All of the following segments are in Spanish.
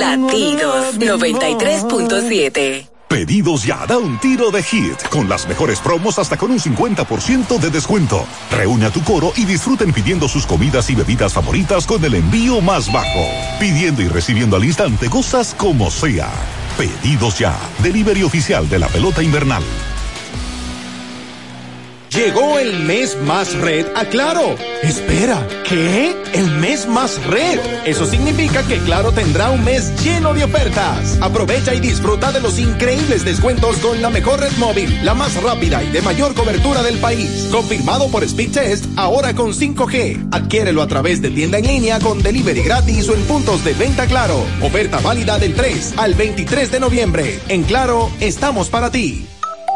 Latidos 93.7. Pedidos Ya da un tiro de hit, con las mejores promos hasta con un 50% de descuento. Reúne a tu coro y disfruten pidiendo sus comidas y bebidas favoritas con el envío más bajo. Pidiendo y recibiendo al instante cosas como sea. Pedidos Ya, delivery oficial de la pelota invernal. Llegó el mes más red a Claro. Espera, ¿qué? ¿El mes más red? Eso significa que Claro tendrá un mes lleno de ofertas. Aprovecha y disfruta de los increíbles descuentos con la mejor red móvil, la más rápida y de mayor cobertura del país. Confirmado por Speedtest, ahora con 5G. Adquiérelo a través de tienda en línea con delivery gratis o en puntos de venta Claro. Oferta válida del 3 al 23 de noviembre. En Claro, estamos para ti.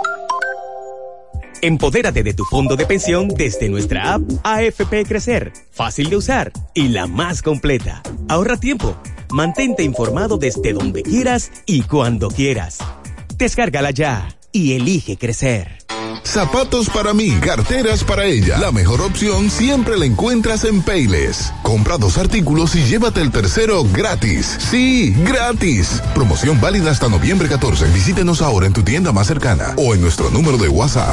Empodérate de tu fondo de pensión desde nuestra app AFP Crecer, fácil de usar y la más completa. Ahorra tiempo, mantente informado desde donde quieras y cuando quieras. Descárgala ya y elige crecer. Zapatos para mí, carteras para ella. La mejor opción siempre la encuentras en Payless. Compra 2 artículos y llévate el tercero gratis. Sí, gratis. Promoción válida hasta noviembre 14. Visítenos ahora en tu tienda más cercana o en nuestro número de WhatsApp.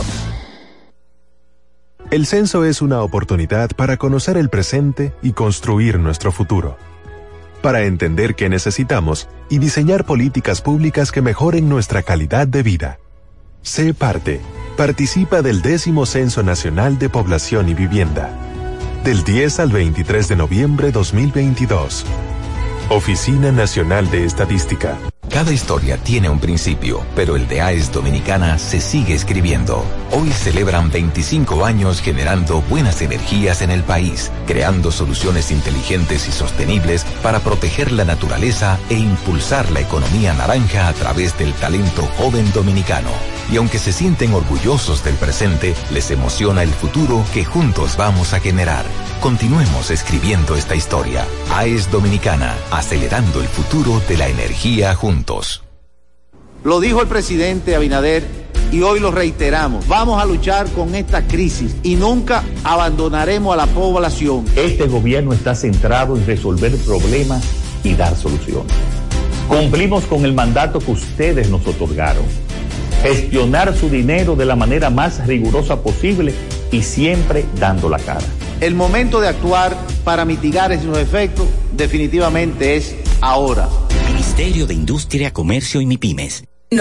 El censo es una oportunidad para conocer el presente y construir nuestro futuro. Para entender qué necesitamos y diseñar políticas públicas que mejoren nuestra calidad de vida. Sé parte. Participa del 10º Censo Nacional de Población y Vivienda. Del 10 al 23 de noviembre 2022. Oficina Nacional de Estadística. Cada historia tiene un principio, pero el de AES Dominicana se sigue escribiendo. Hoy celebran 25 años generando buenas energías en el país, creando soluciones inteligentes y sostenibles para proteger la naturaleza e impulsar la economía naranja a través del talento joven dominicano. Y aunque se sienten orgullosos del presente, les emociona el futuro que juntos vamos a generar. Continuemos escribiendo esta historia. AES Dominicana, acelerando el futuro de la energía juntos. Lo dijo el presidente Abinader y hoy lo reiteramos. Vamos a luchar con esta crisis y nunca abandonaremos a la población. Este gobierno está centrado en resolver problemas y dar soluciones. Cumplimos con el mandato que ustedes nos otorgaron. Gestionar su dinero de la manera más rigurosa posible y siempre dando la cara. El momento de actuar para mitigar esos efectos definitivamente es ahora. Ministerio de Industria, Comercio y MIPYMES.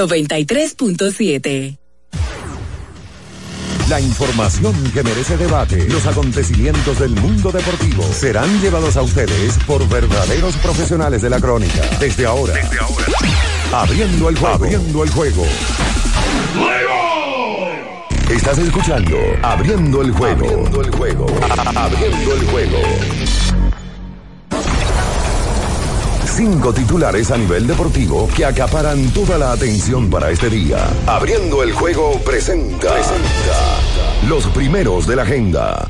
93.7. La información que merece debate, los acontecimientos del mundo deportivo serán llevados a ustedes por verdaderos profesionales de la crónica. Desde ahora. Abriendo el juego. Estás escuchando Abriendo el juego. Abriendo el juego. 5 titulares a nivel deportivo que acaparan toda la atención para este día. Abriendo el juego presenta los primeros de la agenda.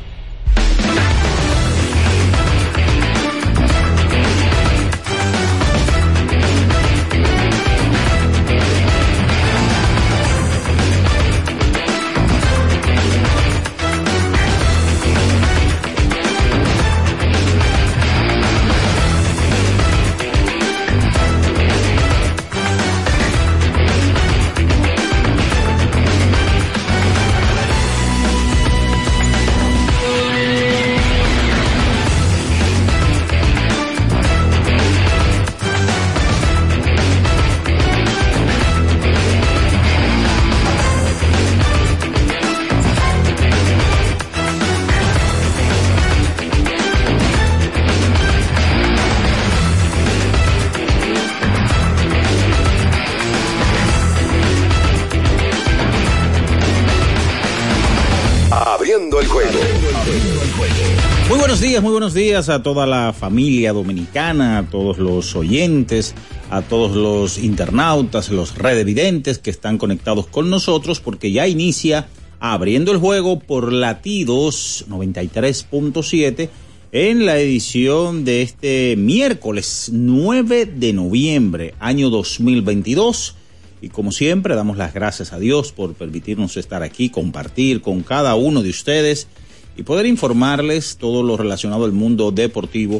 Muy buenos días a toda la familia dominicana, a todos los oyentes, a todos los internautas, los redevidentes que están conectados con nosotros, porque ya inicia Abriendo el Juego por Latidos 93.7 en la edición de este miércoles 9 de noviembre, año 2022. Y como siempre, damos las gracias a Dios por permitirnos estar aquí, compartir con cada uno de ustedes y poder informarles todo lo relacionado al mundo deportivo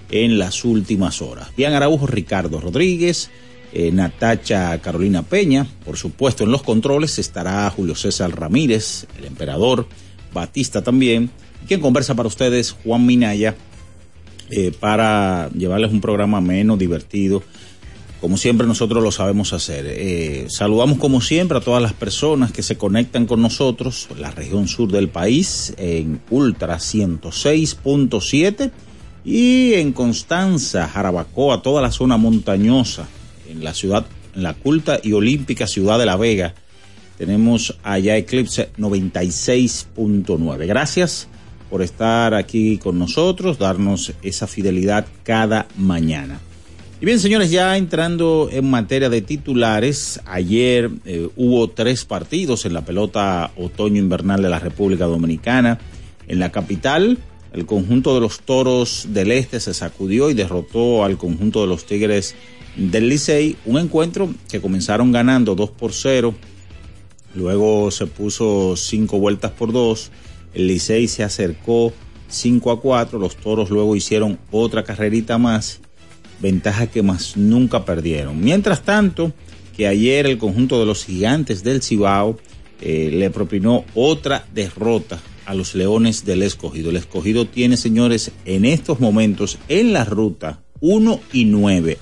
en las últimas horas. Bian Araujo, Ricardo Rodríguez, Natacha Carolina Peña, por supuesto en los controles estará Julio César Ramírez, el emperador, Batista también, y quien conversa para ustedes, Juan Minaya, para llevarles un programa menos divertido, como siempre nosotros lo sabemos hacer. Saludamos como siempre a todas las personas que se conectan con nosotros, la región sur del país, en Ultra 106.7 y en Constanza, Jarabacoa, toda la zona montañosa, en la ciudad, en la culta y olímpica ciudad de La Vega. Tenemos allá Eclipse 96.9. Gracias por estar aquí con nosotros, darnos esa fidelidad cada mañana. Y bien, señores, ya entrando en materia de titulares, ayer hubo 3 partidos en la pelota otoño-invernal de la República Dominicana. En la capital, el conjunto de los Toros del Este se sacudió y derrotó al conjunto de los Tigres del Licey, un encuentro que comenzaron ganando 2-0, luego se puso 5-2, el Licey se acercó 5-4, los Toros luego hicieron otra carrerita más, ventaja que más nunca perdieron. Mientras tanto, que ayer el conjunto de los Gigantes del Cibao le propinó otra derrota a los Leones del Escogido. El Escogido tiene, señores, en estos momentos en la ruta 1-9,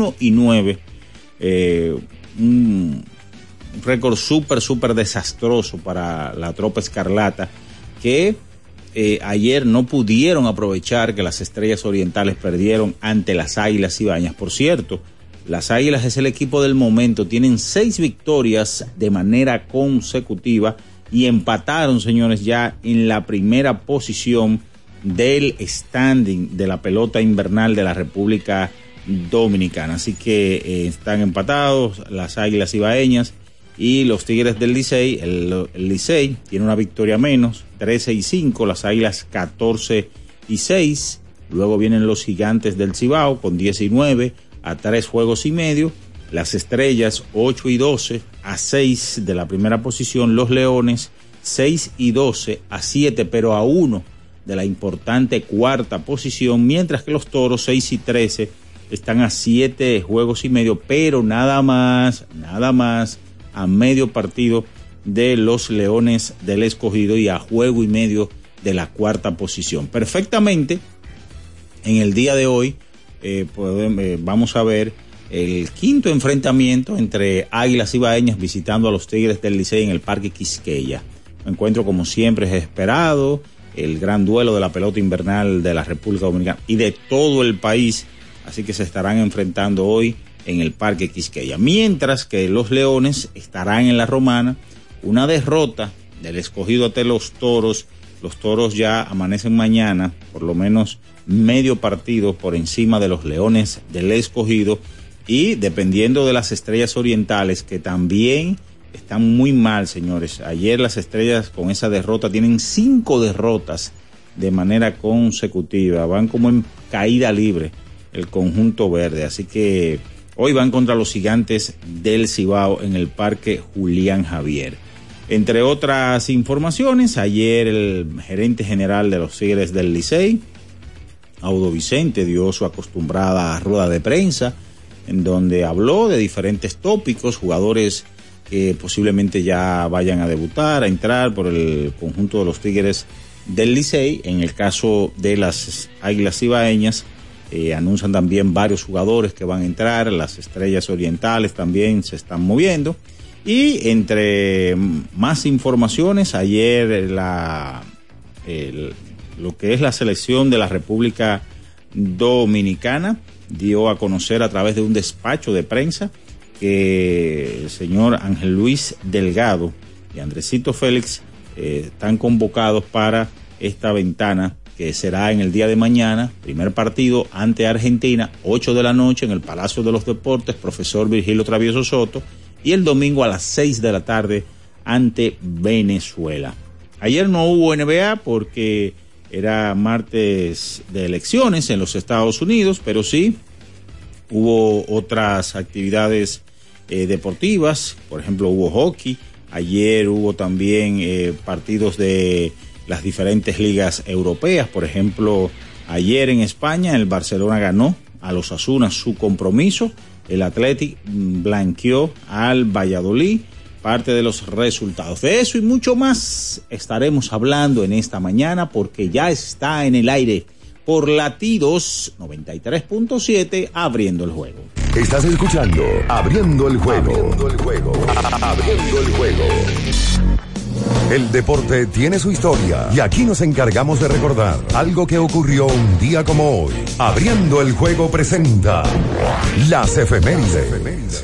un récord súper desastroso para la tropa escarlata, que ayer no pudieron aprovechar que las Estrellas Orientales perdieron ante las Águilas Ibaeñas. Por cierto, las Águilas es el equipo del momento, tienen 6 victorias de manera consecutiva y empataron, señores, ya en la primera posición del standing de la pelota invernal de la República Dominicana. Así que están empatados las Águilas Ibaeñas y los Tigres del Licey. El Licey tiene una victoria menos, 13-5, las Águilas 14-6. Luego vienen los Gigantes del Cibao con 19 a 3 juegos y medio. Las Estrellas 8-12 a 6 de la primera posición. Los Leones 6-12 a 7, pero a 1 de la importante cuarta posición, mientras que los Toros 6-13 están a 7 juegos y medio, pero nada más a medio partido de los Leones del Escogido y a juego y medio de la cuarta posición. Perfectamente, en el día de hoy vamos a ver el quinto enfrentamiento entre Águilas Ibaeñas visitando a los Tigres del Licey en el Parque Quisqueya. Un encuentro como siempre es esperado, el gran duelo de la pelota invernal de la República Dominicana y de todo el país, así que se estarán enfrentando hoy en el Parque Quisqueya. Mientras que los Leones estarán en la Romana, una derrota del Escogido ante los Toros. Los Toros ya amanecen mañana, por lo menos medio partido por encima de los Leones del Escogido, y dependiendo de las Estrellas Orientales, que también están muy mal, señores. Ayer las Estrellas con esa derrota tienen 5 derrotas de manera consecutiva, van como en caída libre el conjunto verde, así que hoy van contra los Gigantes del Cibao en el Parque Julián Javier. Entre otras informaciones, ayer el gerente general de los Tigres del Licey, Audo Vicente, dio su acostumbrada rueda de prensa, en donde habló de diferentes tópicos, jugadores que posiblemente ya vayan a debutar, a entrar por el conjunto de los Tigres del Licey. En el caso de las Águilas Ibaeñas, anuncian también varios jugadores que van a entrar, las Estrellas Orientales también se están moviendo. Y entre más informaciones, ayer lo que es la selección de la República Dominicana dio a conocer a través de un despacho de prensa que el señor Ángel Luis Delgado y Andresito Félix están convocados para esta ventana que será en el día de mañana, primer partido ante Argentina, 8 de la noche en el Palacio de los Deportes, profesor Virgilio Travieso Soto, y el domingo a las 6 de la tarde ante Venezuela. Ayer no hubo NBA porque era martes de elecciones en los Estados Unidos, pero sí hubo otras actividades deportivas, por ejemplo hubo hockey, ayer hubo también partidos de las diferentes ligas europeas, por ejemplo Ayer en España el Barcelona ganó a los Osasuna su compromiso, el Athletic blanqueó al Valladolid. Parte de los resultados. De eso y mucho más estaremos hablando en esta mañana porque ya está en el aire por Latidos 93.7 abriendo el juego. Estás escuchando Abriendo el juego. Abriendo el juego. Abriendo el juego. El deporte tiene su historia y aquí nos encargamos de recordar algo que ocurrió un día como hoy. Abriendo el juego presenta las efemérides.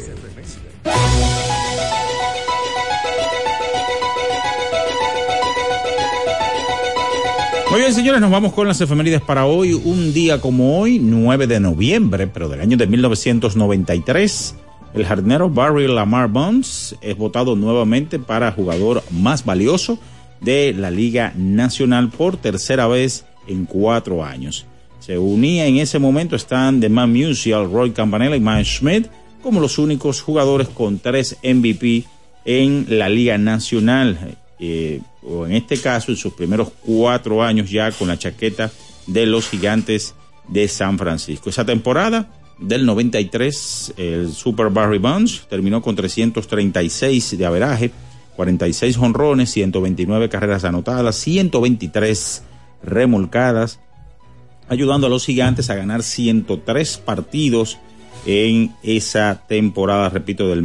Muy bien, señores, nos vamos con las efemérides para hoy. Un día como hoy, 9 de noviembre, pero del año de 1993, el jardinero Barry Lamar Bonds es votado nuevamente para jugador más valioso de la Liga Nacional por tercera vez en 4 años. Se unía en ese momento Stan The Man Musial, Roy Campanella y Mike Schmidt como los únicos jugadores con 3 MVP en la Liga Nacional. O en este caso en sus primeros 4 años ya con la chaqueta de los Gigantes de San Francisco. Esa temporada del 93, el Super Barry Bonds terminó con 336 de averaje, 46 jonrones, 129 carreras anotadas, 123 remolcadas, ayudando a los Gigantes a ganar 103 partidos en esa temporada, repito, del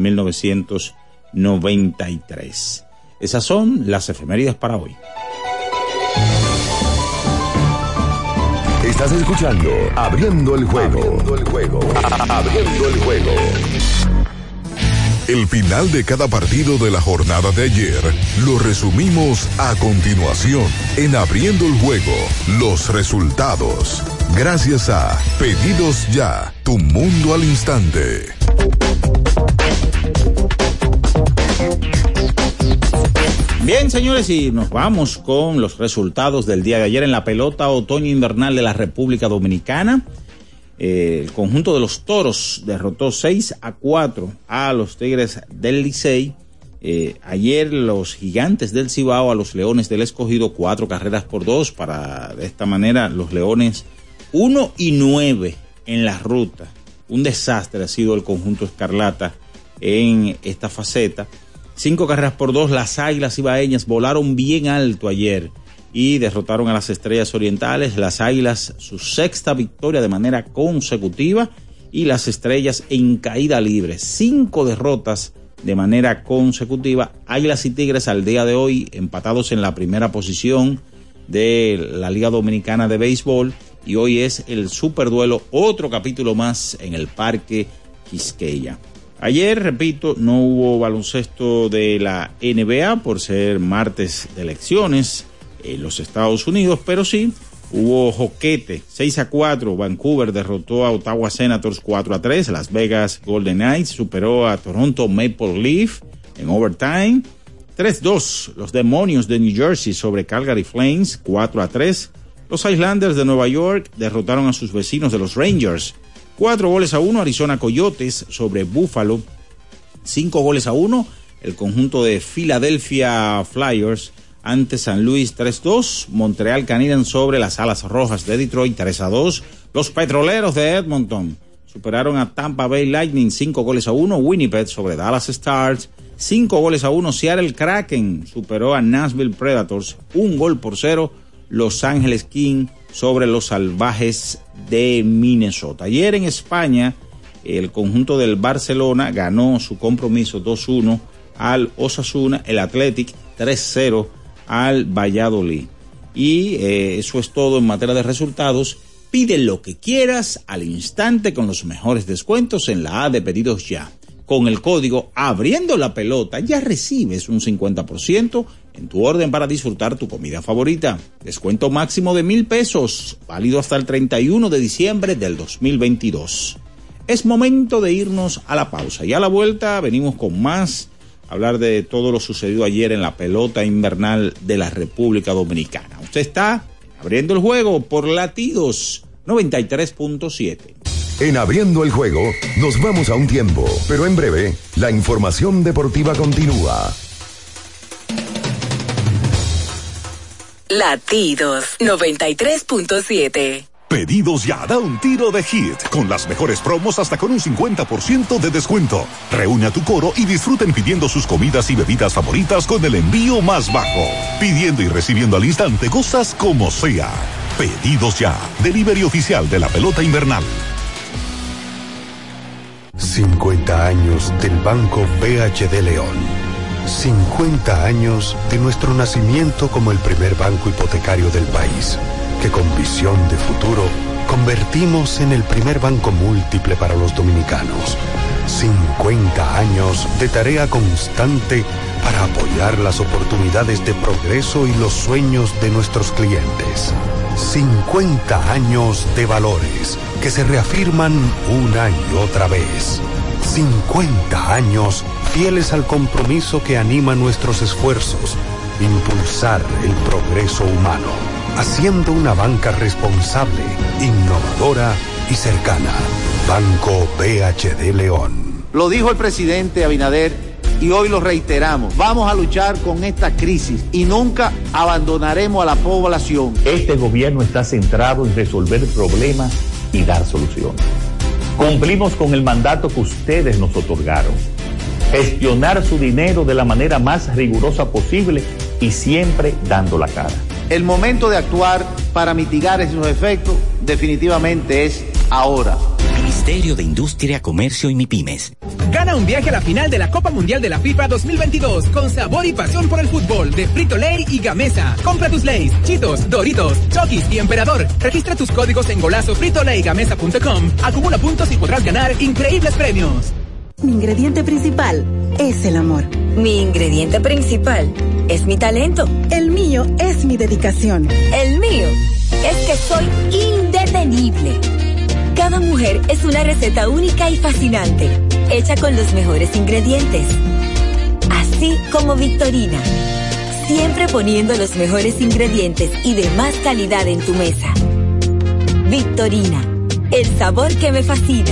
1993. Esas son las efemérides para hoy. Estás escuchando Abriendo el juego. Abriendo el juego. Abriendo el juego. El final de cada partido de la jornada de ayer lo resumimos a continuación en Abriendo el Juego, los resultados. Gracias a Pedidos Ya, tu mundo al instante. Bien, señores, y nos vamos con los resultados del día de ayer en la pelota otoño-invernal de la República Dominicana. El conjunto de los Toros derrotó 6-4 a los Tigres del Licey. Ayer los Gigantes del Cibao a los Leones del Escogido 4-2 para de esta manera los Leones 1-9 en la ruta. Un desastre ha sido el conjunto Escarlata en esta faceta. 5-2, las Águilas Cibaeñas volaron bien alto ayer y derrotaron a las Estrellas Orientales. Las Águilas su sexta victoria de manera consecutiva y las Estrellas en caída libre. 5 derrotas de manera consecutiva. Águilas y Tigres al día de hoy empatados en la primera posición de la Liga Dominicana de Béisbol y hoy es el superduelo, otro capítulo más en el Parque Quisqueya. Ayer, repito, no hubo baloncesto de la NBA por ser martes de elecciones en los Estados Unidos, pero sí hubo joquete. 6-4, Vancouver derrotó a Ottawa Senators 4-3, Las Vegas Golden Knights superó a Toronto Maple Leaf en overtime. 3-2, los Demonios de New Jersey sobre Calgary Flames 4-3. Los Islanders de Nueva York derrotaron a sus vecinos de los Rangers 4-1, Arizona Coyotes sobre Buffalo, 5-1, el conjunto de Philadelphia Flyers ante San Luis 3-2, Montreal Canadiens sobre las Alas Rojas de Detroit 3-2, los Petroleros de Edmonton superaron a Tampa Bay Lightning 5-1, Winnipeg sobre Dallas Stars 5-1, Seattle Kraken superó a Nashville Predators 1-0, Los Ángeles Kings sobre los Salvajes de Minnesota. Ayer en España, el conjunto del Barcelona ganó su compromiso 2-1 al Osasuna, el Athletic 3-0 al Valladolid. Y eso es todo en materia de resultados. Pide lo que quieras al instante con los mejores descuentos en la A de Pedidos Ya. Con el código Abriendo la Pelota ya recibes un 50% en tu orden para disfrutar tu comida favorita. Descuento máximo de $1,000, válido hasta el 31 de diciembre del 2022. Es momento de irnos a la pausa y a la vuelta venimos con más, hablar de todo lo sucedido ayer en la pelota invernal de la República Dominicana. Usted está abriendo el juego por Latidos 93.7. En Abriendo el Juego nos vamos a un tiempo, pero en breve la información deportiva continúa. Latidos 93.7. Pedidos Ya, da un tiro de hit, con las mejores promos hasta con un 50% de descuento. Reúne a tu coro y disfruten pidiendo sus comidas y bebidas favoritas con el envío más bajo. Pidiendo y recibiendo al instante cosas como sea. Pedidos Ya, delivery oficial de la pelota invernal. 50 años del Banco BHD León. 50 años de nuestro nacimiento como el primer banco hipotecario del país, que con visión de futuro convertimos en el primer banco múltiple para los dominicanos. 50 años de tarea constante para apoyar las oportunidades de progreso y los sueños de nuestros clientes. 50 años de valores que se reafirman una y otra vez. 50 años fieles al compromiso que anima nuestros esfuerzos, impulsar el progreso humano, haciendo una banca responsable, innovadora y cercana. Banco BHD León. Lo dijo el presidente Abinader y hoy lo reiteramos. Vamos a luchar con esta crisis y nunca abandonaremos a la población. Este gobierno está centrado en resolver problemas y dar soluciones. Cumplimos con el mandato que ustedes nos otorgaron. Gestionar su dinero de la manera más rigurosa posible y siempre dando la cara. El momento de actuar para mitigar esos efectos definitivamente es ahora. Ministerio de Industria, Comercio y MIPYMES. Gana un viaje a la final de la Copa Mundial de la FIFA 2022 con sabor y pasión por el fútbol de Frito-Lay y Gamesa. Compra tus Lays, Cheetos, Doritos, Chokis y Emperador. Registra tus códigos en golazo fritolaygamesa.com. Acumula puntos y podrás ganar increíbles premios. Mi ingrediente principal es el amor. Mi ingrediente principal es mi talento. El mío es mi dedicación. El mío es que soy indetenible. Cada mujer es una receta única y fascinante, hecha con los mejores ingredientes. Así como Victorina, siempre poniendo los mejores ingredientes y de más calidad en tu mesa. Victorina, el sabor que me fascina.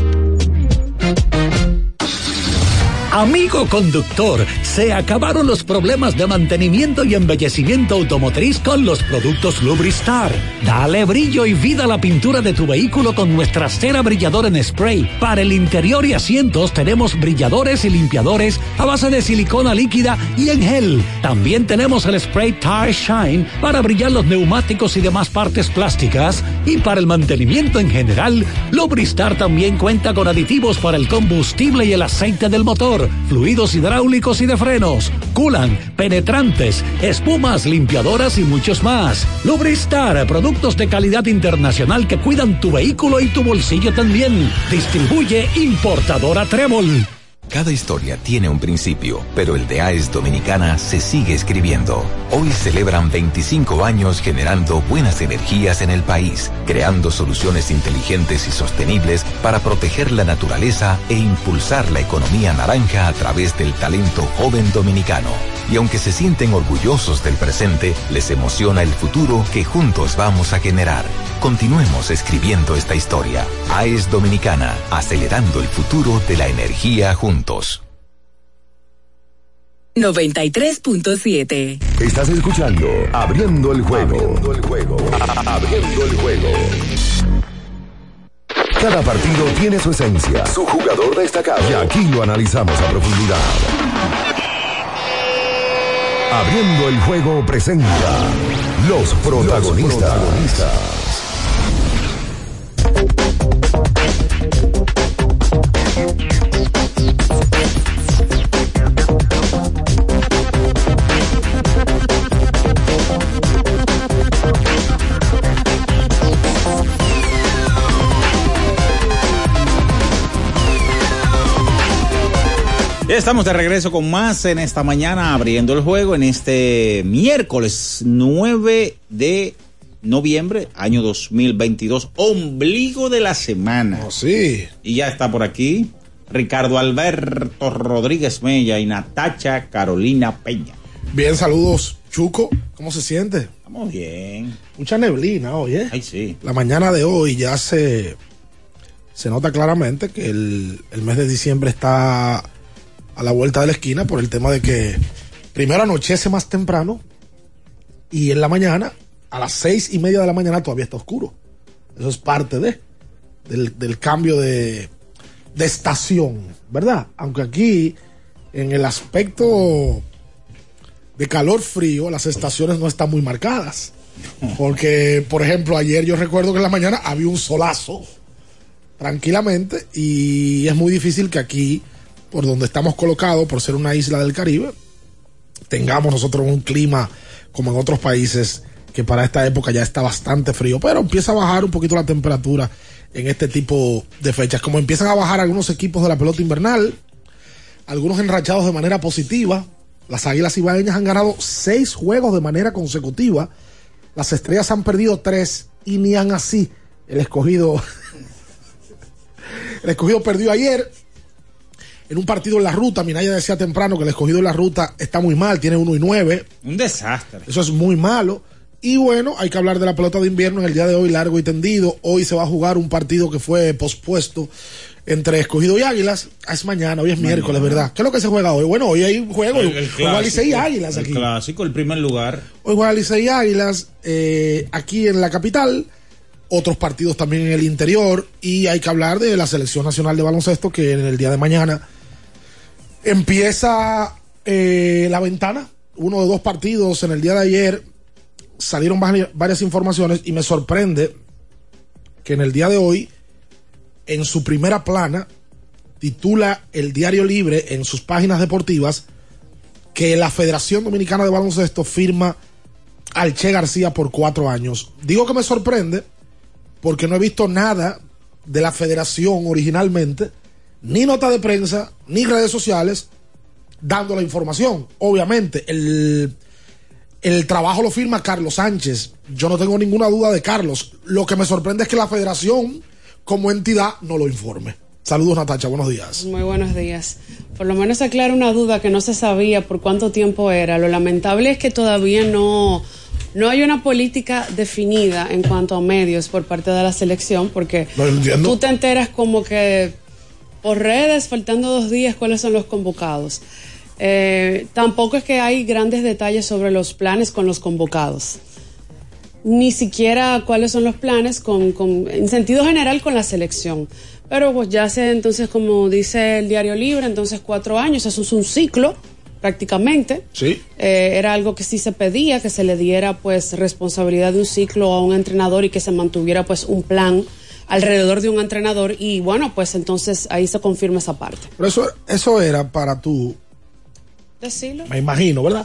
Amigo conductor, se acabaron los problemas de mantenimiento y embellecimiento automotriz con los productos Lubristar. Dale brillo y vida a la pintura de tu vehículo con nuestra cera brilladora en spray. Para el interior y asientos tenemos brilladores y limpiadores a base de silicona líquida y en gel. También tenemos el spray Tire Shine para brillar los neumáticos y demás partes plásticas. Y para el mantenimiento en general, Lubristar también cuenta con aditivos para el combustible y el aceite del motor, fluidos hidráulicos y de frenos, culan, penetrantes, espumas, limpiadoras y muchos más. Lubristar, productos de calidad internacional que cuidan tu vehículo y tu bolsillo también. Distribuye importadora Trébol. Cada historia tiene un principio, pero el de AES Dominicana se sigue escribiendo. Hoy celebran 25 años generando buenas energías en el país, creando soluciones inteligentes y sostenibles para proteger la naturaleza e impulsar la economía naranja a través del talento joven dominicano. Y aunque se sienten orgullosos del presente, les emociona el futuro que juntos vamos a generar. Continuemos escribiendo esta historia. AES Dominicana, acelerando el futuro de la energía juntos. 93.7. Estás escuchando Abriendo el Juego. Abriendo el Juego. Abriendo el Juego. Cada partido tiene su esencia, su jugador destacado. Y aquí lo analizamos a profundidad. Abriendo el Juego presenta Los protagonistas. Estamos de regreso con más en esta mañana, abriendo el juego en este miércoles 9 de noviembre, año 2022, ombligo de la semana. Oh, sí. Y ya está por aquí Ricardo Alberto Rodríguez Mella y Natacha Carolina Peña. Bien, saludos, Chuco. ¿Cómo se siente? Estamos bien. Mucha neblina hoy, ¿eh? Ay, sí. La mañana de hoy ya se nota claramente que el mes de diciembre está a la vuelta de la esquina por el tema de que primero anochece más temprano y en la mañana, a las 6:30 de la mañana todavía está oscuro. Eso es parte del cambio de estación, ¿verdad? Aunque aquí, en el aspecto de calor-frío, las estaciones no están muy marcadas. Porque, por ejemplo, ayer yo recuerdo que en la mañana había un solazo, tranquilamente, y es muy difícil que aquí, por donde estamos colocados, por ser una isla del Caribe, tengamos nosotros un clima como en otros países que para esta época ya está bastante frío, pero empieza a bajar un poquito la temperatura en este tipo de fechas, como empiezan a bajar algunos equipos de la pelota invernal, algunos enrachados de manera positiva. Las Águilas Ibaeñas han ganado 6 juegos de manera consecutiva, las Estrellas han perdido 3 y ni han así. El escogido perdió ayer en un partido en la ruta. Minaya decía temprano que el escogido en la ruta está muy mal, tiene 1-9. Un desastre. Eso es muy malo. Y bueno, hay que hablar de la pelota de invierno en el día de hoy, largo y tendido. Hoy se va a jugar un partido que fue pospuesto entre Escogido y Águilas. Es mañana, hoy es miércoles, ¿verdad? ¿Qué es lo que se juega hoy? Bueno, hoy hay un juego. Juega Licey y Águilas aquí. El clásico, el primer lugar. Hoy juega Licey y Águilas aquí en la capital. Otros partidos también en el interior. Y hay que hablar de la Selección Nacional de Baloncesto, que en el día de mañana empieza la ventana. Uno de 2 partidos en el día de ayer. Salieron varias informaciones y me sorprende que en el día de hoy, en su primera plana, titula el Diario Libre en sus páginas deportivas que la Federación Dominicana de Baloncesto firma al Che García por 4 años. Digo que me sorprende porque no he visto nada de la federación originalmente, ni nota de prensa, ni redes sociales, dando la información. Obviamente, el trabajo lo firma Carlos Sánchez. Yo no tengo ninguna duda de Carlos. Lo que me sorprende es que la federación, como entidad, no lo informe. Saludos, Natacha, buenos días. Muy buenos días. Por lo menos aclara una duda que no se sabía por cuánto tiempo era. Lo lamentable es que todavía no hay una política definida en cuanto a medios por parte de la selección, porque tú te enteras como que por redes, faltando 2 días, cuáles son los convocados. Tampoco es que hay grandes detalles sobre los planes con los convocados, ni siquiera cuáles son los planes en sentido general con la selección. Pero pues ya sé, entonces, como dice el Diario Libre, entonces 4 años, eso es un ciclo prácticamente. Sí. Era algo que sí se pedía, que se le diera pues responsabilidad de un ciclo a un entrenador y que se mantuviera pues un plan alrededor de un entrenador, y bueno, pues entonces ahí se confirma esa parte. Pero eso era para tú decirlo. Me imagino, ¿verdad?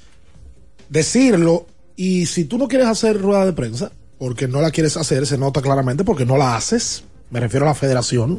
Decirlo, y si tú no quieres hacer rueda de prensa, porque no la quieres hacer, se nota claramente porque no la haces, me refiero a la federación,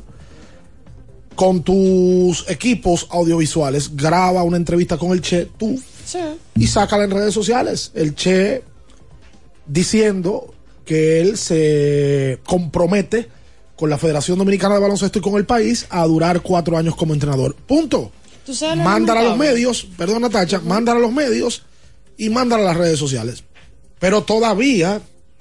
con tus equipos audiovisuales, graba una entrevista con el Che, tú, sí, y sácala en redes sociales. El Che diciendo que él se compromete con la Federación Dominicana de Baloncesto y con el país a durar 4 años como entrenador. Punto. Mándala a los medios, perdón, Natacha, mándala a los medios y mándala a las redes sociales. Pero todavía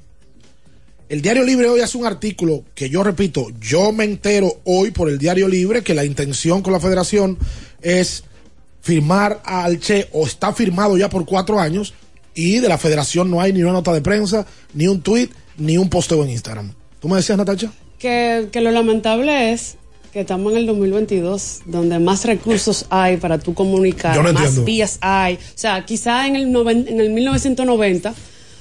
el Diario Libre hoy hace un artículo que yo repito, yo me entero hoy por el Diario Libre que la intención con la federación es firmar al Che, o está firmado ya por 4 años, y de la federación no hay ni una nota de prensa, ni un tweet, ni un posteo en Instagram. ¿Tú me decías, Natacha? Que lo lamentable es que estamos en el 2022, donde más recursos hay para tú comunicar, yo no más entiendo. vías hay. O sea, quizá en el 1990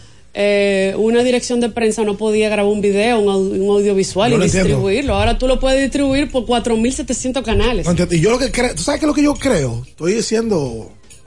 una dirección de prensa no podía grabar un video, un audiovisual, y distribuirlo. Ahora tú lo puedes distribuir por 4.700 canales. No entiendo. Y yo lo que creo, ¿tú sabes qué es lo que yo creo? Estoy diciendo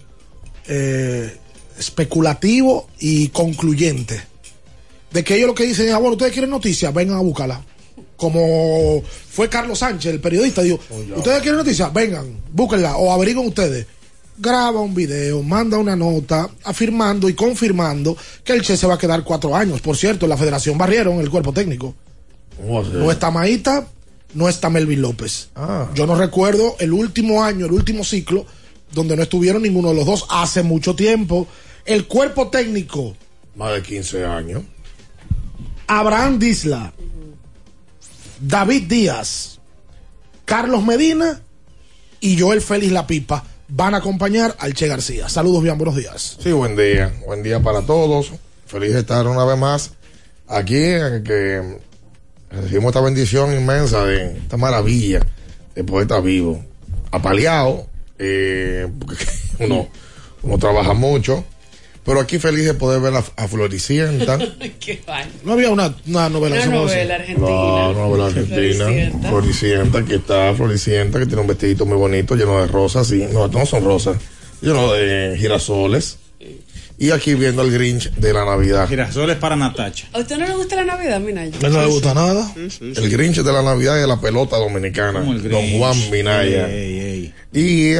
especulativo y concluyente. De que ellos lo que dicen es, bueno, ustedes quieren noticias, vengan a buscarla. Como fue Carlos Sánchez, el periodista, dijo, ustedes quieren noticias, vengan, búsquenla o averigüen ustedes. Graba un video, manda una nota afirmando y confirmando que el Che se va a quedar 4 años. Por cierto, en la federación barrieron el cuerpo técnico. No está Maíta, no está Melvin López. Yo no recuerdo el último año, el último ciclo, donde no estuvieron ninguno de los dos hace mucho tiempo. El cuerpo técnico, más de 15 años. Abraham Disla, David Díaz, Carlos Medina y Joel Félix La Pipa van a acompañar al Che García. Saludos, bien, buenos días. Sí, buen día para todos. Feliz de estar una vez más aquí, que Recibimos esta bendición inmensa de esta maravilla de poeta vivo. Apaleado, porque uno trabaja mucho, pero aquí feliz de poder ver a Floricienta. Qué vaina. No había una novela. Una novela argentina. Una novela argentina. Floricienta, que está Floricienta, que tiene un vestidito muy bonito, lleno de rosas, sí. No son rosas, lleno de girasoles. Y aquí viendo al Grinch de la Navidad. Girasoles para Natacha. ¿A usted no le gusta la Navidad, Minaya? No le gusta nada. El Grinch de la Navidad y de la pelota dominicana. Don Juan Minaya. Y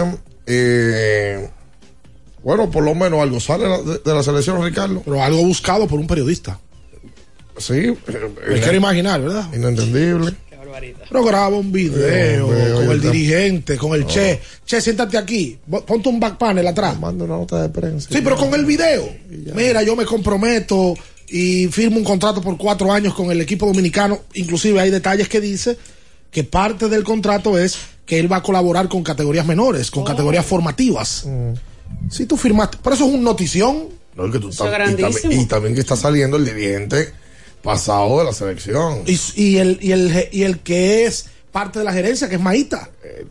bueno, por lo menos algo sale de la selección, Ricardo. Pero algo buscado por un periodista. Sí. Me quiero imaginar, ¿verdad? Inentendible. Pero graba un video con el dirigente, con el Che. Che, siéntate aquí. Ponte un back panel atrás. Manda una nota de prensa. Sí, pero con el video. Mira, yo me comprometo y firmo un contrato por 4 años con el equipo dominicano. Inclusive hay detalles que dice que parte del contrato es que él va a colaborar con categorías menores, con categorías formativas. Si tú firmaste, pero eso es un notición. No, que tú y también que está saliendo el dirigente pasado de la selección. Y el que es parte de la gerencia, que es Maíta.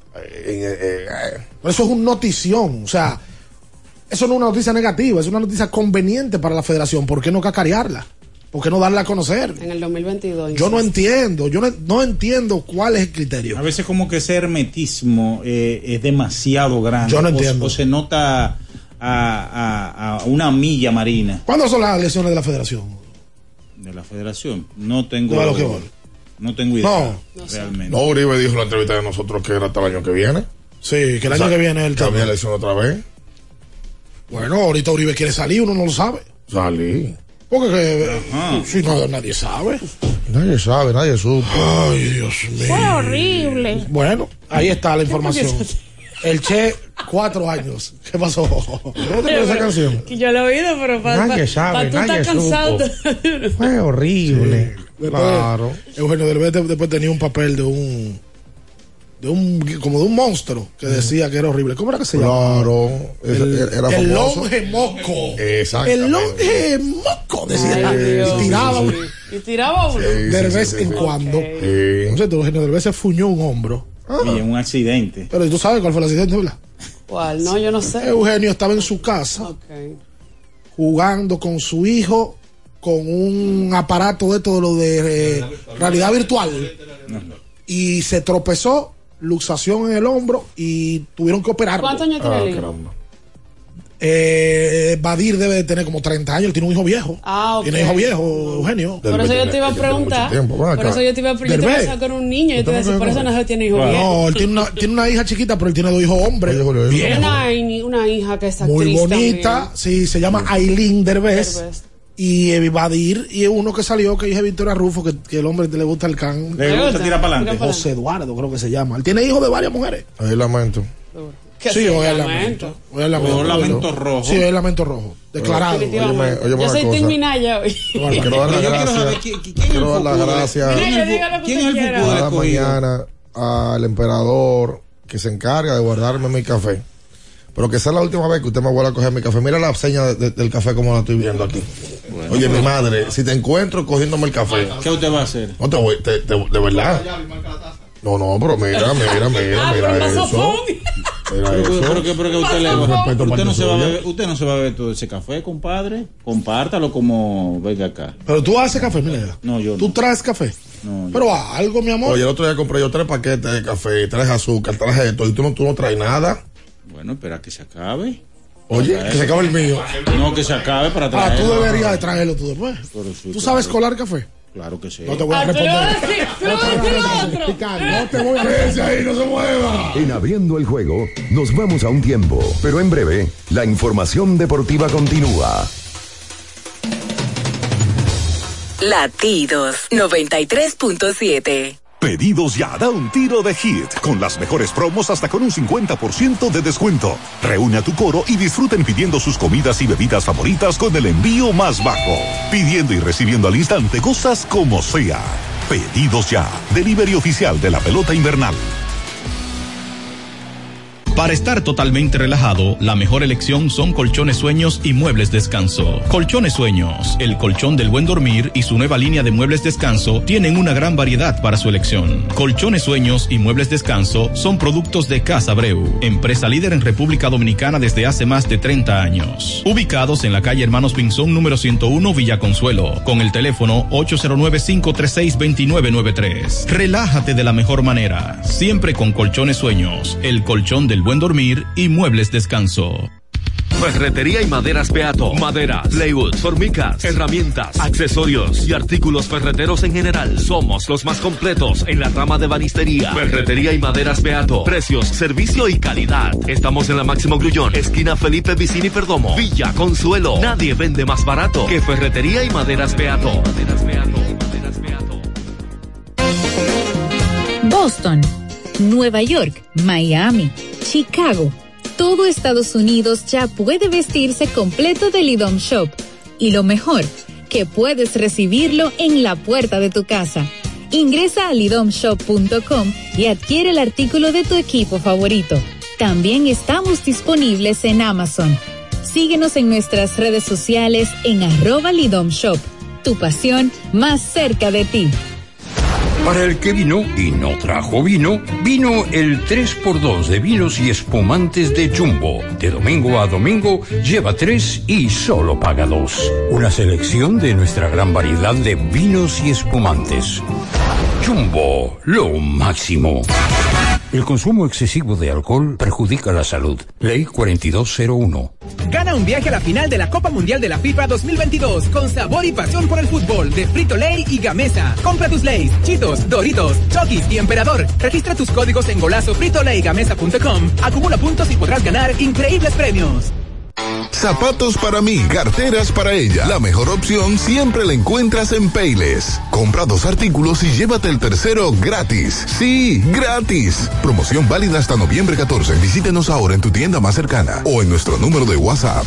Pero eso es un notición. O sea, eso no es una noticia negativa, es una noticia conveniente para la federación. ¿Por qué no cacarearla? ¿Por qué no darla a conocer? En el 2022. Yo no entiendo, no entiendo cuál es el criterio. A veces como que ese hermetismo es demasiado grande. Yo no entiendo. O se nota a una milla marina. ¿Cuándo son las elecciones de la federación? De la federación. No tengo idea. No, realmente. No, Uribe dijo en la entrevista de nosotros que era hasta el año que viene. Sí, que el año que viene él también. Elección otra vez. Bueno, ahorita Uribe quiere salir, uno no lo sabe. Salí. Porque si no, nadie sabe. Nadie supo. Ay, Dios mío. Fue horrible. Bueno, ahí está la información. El Che, 4 años. ¿Qué pasó? ¿No te esa canción? Que yo lo he oído, pero nadie sabe, tú estás cansado. Fue horrible. Sí. Claro. Eugenio Derbez después tenía un papel como de un monstruo que decía que era horrible. ¿Cómo era que se llamaba? Claro, era el famoso. longe moco. Exactamente. El longe moco, decía. Ay, y tiraba uno. De vez en cuando. No sé, Eugenio Derbez se fuñó un hombro. Y en un accidente. Pero tú sabes cuál fue el accidente, ¿verdad? ¿Cuál? No, yo no sé. Eugenio estaba en su casa jugando con su hijo con un aparato de todo lo de realidad virtual y se tropezó, luxación en el hombro y tuvieron que operarlo. ¿Cuántos años tiene el hijo? Badir debe de tener como 30 años, él tiene un hijo viejo. Tiene hijo viejo, Eugenio. Por eso yo te iba a preguntar. Por eso yo te iba a preguntar. Yo te iba a con un niño. Yo te iba a decir, por eso no se tiene hijo viejo. No, él tiene una hija chiquita, pero él tiene 2 hijos hombres. Una hija que es actriz muy bonita, también. sí, se llama Aileen Derbez. Y Badir, y uno que salió, que dije Victoria Rufo, que el hombre le gusta el can. Le gusta tirar para adelante. José Eduardo, creo que se llama. Él tiene hijos de varias mujeres. Ahí lamento. Sí, hoy es lamento. Hoy es lamento rojo. Sí, hoy es lamento rojo. Declarado. Yo soy Tim Minaya hoy. Quiero dar las gracias. ¿Quién es el fútbol de mañana al emperador que se encarga de guardarme mi café? Pero que sea la última vez que usted me vuelva a coger mi café. Mira la seña del café como la estoy viendo aquí. Bueno, oye, mi madre, si te encuentro cogiéndome el café. ¿Qué usted va a hacer? No te voy, de verdad. No, pero mira eso. Pero que usted no se va a beber todo ese café, compadre. Compártalo como venga acá. Pero tú haces café, mira. No, yo no. ¿Tú traes café? No. Pero algo, mi amor. Oye, el otro día compré yo 3 paquetes de café, 3 azúcar, 3 esto, y tú no traes nada. Bueno, espera que se acabe. Oye, que se acabe el mío. No, que se acabe para traerlo. Tú deberías de traerlo tú después. ¿Tú sabes colar café? Claro que sí. No te voy a responder. No te voy a decir ahí, no se mueva. En Abriendo el Juego, nos vamos a un tiempo, pero en breve, la información deportiva continúa. Latidos 93.7. Pedidos ya, da un tiro de Hit, con las mejores promos hasta con un 50% de descuento. Reúne a tu coro y disfruten pidiendo sus comidas y bebidas favoritas con el envío más bajo. Pidiendo y recibiendo al instante cosas como sea. Pedidos ya, delivery oficial de la pelota invernal. Para estar totalmente relajado, la mejor elección son Colchones Sueños y Muebles Descanso. Colchones Sueños, el colchón del buen dormir y su nueva línea de muebles descanso tienen una gran variedad para su elección. Colchones Sueños y Muebles Descanso son productos de Casa Abreu, empresa líder en República Dominicana desde hace más de 30 años. Ubicados en la calle Hermanos Pinzón número 101 Villa Consuelo, con el teléfono 809-536-2993. Relájate de la mejor manera, siempre con Colchones Sueños, el colchón del buen dormir y Muebles Descanso. Ferretería y maderas Beato. Maderas, plywood, formicas, herramientas, accesorios y artículos ferreteros en general. Somos los más completos en la rama de banistería. Ferretería y maderas Beato. Precios, servicio y calidad. Estamos en la Máximo Grullón, esquina Felipe Vicini Perdomo, Villa Consuelo. Nadie vende más barato que Ferretería y maderas Beato. Boston, Nueva York, Miami, Chicago. Todo Estados Unidos ya puede vestirse completo del IDOM Shop. Y lo mejor, que puedes recibirlo en la puerta de tu casa. Ingresa a lidomshop.com y adquiere el artículo de tu equipo favorito. También estamos disponibles en Amazon. Síguenos en nuestras redes sociales en @lidomshop. Tu pasión más cerca de ti. Para el que vino y no trajo vino, vino el 3x2 de vinos y espumantes de Jumbo. De domingo a domingo, lleva 3 y solo paga 2. Una selección de nuestra gran variedad de vinos y espumantes. Jumbo, lo máximo. El consumo excesivo de alcohol perjudica la salud. Ley 4201. Gana un viaje a la final de la Copa Mundial de la FIFA 2022 con sabor y pasión por el fútbol de Frito-Lay y Gamesa. Compra tus Lays, Cheetos, Doritos, Chokis y Emperador. Registra tus códigos en golazo fritolaygamesa.com. Acumula puntos y podrás ganar increíbles premios. Zapatos para mí, carteras para ella. La mejor opción siempre la encuentras en Payless. Compra 2 artículos y llévate el tercero gratis. Sí, gratis. Promoción válida hasta noviembre 14. Visítenos ahora en tu tienda más cercana o en nuestro número de WhatsApp.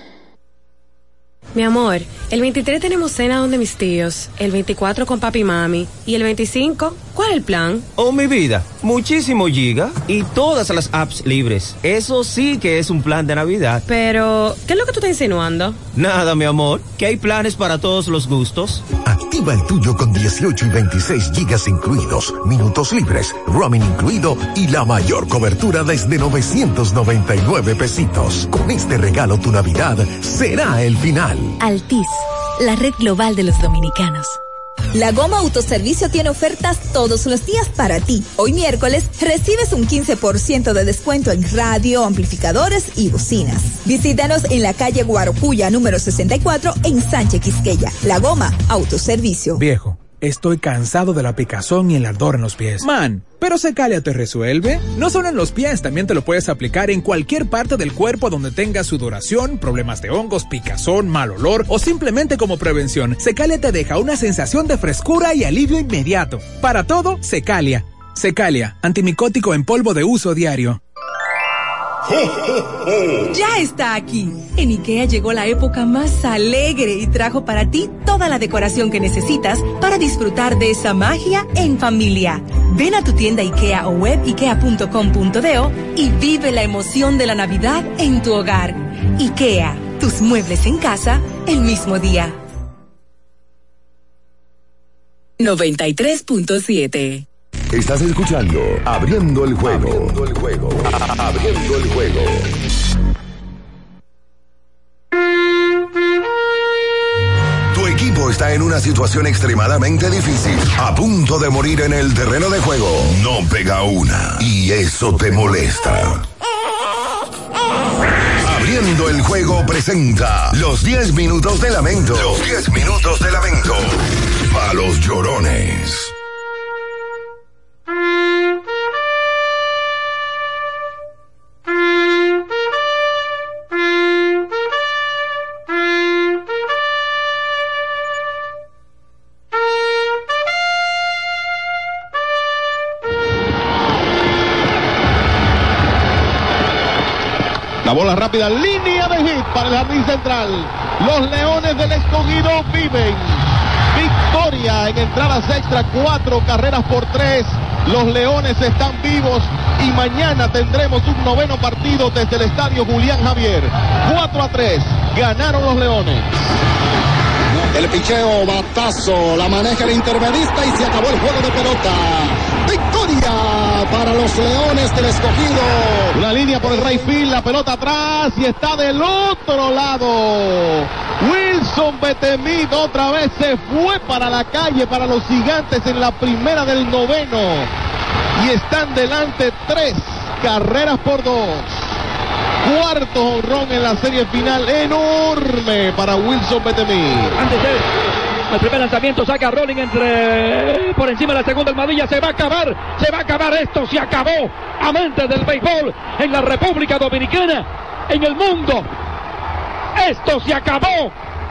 Mi amor, el 23 tenemos cena donde mis tíos, el 24 con papi y mami, y el 25, ¿cuál es el plan? Oh, mi vida, muchísimo giga y todas las apps libres. Eso sí que es un plan de Navidad. Pero, ¿qué es lo que tú estás insinuando? Nada, mi amor, que hay planes para todos los gustos. Activa el tuyo con 18 y 26 gigas incluidos, minutos libres, roaming incluido y la mayor cobertura desde 999 pesitos. Con este regalo tu Navidad será el final. Altis, la red global de los dominicanos. La Goma Autoservicio tiene ofertas todos los días para ti. Hoy miércoles recibes un 15% de descuento en radio, amplificadores y bocinas. Visítanos en la calle Guarocuya número 64 en Sánchez Quisqueya. La Goma Autoservicio. Viejo, estoy cansado de la picazón y el ardor en los pies. Man, ¿pero Secalia te resuelve? No solo en los pies, también te lo puedes aplicar en cualquier parte del cuerpo donde tengas sudoración, problemas de hongos, picazón, mal olor o simplemente como prevención. Secalia te deja una sensación de frescura y alivio inmediato. Para todo, Secalia. Secalia, antimicótico en polvo de uso diario. Ya está aquí. En IKEA llegó la época más alegre y trajo para ti toda la decoración que necesitas para disfrutar de esa magia en familia. Ven a tu tienda IKEA o web ikea.com.do y vive la emoción de la Navidad en tu hogar. IKEA, tus muebles en casa el mismo día. 93.7. Estás escuchando Abriendo el Juego. Abriendo el Juego. Abriendo el Juego. Tu equipo está en una situación extremadamente difícil, a punto de morir en el terreno de juego. No pega una y eso te molesta. Abriendo el Juego presenta los 10 minutos de lamento. Los 10 minutos de lamento. A los llorones. La bola rápida, línea de hit para el jardín central. Los Leones del Escogido viven victoria en entradas extra, 4 carreras por 3 Los Leones están vivos y mañana tendremos un noveno partido desde el estadio Julián Javier. 4-3, ganaron los Leones. El picheo, batazo, la maneja el intermedista y se acabó el juego de pelota. Victoria para los Leones del Escogido. Una línea por el right field, la pelota atrás y está del otro lado. Wilson Betemit otra vez se fue para la calle para los Gigantes en la primera del noveno. Y están delante 3 carreras por 2. Cuarto jonrón en la serie final, enorme para Wilson Betemit. Antes el primer lanzamiento saca a Rolling por encima de la segunda almohadilla. Se va a acabar esto, se acabó. Amantes del béisbol en la República Dominicana, en el mundo, esto se acabó.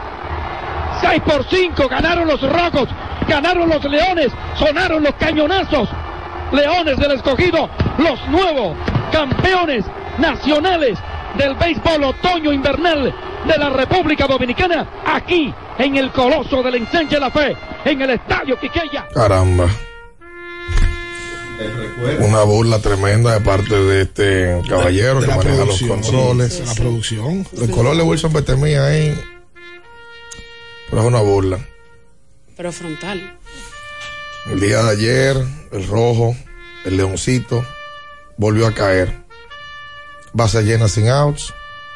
6-5, ganaron los Rojos, ganaron los Leones, sonaron los cañonazos. Leones del Escogido, los nuevos campeones nacionales del béisbol otoño invernal de la República Dominicana, aquí en el Coloso del Ensanche La Fe, en el Estadio Quiqueya. Caramba. Una burla tremenda de parte de este caballero que maneja los controles. Sí, la producción. El color de Wilson Betemit ahí, pero es una burla. Pero frontal. El día de ayer, el rojo, el leoncito, volvió a caer. Base llena sin outs.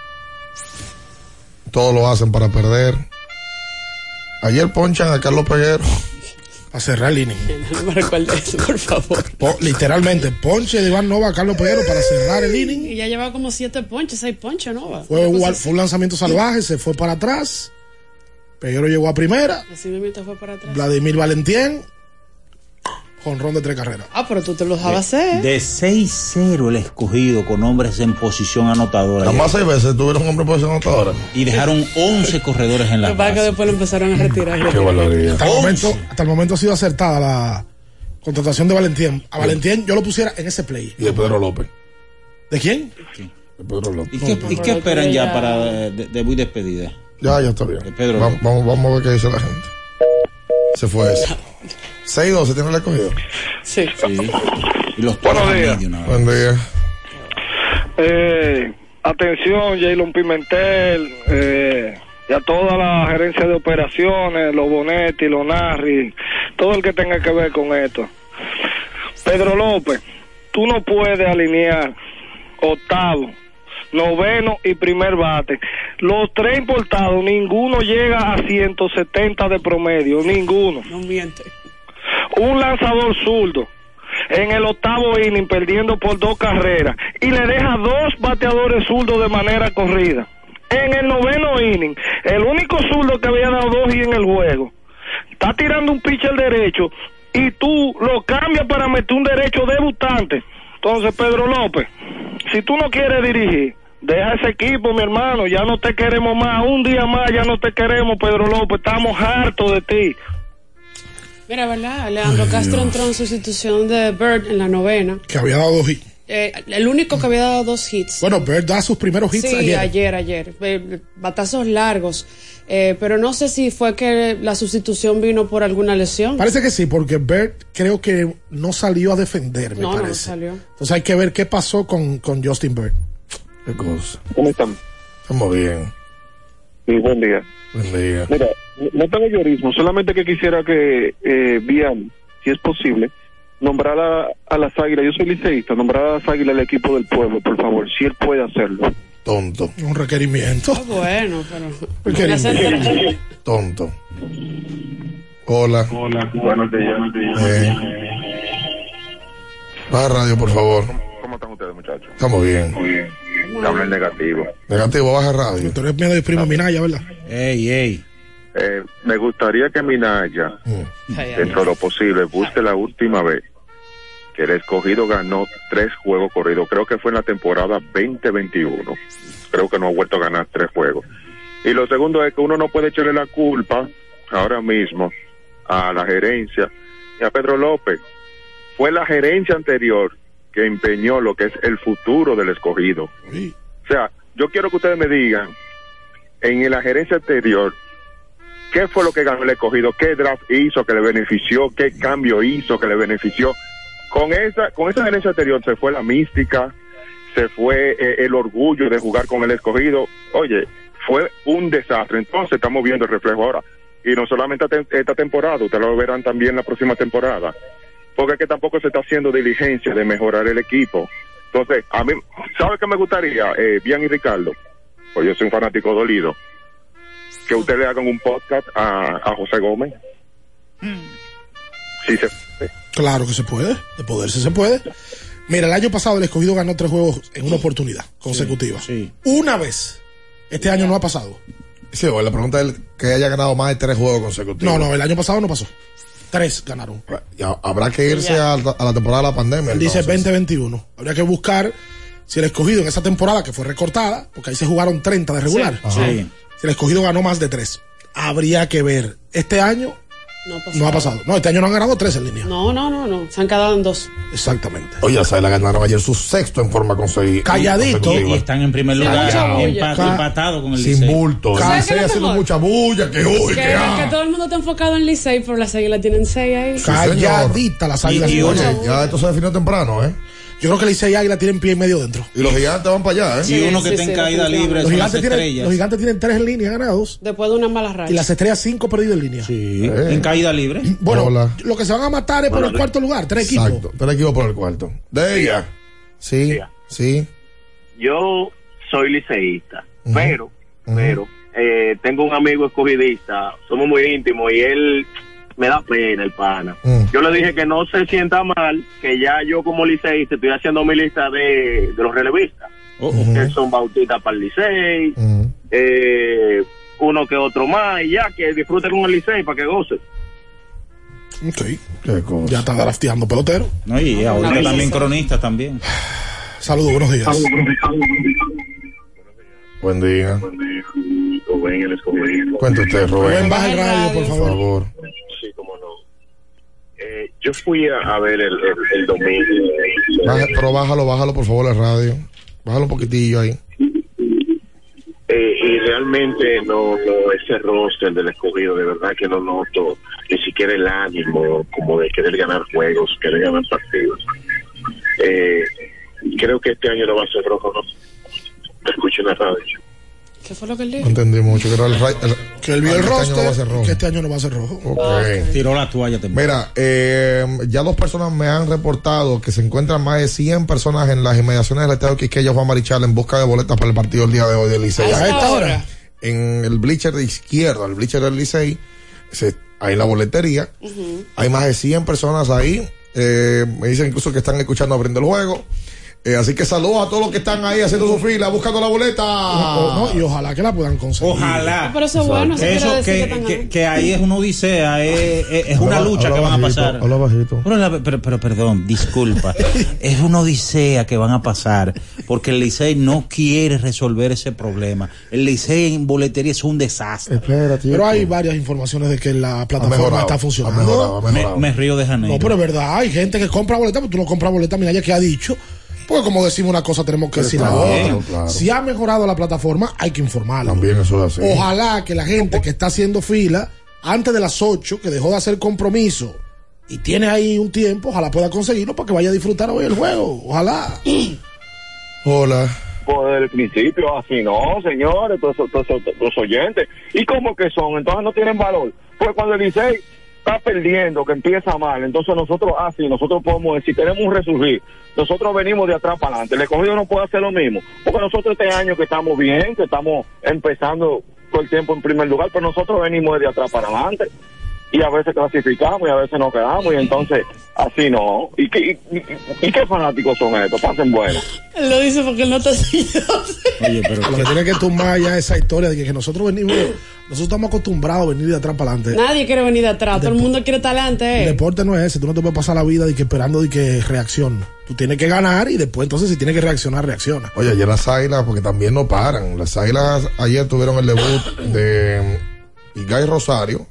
Todos lo hacen para perder. Ayer ponchan a Carlos Peguero a cerrar el inning. No me recuerde eso, por favor. Literalmente, ponche de Iván Nova a Carlos Peguero para cerrar el inning. Y ya lleva como 7 ponches, 6 ponches, Nova. Fue un lanzamiento salvaje, se fue para atrás. Peguero llegó a primera. Así mismo fue para atrás. Vladimir Valentín, jonrón de 3 carreras. Ah, pero tú te lo dejabas hacer. De 6-0 el Escogido con hombres en posición anotadora. Nada más 6 veces tuvieron hombres en posición anotadora. Y dejaron 11 corredores en la base. Que después lo empezaron a retirar. Qué valoría. Hasta el momento ha sido acertada la contratación de Valentín. A Valentín yo lo pusiera en ese play. Y de Pedro López. ¿De quién? Sí. De Pedro López. ¿Y qué esperan ya para debut y despedida? Ya está bien. Vamos a ver qué dice la gente. Se fue eso. 6-12 tiene el Escogido. Sí. Y los buenos días. Buen día. Atención, Jaylon Pimentel, y a toda la gerencia de operaciones, los Bonetti, los Narri, todo el que tenga que ver con esto. Pedro López, tú no puedes alinear octavo, noveno y primer bate. Los 3 importados, ninguno llega a 170 de promedio, ninguno. No miente. Un lanzador zurdo en el 8º inning perdiendo por 2 carreras y le deja 2 bateadores zurdos de manera corrida. En el 9º inning, el único zurdo que había dado 2 hits en el juego, está tirando un pitcher derecho y tú lo cambias para meter un derecho debutante. Entonces, Pedro López, si tú no quieres dirigir, deja ese equipo, mi hermano, ya no te queremos más, un día más ya no te queremos, Pedro López, estamos hartos de ti. Mira, ¿verdad? Leandro Castro entró en sustitución de Bird en la 9ª. Que había dado 2 hits. El único que había dado 2 hits. Bueno, Bird da sus primeros hits ayer. Batazos largos. Pero no sé si fue que la sustitución vino por alguna lesión. Parece que sí, porque Bird creo que no salió a defender, me parece. No salió. Entonces hay que ver qué pasó con Justin Bird. ¿Qué cosa? ¿Cómo están? Estamos bien. Sí, buen día. Buen día. Mira, no tengo llorismo, solamente que quisiera que Bian, si es posible, nombrar a las Águilas, yo soy liceísta, nombrar a las Águilas el equipo del pueblo, por favor, si él puede hacerlo. Tonto. Un requerimiento. Bueno, pero... Tonto. Hola. Buenos días. Baja radio, por favor. ¿Cómo están ustedes, muchachos? Estamos bien. Muy bien. Habla el negativo. Negativo, baja radio. Tú eres medio de primo Minaya, ¿verdad? Ey. Me gustaría que Minaya, dentro de lo posible, busque la última vez que el Escogido ganó 3 juegos corridos. Creo que fue en la temporada 2021. Creo que no ha vuelto a ganar 3 juegos. Y lo segundo es que uno no puede echarle la culpa ahora mismo a la gerencia y a Pedro López. Fue la gerencia anterior que empeñó lo que es el futuro del Escogido. Sí. O sea, yo quiero que ustedes me digan, en la gerencia anterior, ¿qué fue lo que ganó el Escogido? ¿Qué draft hizo que le benefició? ¿Qué cambio hizo que le benefició? con esa gerencia anterior se fue la mística, se fue el orgullo de jugar con el Escogido. Oye, fue un desastre. Entonces estamos viendo el reflejo ahora. Y no solamente esta temporada, ustedes lo verán también la próxima temporada. Porque es que tampoco se está haciendo diligencia de mejorar el equipo. Entonces, a mí, ¿sabe qué me gustaría, Bian y Ricardo? Pues yo soy un fanático dolido. Que ustedes le hagan un podcast a José Gómez. Sí se puede. Claro que se puede, de poderse se puede. Mira, el año pasado el Escogido ganó 3 juegos en una oportunidad consecutiva. Sí. Una vez. Este año no ha pasado. Sí, o la pregunta es que haya ganado más de 3 juegos consecutivos. No, el año pasado no pasó. 3 ganaron. Ya, habrá que irse a la temporada de la pandemia. Él dice 2021. Habría que buscar si el Escogido en esa temporada que fue recortada, porque ahí se jugaron 30 de regular. Sí. Si el Escogido ganó más de 3. Habría que ver. Este año no ha pasado. No, este año no han ganado 3 en línea. No. Se han quedado en 2. Exactamente. Oye, se la ganaron ayer su 6º en forma consecutiva. Calladito. Y están en primer lugar, empatado con el Sin Licey. bulto. Licey haciendo mucha bulla. Que todo el mundo está enfocado en Licey, pero las Águilas tienen 6 ahí. Sí, calladita las Águilas. Oye, ya esto se definió temprano, ¿eh? Yo creo que Licey y Águila tienen pie y medio dentro. Y los Gigantes van para allá, ¿eh? Y uno que está en caída libre. Los Gigantes tienen 3 en línea ganados. Después de una mala racha. Y las Estrellas 5 perdidos en línea. Sí. En caída libre. Bueno, lo que se van a matar es por el cuarto lugar. 3 equipos. Exacto. 3 equipos por el cuarto. De ella. Sí. Yo soy liceísta, pero tengo un amigo escogidista. Somos muy íntimos y él me da pena el pana. Yo le dije que no se sienta mal, que ya yo como liceísta estoy haciendo mi lista de los relevistas. Son Bautista para el Licey, uno que otro más, y ya que disfrute con el Licey para que goce. Ok. Ya está drafteando pelotero. No, y ahorita también cronista también. Saludos, buenos días. Buen día. Rubén, el Escogido. Cuenta usted, Rubén. Baja el radio, por favor. Sí, cómo no. Yo fui a ver el domingo. Pero bájalo, por favor, el radio. Bájalo un poquitillo ahí. Y realmente no ese roster del Escogido, de verdad que no noto ni siquiera el ánimo como de querer ganar juegos, querer ganar partidos. Creo que este año no va a ser rojo, ¿no? Me escucho en la radio. ¿Qué fue lo que él dijo? No entendí mucho. Que él vio el roster, que este año no va a ser rojo. Okay. Tiró la toalla también. Mira, ya 2 personas me han reportado que se encuentran más de 100 personas en las inmediaciones del estadio Quisqueya Juan Marichal en busca de boletas para el partido el día de hoy del Licey. ¿A esta hora? En el bleacher de izquierda, el bleacher del Licey, hay la boletería. Hay más de 100 personas ahí. Me dicen incluso que están escuchando abriendo el juego. Así que saludos a todos los que están ahí haciendo su fila, buscando la boleta. Y ojalá que la puedan conseguir. Ojalá. Pero eso es bueno. Eso que ahí es una odisea, es una lucha que van a pasar. Habla bajito. Pero perdón, disculpa. Es una odisea que van a pasar porque el Licey no quiere resolver ese problema. El Licey en boletería es un desastre. Espérate. Pero hay varias informaciones de que la plataforma está funcionando. Me río de Janeiro. No, pero es verdad, hay gente que compra boleta, pero tú no compras boleta, mira ya que ha dicho. Porque como decimos una cosa, tenemos que decir la otra. Claro. Si ha mejorado la plataforma, hay que informarla. También eso es así. Ojalá que la gente que está haciendo fila antes de las 8, que dejó de hacer compromiso y tiene ahí un tiempo, ojalá pueda conseguirlo para que vaya a disfrutar hoy el juego. Ojalá. Hola. Por el principio, así no, señores, todos los oyentes. ¿Y cómo que son? Entonces no tienen valor. Pues cuando el Licey está perdiendo, que empieza mal, entonces nosotros podemos decir, tenemos un resurgir. Nosotros venimos de atrás para adelante. El Escogido no puede hacer lo mismo, porque nosotros este año que estamos bien, que estamos empezando todo el tiempo en primer lugar, pero nosotros venimos de atrás para adelante. Y a veces clasificamos y a veces nos quedamos, y entonces así no. ¿Y qué fanáticos son estos? Pasen buenos. Él lo dice porque él no está así. Oye, pero lo que tiene que tumbar ya esa historia de que nosotros estamos acostumbrados a venir de atrás para adelante. Nadie quiere venir de atrás, todo el mundo quiere estar adelante. El deporte no es ese, tú no te puedes pasar la vida esperando que reaccione. Tú tienes que ganar y después entonces si tienes que reaccionar, reacciona. Oye, ayer las Águilas, porque también no paran. Las Águilas ayer tuvieron el debut de Igay Rosario,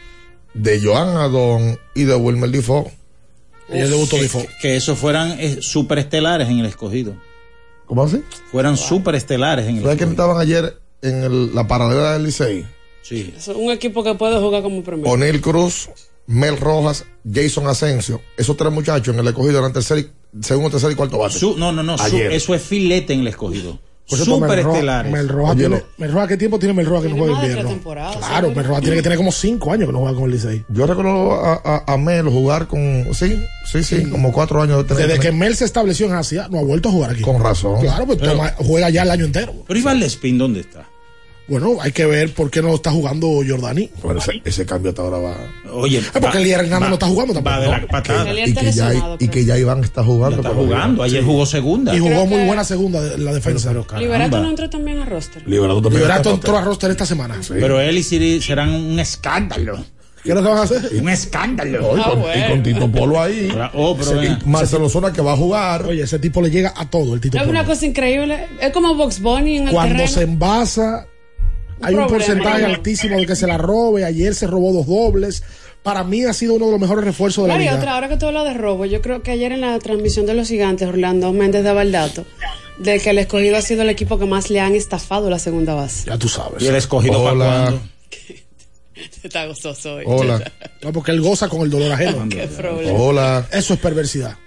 de Joan Adón y de Wilmer Difo. Ella debutó Difo. Que esos fueran superestelares en el Escogido. ¿Cómo así? Fueran superestelares en el Escogido. ¿Sabes quién estaban ayer en la paralela del Licey? Sí. Es un equipo que puede jugar como primero. O'Neal Cruz, Mel Rojas, Jason Asensio, esos 3 muchachos en el escogido eran segundo, tercer y cuarto bate. Eso es filete en el escogido. Súper estelares. Mel Rojas, ¿qué tiempo tiene Mel Rojas que no juega invierno? Claro, Mel Rojas tiene que tener como 5 años que no juega con el Licey. Yo recuerdo a Mel jugar con, sí, como 4 años. Desde que Mel se estableció en Asia, no ha vuelto a jugar aquí. Con razón. Claro, pues juega ya el año entero. Pero Iván Lespín, ¿dónde está? Bueno, hay que ver por qué no está jugando Jordani. Bueno, ese cambio hasta ahora va. Oye, porque Elier Hernández no está jugando tampoco. Va de la patada. Y que ya Iván está jugando. Está jugando. Ayer jugó segunda. Y jugó muy buena segunda la defensa. Liberato no entró también a roster. Liberato entró a roster esta semana. Sí. Pero él y Siri serán un escándalo. ¿Qué es lo que van a hacer? Un escándalo. Y con Tito Polo ahí. Marcelo Zona que va a jugar. Oye, ese tipo le llega a todo, el Tito Polo. Es una cosa increíble. Es como Box Bunny en el cuando terreno. Se envasa. Hay un porcentaje altísimo de que se la robe. Ayer se robó 2 dobles. Para mí ha sido uno de los mejores refuerzos de la liga. Y otra, ahora que tú hablas de robo, yo creo que ayer en la transmisión de los Gigantes, Orlando Méndez daba el dato de que el Escogido ha sido el equipo que más le han estafado la segunda base. Ya tú sabes. ¿Y el Escogido para cuándo? Está gozoso hoy. Hola. No, porque él goza con el dolor ajeno. Qué problema. Hola. Eso es perversidad.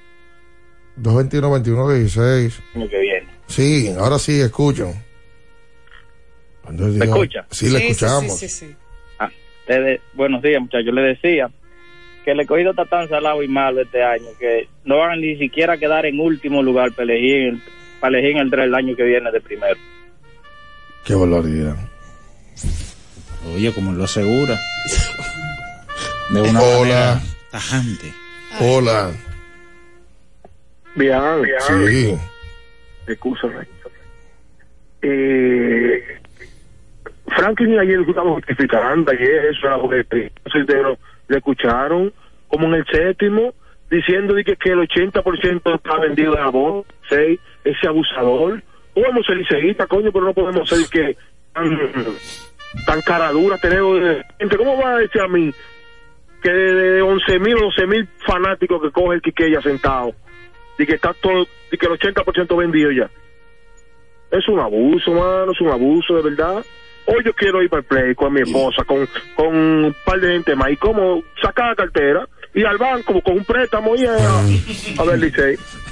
221-21-16. Año que viene. Sí, ahora sí, escucho. ¿Me escucha? Sí, le escuchamos. Sí. Buenos días, muchachos. Le decía que el Escogido está tan salado y malo este año que no van ni siquiera a quedar en último lugar para elegir el año que viene de primero. Qué barbaridad. Oye, como lo asegura. De una manera tajante. Hola. Bien. Sí. Excúsame. Franklin ayer estaba justificando, ayer eso era porque le escucharon como en el séptimo diciendo que el 80% está vendido de abono, ese abusador. Podemos ser liceístas, coño, pero no podemos ser que tan cara dura tenemos gente. ¿Cómo va a decir a mí que de 11,000 o 12,000 fanáticos que coge el Quiqueya sentado y que está todo, y que el 80% vendido ya? Es un abuso, mano, es un abuso de verdad. Hoy yo quiero ir para el play con mi esposa, con un par de gente más, y como sacar la cartera, ir al banco con un préstamo y a ver Licey.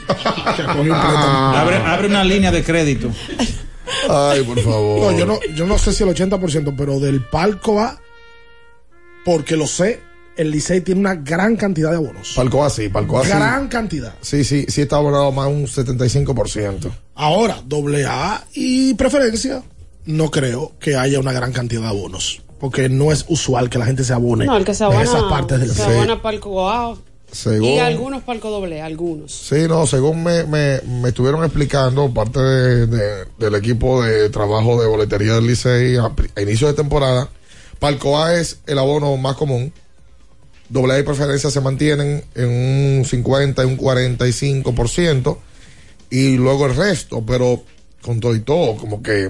Abre una línea de crédito. Ay, por favor. No, yo no sé si el 80%, pero del palco A, porque lo sé, el Licey tiene una gran cantidad de abonos. Palco A sí. Gran cantidad. Sí, está abonado más un 75%. Ahora, AA y preferencia, no creo que haya una gran cantidad de abonos, porque no es usual que la gente se abone el que se abona, en esas partes del se abona palco A. Según, y algunos palco AA, algunos. Sí, no, según me estuvieron explicando parte del equipo de trabajo de boletería del Licey a inicio de temporada, palco A es el abono más común. AA y preferencia se mantienen en un 50 y un 45%, y luego el resto, pero con todo y todo, como que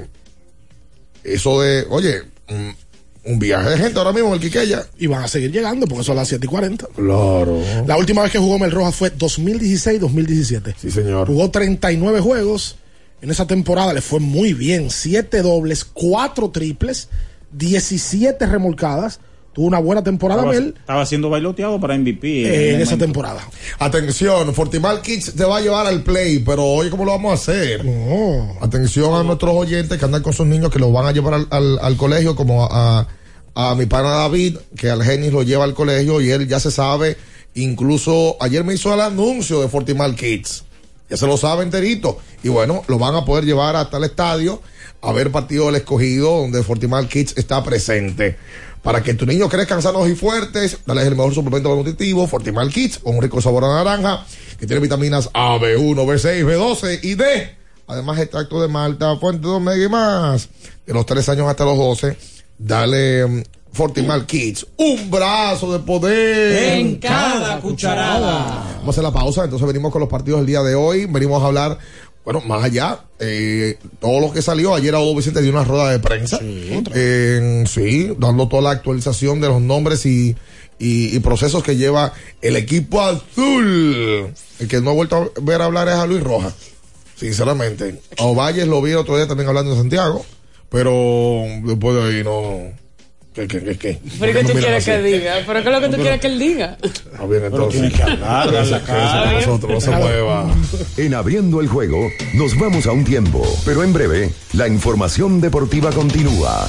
eso de, oye, un viaje de gente ahora mismo en el Quiqueya. Y van a seguir llegando porque son las 7:40. Claro. La última vez que jugó Mel Rojas fue 2016-2017. Sí, señor. Jugó 39 juegos. En esa temporada le fue muy bien. 7 dobles, 4 triples, 17 remolcadas. Tuvo una buena temporada, Mel. Estaba siendo bailoteado para MVP. En esa temporada. Atención, Fortimal Kids te va a llevar al play, pero oye, ¿cómo lo vamos a hacer? No. Atención a nuestros oyentes que andan con sus niños, que los van a llevar al colegio, como a mi pana David, que al Genis lo lleva al colegio y él ya se sabe. Incluso ayer me hizo el anuncio de Fortimal Kids. Ya se lo sabe enterito. Y bueno, lo van a poder llevar hasta el estadio a ver partido del Escogido, donde Fortimal Kids está presente. Para que tus niños crezcan sanos y fuertes, dale el mejor suplemento nutritivo, Fortimal Kids, con un rico sabor a naranja, que tiene vitaminas A, B1, B6, B12 y D. Además, extracto de malta, fuente de omega y más. De los 3 años hasta los 12, dale Fortimal Kids, un brazo de poder en cada cucharada. Vamos a hacer la pausa, entonces venimos con los partidos del día de hoy. Venimos a hablar, bueno, más allá, todo lo que salió. Ayer Audo Vicente dio una rueda de prensa. Sí, dando toda la actualización de los nombres y procesos que lleva el equipo azul. El que no ha vuelto a ver hablar es a Luis Rojas, sinceramente. A Ovalles lo vi el otro día también hablando de Santiago, pero después de ahí no. ¿Qué? ¿Pero qué tú quieres que diga? ¿Pero qué es lo que tú quieres que él diga? Bien, entonces. Tiene que hablar, la cara. Nosotros no se mueva. En Abriendo el Juego, nos vamos a un tiempo, pero en breve, la información deportiva continúa.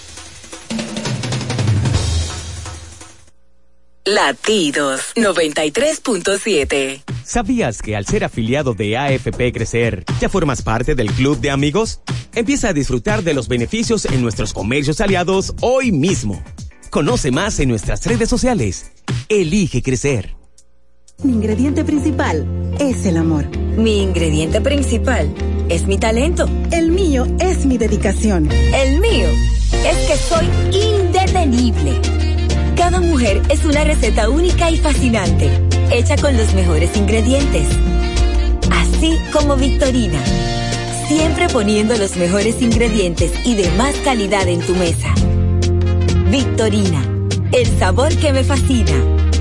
Latidos 93.7. ¿Sabías que al ser afiliado de AFP Crecer, ya formas parte del club de amigos? Empieza a disfrutar de los beneficios en nuestros comercios aliados hoy mismo. Conoce más en nuestras redes sociales. Elige crecer. Mi ingrediente principal es el amor. Mi ingrediente principal es mi talento. El mío es mi dedicación. El mío es que soy indetenible. Cada mujer es una receta única y fascinante, hecha con los mejores ingredientes. Así como Victorina, siempre poniendo los mejores ingredientes y de más calidad en tu mesa. Victorina, el sabor que me fascina.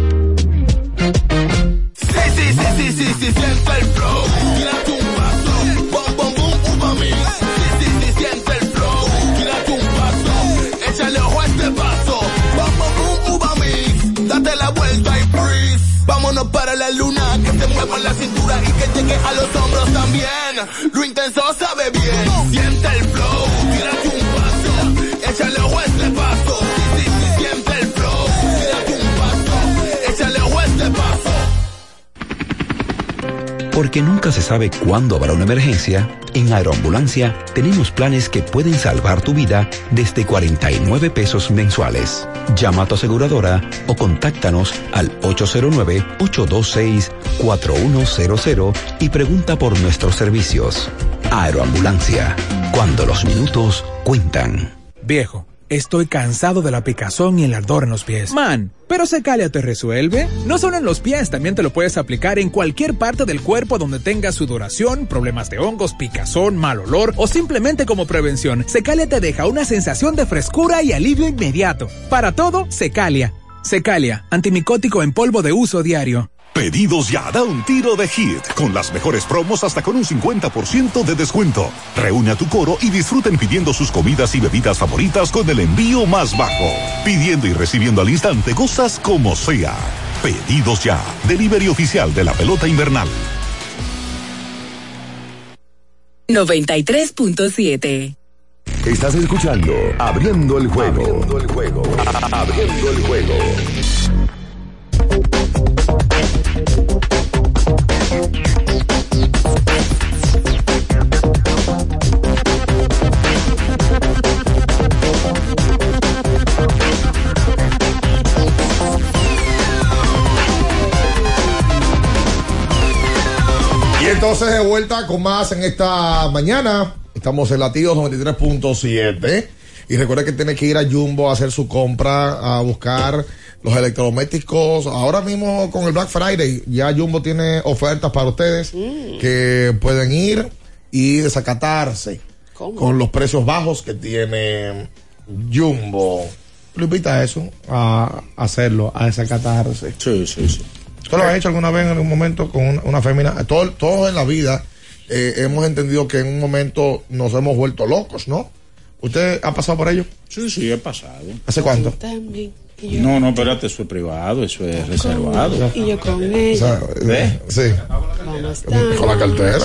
Sí, siente el flow. Tírate un paso, bom, bom, bom, uva mix. Sí, siente el flow. Tírate un paso, échale ojo a este paso. Bom, bom, bom, uva mix. Date la vuelta y freeze. Vámonos para la luna, que se mueva la cintura y que llegue a los hombros también. Lo intenso sabe bien. Siente el flow. Tírate un paso, échale ojo a este paso. Sí, siente el flow. Tírate un paso, échale ojo a este paso. Porque nunca se sabe cuándo habrá una emergencia, en Aeroambulancia tenemos planes que pueden salvar tu vida desde 49 pesos mensuales. Llama a tu aseguradora o contáctanos al 809-826-4100 y pregunta por nuestros servicios. Aeroambulancia, cuando los minutos cuentan. Viejo, estoy cansado de la picazón y el ardor en los pies. Man, ¿pero Secalia te resuelve? No solo en los pies, también te lo puedes aplicar en cualquier parte del cuerpo donde tengas sudoración, problemas de hongos, picazón, mal olor o simplemente como prevención. Secalia te deja una sensación de frescura y alivio inmediato. Para todo, Secalia. Secalia, antimicótico en polvo de uso diario. Pedidos Ya da un tiro de hit, con las mejores promos hasta con un 50% de descuento. Reúne a tu coro y disfruten pidiendo sus comidas y bebidas favoritas con el envío más bajo. Pidiendo y recibiendo al instante cosas como sea. Pedidos Ya, delivery oficial de la pelota invernal. 93.7. Estás escuchando Abriendo el Juego. Abriendo el Juego. Abriendo el Juego. Y entonces de vuelta con más en esta mañana. Estamos en Latidos 93.7. Y recuerda que tiene que ir a Jumbo a hacer su compra, a buscar los electrodomésticos. Ahora mismo con el Black Friday, ya Jumbo tiene ofertas para ustedes que pueden ir y desacatarse con los precios bajos que tiene Jumbo. Lo invita a eso, a hacerlo, a desacatarse. Sí. ¿Tú lo has hecho alguna vez en algún momento con una fémina? Todos en la vida hemos entendido que en un momento nos hemos vuelto locos, ¿no? ¿Usted ha pasado por ello? Sí, he pasado. ¿Hace cuánto? No, espérate, eso es privado, eso es reservado. Y yo con ella. Sí. Con la cartera.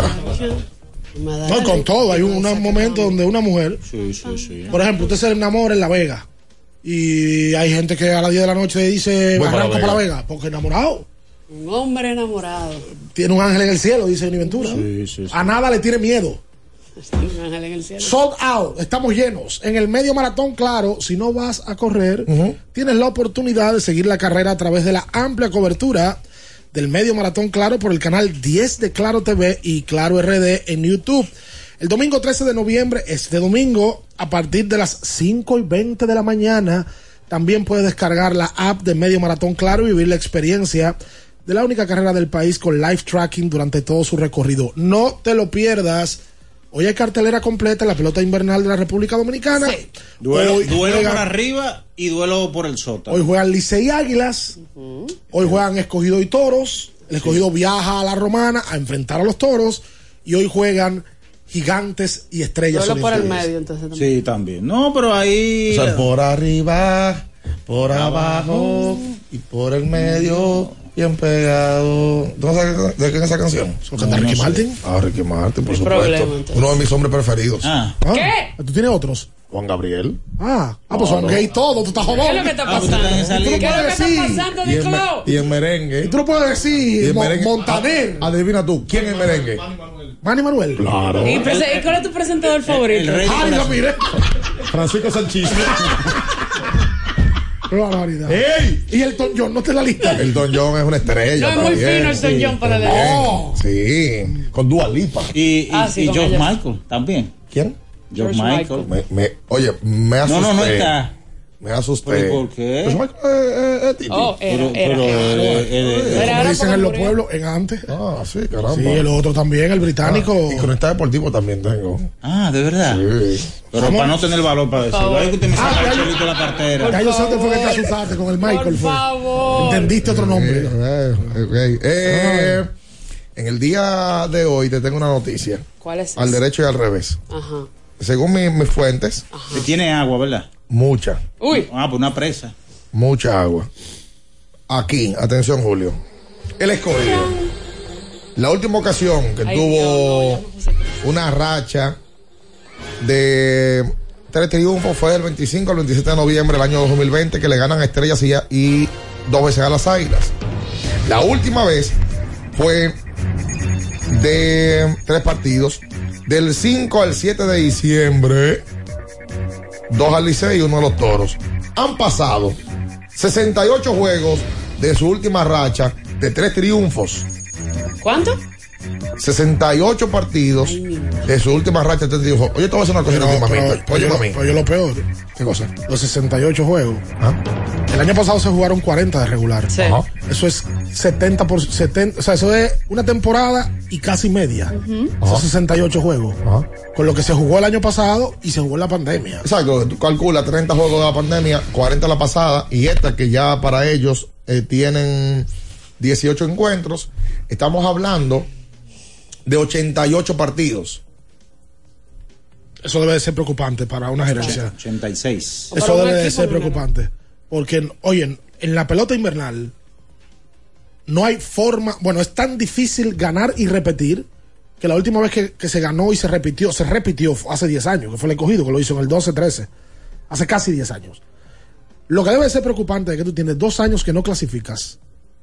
No, con todo. Hay un momento donde una mujer, por ejemplo, usted se enamora en La Vega y hay gente que a las 10 de la noche dice, arranco para La Vega, porque enamorado. Un hombre enamorado. Tiene un ángel en el cielo, dice Univentura. Sí. A nada le tiene miedo. Un ángel en el cielo. Sold out, estamos llenos. En el medio maratón, claro, si no vas a correr, tienes la oportunidad de seguir la carrera a través de la amplia cobertura del medio maratón, claro, por el canal 10 de Claro TV y Claro RD en YouTube. El domingo 13 de noviembre, este domingo, a partir de las 5:20 de la mañana, también puedes descargar la app de Medio Maratón Claro y vivir la experiencia de la única carrera del país con live tracking durante todo su recorrido. No te lo pierdas. Hoy hay cartelera completa en la pelota invernal de la República Dominicana. Sí. Duelo por arriba y duelo por el sótano. Hoy juegan Licey y Águilas. Hoy juegan Escogido y Toros. El Escogido viaja a la Romana a enfrentar a los Toros. Y hoy juegan Gigantes y Estrellas Solo por el Unidas. medio, entonces también. Sí, también. No, pero ahí. O sea, por arriba, por abajo y por el medio, bien pegado. ¿Tú sabes de quién es esa canción? ¿Eso canta Ricky Martin? Ah, Ricky Martin, por ¿Qué supuesto. problema, entonces? Uno de mis hombres preferidos. ¿Qué? ¿Tú tienes otros? Juan Gabriel. Pues son gay todos, tú estás jodón. ¿Qué es lo que está pasando? ¿Tú no ¿Qué es lo que puedes está decir? pasando, Y en, Nicolás? y en merengue. Y tú no puedes decir Montaner. Adivina tú, ¿quién es merengue? Manny Manuel. Claro. ¿Y cuál es tu presentador favorito? Ay, lo miré. Francisco Sánchez. Qué barbaridad. ¡Ey! Y el Elton John, no está en la lista. Elton John es una estrella. No, es muy también. fino Elton John para también. leer. Sí, con Dua Lipa. Y sí, con George ella. Michael también. ¿Quién? George Michael. Oye, me asusté. No está. Me asusté. ¿Pero por qué? Pues Michael es Titi. Oh, Pero Como dicen en los pueblos, en antes. Ah, sí, caramba. Sí, el otro también, el británico. Y cronista deportivo también tengo. de verdad. Sí. Pero para no tener valor para decirlo. Ay, que usted me saca el chelito de la cartera. Ya yo sé que fue que te asustaste con el Michael. Por favor. Entendiste otro nombre. En el día de hoy te tengo una noticia. ¿Cuál es? Al derecho y al revés. Ajá. Según mis fuentes, Que tiene agua, ¿verdad? mucha, Uy. Pues una presa. mucha agua. Aquí, atención Julio. El Escogido. La última ocasión que Ay, tuvo Dios, no, ya me puse triste. una racha de 3 triunfos fue del 25 al 27 de noviembre del año 2020, que le ganan a Estrellas y 2 veces a las Águilas. La última vez fue de 3 partidos, del 5 al 7 de diciembre, 2 al Licey y 1 a los Toros. Han pasado 68 juegos de su última racha de 3 triunfos. ¿Cuánto? 68 partidos de su última racha de 3 triunfos. Oye, te voy a decir una cosa últimamente. Oye, mami. Oye, lo peor. ¿Qué cosa? Los 68 juegos. ¿Ah? El año pasado se jugaron 40 de regular. Sí. Ajá. Eso es 70 por 70. O sea, eso es una temporada y casi media. Son 68 juegos. Ajá. Con lo que se jugó el año pasado y se jugó en la pandemia. Exacto, tú calculas 30 juegos de la pandemia, 40 la pasada, y esta que ya para ellos tienen 18 encuentros. Estamos hablando de 88 partidos. Eso debe de ser preocupante para una gerencia. 86. Eso Para un debe de equipo ser número. preocupante. Porque, oye, en la pelota invernal no hay forma. Bueno, es tan difícil ganar y repetir que la última vez que se ganó y se repitió hace 10 años, que fue el Escogido, que lo hizo en el 12-13. Hace casi 10 años. Lo que debe de ser preocupante es que tú tienes 2 años que no clasificas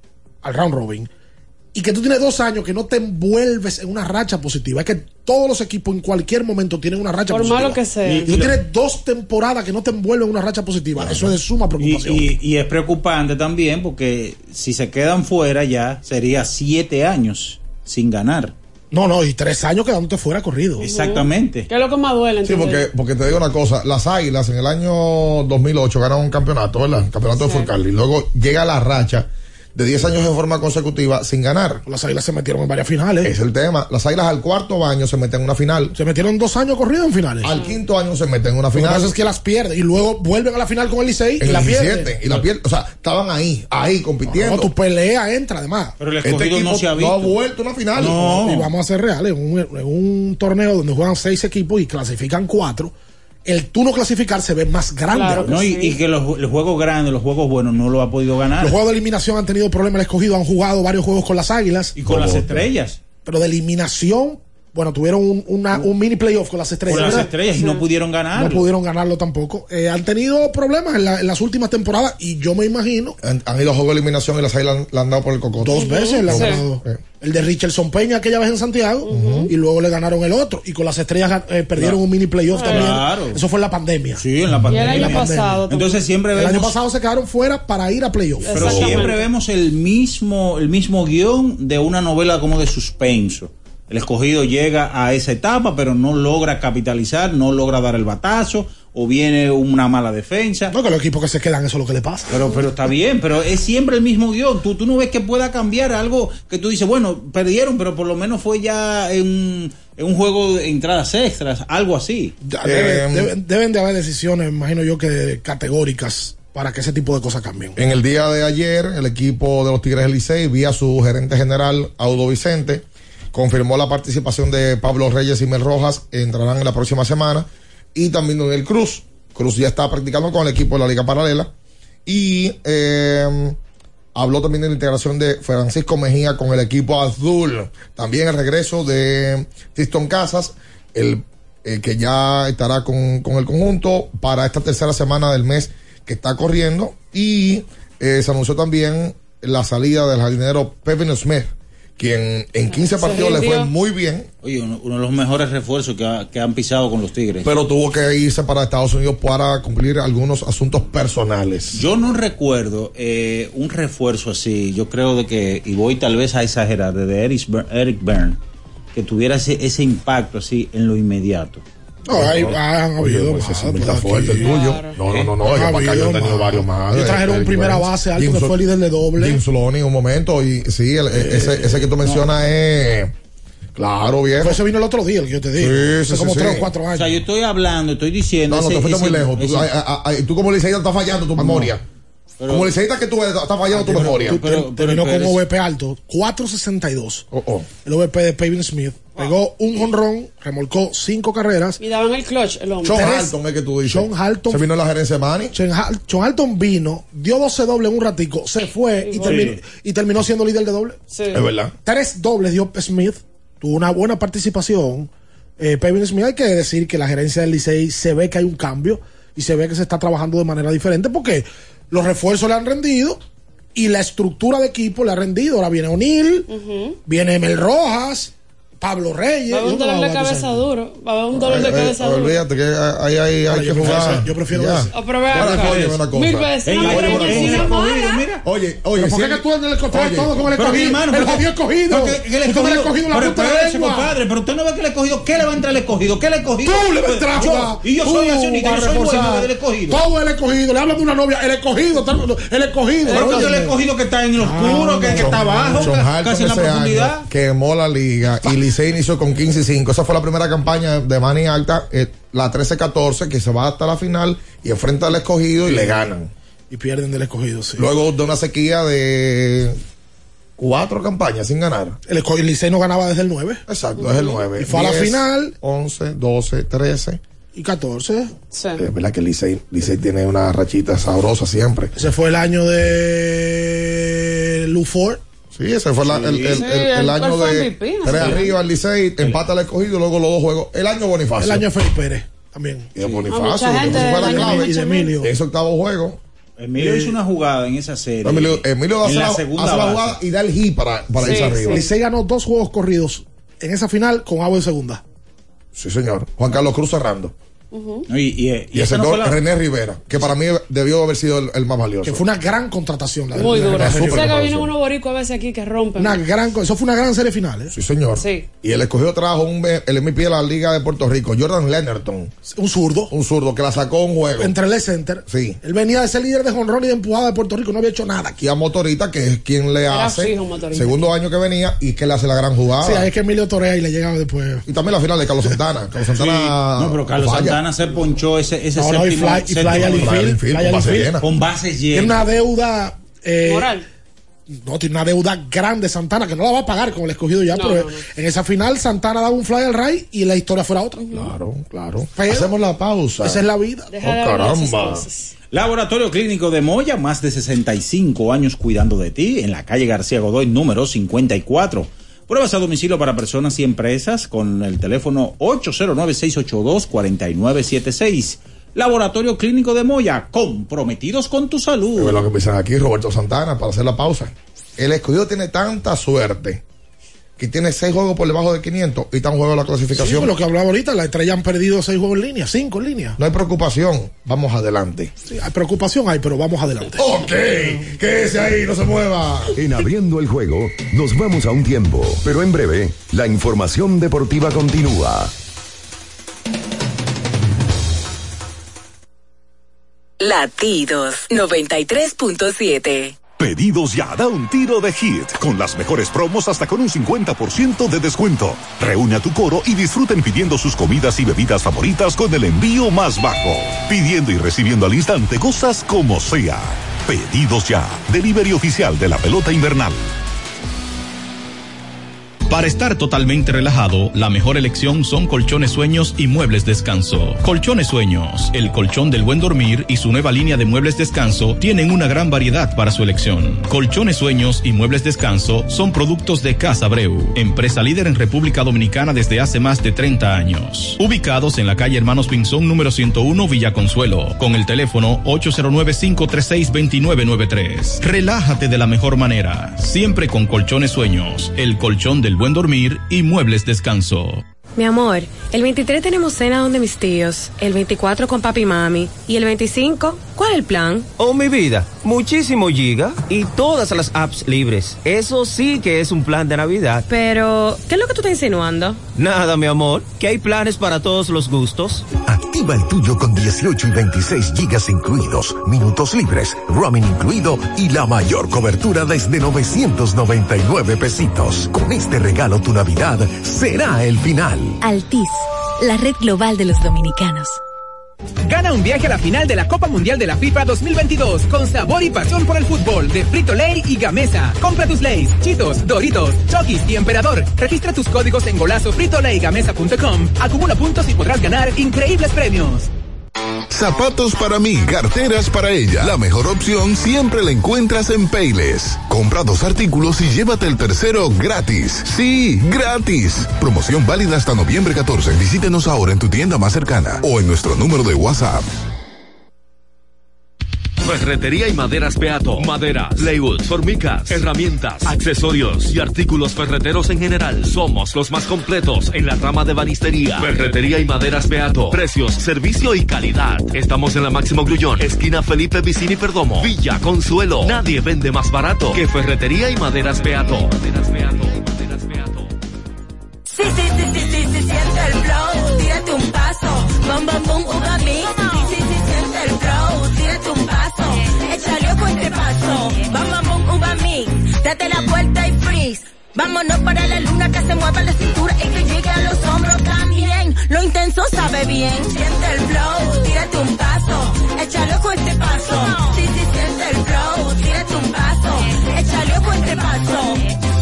al round robin y que tú tienes 2 años que no te envuelves en una racha positiva. Es que todos los equipos en cualquier momento tienen una racha Por positiva. malo que sea. Y tú tienes 2 temporadas que no te envuelven en una racha positiva. Eso es de suma preocupación. Y es preocupante también porque si se quedan fuera ya sería 7 años sin ganar. No, y 3 años quedándote fuera corrido. Exactamente. ¿Qué es lo que más duele? Sí, Entonces? porque te digo una cosa, las Águilas en el año 2008 ganaron un campeonato, ¿verdad? Campeonato de Fort Carly. Luego llega la racha de 10 años en forma consecutiva sin ganar. Las Águilas se metieron en varias finales. Es el tema. Las Águilas al 4º año se meten en una final. Se metieron 2 años corridos en finales. Al 5º año se meten en una Lo que final. pasa es que las pierden y luego vuelven a la final con el Licey y en la el pierden. 17 y la pierden. O sea, estaban ahí compitiendo. No, tu pelea entra además. Pero el Escogido no se ha visto. No ha vuelto a una final. Y vamos a ser reales. En un torneo donde juegan 6 equipos y clasifican 4, el tú no clasificar se ve más grande. Claro que No, sí. y que los juegos grandes, los juegos buenos, no lo ha podido ganar. Los juegos de eliminación han tenido problemas. El Escogido han jugado varios juegos con las Águilas. Y con las estrellas. Pero de eliminación, bueno, tuvieron un mini playoff con las Estrellas. Con las ¿verdad? estrellas y no pudieron ganar. No pudieron ganarlo tampoco. Han tenido problemas en las últimas temporadas y yo me imagino Han ido a juego de eliminación y las Águilas la han dado por el cocote. 2 veces le han Sí. ganado. El de Richardson Peña aquella vez en Santiago y luego le ganaron el otro. Y con las Estrellas perdieron un mini playoff también. Claro. Eso fue en la pandemia. Sí, en la Y el pandemia. año pasado. Entonces siempre El vemos. año pasado se quedaron fuera para ir a playoff. Pero Exactamente. siempre vemos el mismo guión de una novela como de suspenso. El Escogido llega a esa etapa, pero no logra capitalizar, no logra dar el batazo, o viene una mala defensa. No, que los equipos que se quedan, eso es lo que le pasa. Pero está bien, pero es siempre el mismo guión. Tú no ves que pueda cambiar algo que tú dices, bueno, perdieron, pero por lo menos fue ya en un juego de entradas extras, algo así. Deben de haber decisiones, imagino yo, que categóricas para que ese tipo de cosas cambien. En el día de ayer, el equipo de los Tigres del Licey, vía su gerente general, Audo Vicente, confirmó la participación de Pablo Reyes y Mel Rojas, entrarán en la próxima semana, y también Daniel Cruz ya está practicando con el equipo de la Liga Paralela, y habló también de la integración de Francisco Mejía con el equipo azul, también el regreso de Tristan Casas, que ya estará con el conjunto para esta tercera semana del mes que está corriendo, y se anunció también la salida del jardinero Pevin Smith, quien en 15 partidos le fue muy bien. Oye, uno de los mejores refuerzos que han pisado con los Tigres. Pero tuvo que irse para Estados Unidos para cumplir algunos asuntos personales. Yo no recuerdo un refuerzo así, yo creo de que, y voy tal vez a exagerar, de Eric Byrne, que tuviera ese impacto así en lo inmediato. No, han habido más. Está fuerte el tuyo. No. Yo he tenido varios más. Yo trajeron un primera base alto que fue líder de doble. Jim Soloni un momento. Y sí, ese que tú mencionas es. Claro, viejo. Ese vino el otro día, el que yo te digo. Sí, hace como 3 o 4 años. O sea, yo estoy diciendo. No, te fuiste muy lejos. Tú como liceísta estás fallando tu memoria. Como liceísta que tú estás fallando tu memoria. Terminó con un OVP alto, 4.62. El OVP de Pavin Smith. Pegó un jonrón, remolcó 5 carreras. Y daban el clutch, el hombre. Sean Halton es que tú dices. Sean Halton. Se vino en la gerencia de Manny. Sean Halton vino, dio 12 dobles en un ratico, se fue y terminó siendo líder de doble. Sí. Es verdad. 3 dobles dio Smith. Tuvo una buena participación. Pavin Smith, hay que decir que la gerencia del Licey se ve que hay un cambio y se ve que se está trabajando de manera diferente porque los refuerzos le han rendido y la estructura de equipo le ha rendido. Ahora viene O'Neill, viene Mel Rojas, Pablo Reyes. Va a haber un dolor de cabeza duro. Va a haber un dolor de cabeza duro. Olvídate que ahí hay que jugar. Yo prefiero eso. Mil veces. Oye, ¿por qué que tú en el escogido todo con el escogido? El jodido escogido. Usted me ha escogido la puta de lengua. Compadre, pero usted no ve que el escogido, ¿qué le va a entrar al escogido? ¿Qué le escogido? Tú le vas a entrar. Y yo soy accionista, yo soy dueño del escogido. Todo el escogido. Le hablan de una novia, el escogido. Pero el escogido que está en el oscuro, que está abajo, casi en la profundidad. Quemó la liga y Licey inició con 15-5. Esa fue la primera campaña de Manny Alta, la 13-14, que se va hasta la final y enfrenta al escogido y le ganan. Y pierden del escogido, sí. Luego de una sequía de 4 campañas sin ganar. El Licey no ganaba desde el 9. Exacto, desde el 9. Y fue 10, a la final. 11, 12, 13. Y 14. Sí. Es verdad que el Licey tiene una rachita sabrosa siempre. Ese fue el año de Lou Ford. Sí, ese fue el año de 3 arriba al Licey, empata al escogido, luego los 2 juegos. El año Bonifacio. El año de Felipe Pérez también. Y de Bonifacio, que fue la clave. Y de Emilio. Ese 8º juego. Emilio hizo una jugada en esa serie. Emilio hace la jugada y da el hit para irse arriba. Licey ganó 2 juegos corridos en esa final con agua de segunda. Sí, señor. Juan Carlos Cruz cerrando. Y el señor René Rivera, que para mí debió haber sido el más valioso. Que fue una gran contratación. Muy dura. O sea que vienen unos boricos a veces aquí que rompen. Eso fue una gran serie final. Sí, señor. Sí. Y el escogido trajo el MVP de la Liga de Puerto Rico, Jordan Lennerton. Un zurdo. Que la sacó un juego. Entre el center. Sí. Él venía de ser líder de jonrón y de empujada de Puerto Rico, no había hecho nada. Y a Motorita, que es quien le hace. Segundo año que venía y que le hace la gran jugada. Sí, es que Emilio torea y le llega después. Y también la final de Carlos Santana. Carlos Santana. No, pero Carlos Santana se ponchó ese séptimo, y Fly con bases llenas. Tiene una deuda moral. No, tiene una deuda grande Santana que no la va a pagar con el escogido ya, pero en esa final Santana daba un fly al Ray y la historia fuera otra. Claro. Pero hacemos la pausa. Esa es la vida. Caramba. Laboratorio Clínico de Moya, más de 65 años cuidando de ti, en la calle García Godoy, número 54. Pruebas a domicilio para personas y empresas con el teléfono 809-682-4976. Laboratorio Clínico de Moya, comprometidos con tu salud. Es lo que empiezan aquí, Roberto Santana, para hacer la pausa. El escogido tiene tanta suerte que tiene 6 juegos por debajo de 500 y está un juego de la clasificación. Sí, lo que hablaba ahorita, la Estrella han perdido 6 juegos en línea, 5 en línea. No hay preocupación, vamos adelante. Sí, hay preocupación, pero vamos adelante. Ok, quédese ahí, no se mueva. En Abriendo el Juego, nos vamos a un tiempo, pero en breve, la información deportiva continúa. Latidos 93.7. Pedidos ya, da un tiro de hit, con las mejores promos hasta con un 50% de descuento. Reúne a tu coro y disfruten pidiendo sus comidas y bebidas favoritas con el envío más bajo. Pidiendo y recibiendo al instante cosas como sea. Pedidos ya, delivery oficial de la pelota invernal. Para estar totalmente relajado, la mejor elección son Colchones Sueños y Muebles Descanso. Colchones Sueños, el colchón del buen dormir y su nueva línea de muebles descanso tienen una gran variedad para su elección. Colchones Sueños y Muebles Descanso son productos de Casa Abreu, empresa líder en República Dominicana desde hace más de 30 años. Ubicados en la calle Hermanos Pinzón número 101 Villa Consuelo, con el teléfono 809-536-2993. Relájate de la mejor manera, siempre con Colchones Sueños, el colchón del buen dormir y Muebles Descanso. Mi amor, el 23 tenemos cena donde mis tíos, el 24 con papi y mami, y el 25, ¿cuál es el plan? Oh, mi vida, muchísimo giga y todas las apps libres. Eso sí que es un plan de Navidad. Pero, ¿qué es lo que tú estás insinuando? Nada, mi amor, que hay planes para todos los gustos. Activa el tuyo con 18 y 26 gigas incluidos, minutos libres, roaming incluido y la mayor cobertura desde 999 pesitos. Con este regalo tu Navidad será el final. Altis, la red global de los dominicanos. Gana un viaje a la final de la Copa Mundial de la FIFA 2022 con sabor y pasión por el fútbol de Frito-Lay y Gamesa. Compra tus Lays, Cheetos, Doritos, Chokis y Emperador. Registra tus códigos en golazo fritolaygamesa.com. Acumula puntos y podrás ganar increíbles premios. Zapatos para mí, carteras para ella. La mejor opción siempre la encuentras en Payless. Compra 2 artículos y llévate el tercero gratis. Sí, gratis. Promoción válida hasta noviembre 14. Visítenos ahora en tu tienda más cercana o en nuestro número de WhatsApp. Ferretería y maderas Beato. Maderas, plywood, formicas, herramientas, accesorios y artículos ferreteros en general. Somos los más completos en la rama de banistería. Ferretería y maderas Beato. Precios, servicio y calidad. Estamos en la Máximo Grullón, esquina Felipe Vicini Perdomo, Villa Consuelo. Nadie vende más barato que Ferretería y maderas Beato. Sí, siente el flow, tírate un paso, bom, bom, bom, uva mix. Sí, siente el flow, tírate un paso, échale ojo este paso, bom, bom, bom, uva mix. Date la vuelta y freeze, vámonos para la luna, que se mueva la cintura y que llegue a los hombros también. Lo intenso sabe bien, siente el flow, tírate un paso, échale ojo este paso. Sí, siente el flow, tírate un paso, échale ojo este paso.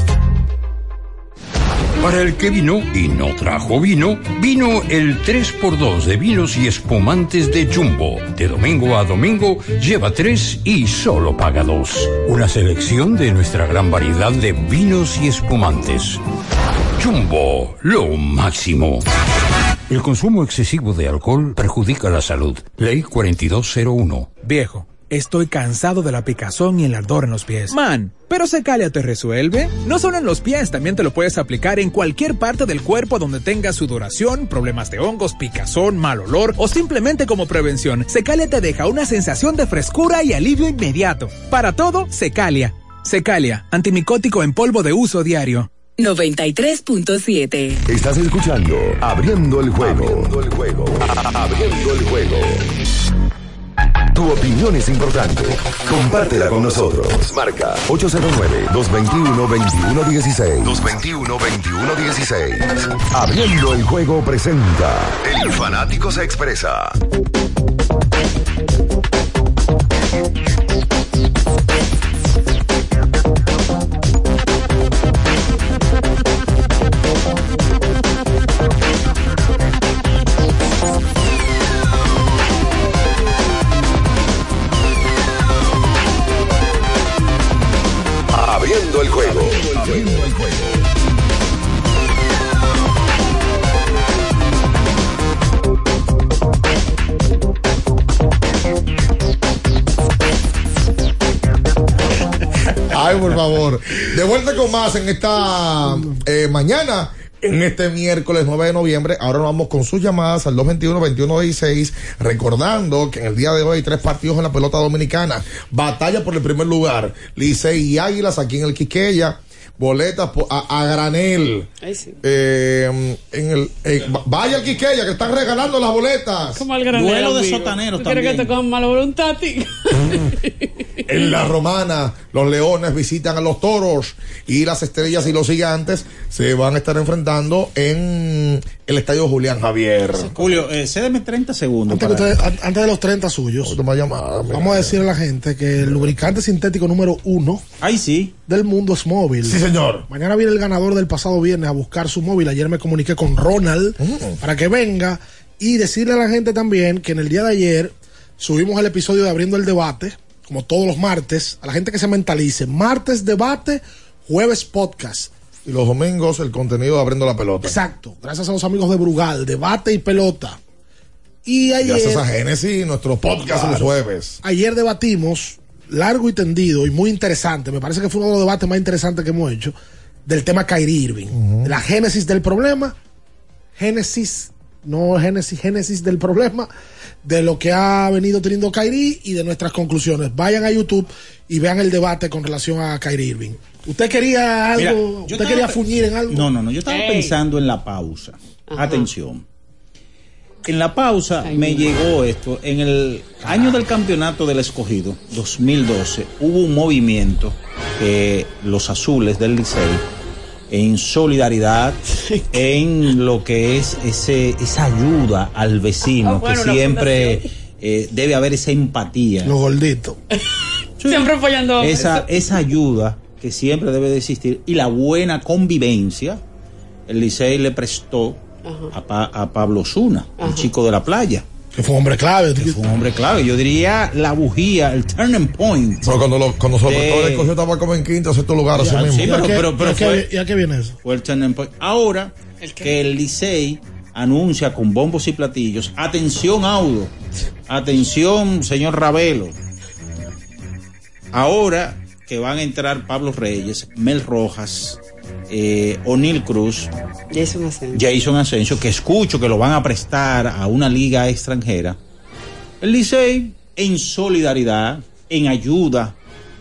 Para el que vino y no trajo vino, vino el 3x2 de vinos y espumantes de Jumbo. De domingo a domingo, lleva 3 y solo paga 2. Una selección de nuestra gran variedad de vinos y espumantes. Jumbo, lo máximo. El consumo excesivo de alcohol perjudica la salud. Ley 4201. Viejo, estoy cansado de la picazón y el ardor en los pies. Man, ¿pero Secalia te resuelve? No solo en los pies, también te lo puedes aplicar en cualquier parte del cuerpo donde tengas sudoración, problemas de hongos, picazón, mal olor o simplemente como prevención. Secalia te deja una sensación de frescura y alivio inmediato. Para todo, Secalia. Secalia, antimicótico en polvo de uso diario. 93.7. Estás escuchando Abriendo el Juego. Abriendo el Juego. Abriendo el Juego. Tu opinión es importante. Compártela con nosotros. Marca 809-221-2116. 221-2116. Abriendo el Juego presenta El Fanático se expresa. Abriendo el Juego. Abriendo el Juego. Ay, por favor. De vuelta con más en esta mañana, en este miércoles 9 de noviembre. Ahora nos vamos con sus llamadas al 221-2116. Recordando que en el día de hoy hay 3 partidos en la pelota dominicana. Batalla por el primer lugar. Licey y Águilas aquí en el Quisqueya. Boletas a granel. Ay, sí. Vaya al Quisqueya que están regalando las boletas. Como al granel. Duelo de amigo. sotaneros ¿Tú quieres también. que te cojan mala voluntad a ti? En la Romana, los Leones visitan a los Toros y las Estrellas y los Gigantes se van a estar enfrentando en el Estadio Julián Javier. Julio, cédeme 30 segundos. Antes de los 30 suyos, vamos a decir a la gente que el lubricante sintético número 1 del mundo es móvil. Sí, señor. Mañana viene el ganador del pasado viernes a buscar su móvil. Ayer me comuniqué con Ronald para que venga y decirle a la gente también que en el día de ayer subimos el episodio de Abriendo el Debate, como todos los martes, a la gente que se mentalice. Martes debate, jueves podcast. Y los domingos el contenido de Abriendo la Pelota. Exacto, gracias a los amigos de Brugal, debate y pelota. Y ayer, gracias a Génesis, nuestro podcast los jueves. Ayer debatimos largo y tendido y muy interesante. Me parece que fue uno de los debates más interesantes que hemos hecho del tema Kyrie Irving. La génesis del problema, génesis del problema, de lo que ha venido teniendo Kyrie y de nuestras conclusiones. Vayan a YouTube y vean el debate con relación a Kyrie Irving. ¿Usted quería algo? Mira, ¿Usted quería fuñir en algo? No, yo estaba pensando en la pausa. Ajá. Atención. En la pausa me llegó esto. En el año del campeonato del Escogido, 2012, hubo un movimiento que los azules del Licey, en solidaridad, en lo que es esa ayuda al vecino, que siempre debe haber esa empatía. Los gorditos. Siempre apoyando. Esa ayuda que siempre debe de existir y la buena convivencia. El Licey le prestó a Pablo Zuna, un chico de la playa. Que fue un hombre clave. Fue un hombre clave. Yo diría la bujía, el turning point. Pero cuando sobre todo el escogido estaba como en quinto o sexto lugar, así mismo. Sí, pero ¿y a qué viene eso? Fue el turning point. Ahora que el Licey anuncia con bombos y platillos, atención Audo, atención señor Ravelo, ahora que van a entrar Pablo Reyes, Mel Rojas, O'Neal Cruz, Jason Asensio, que escucho que lo van a prestar a una liga extranjera. El Licey, en solidaridad, en ayuda,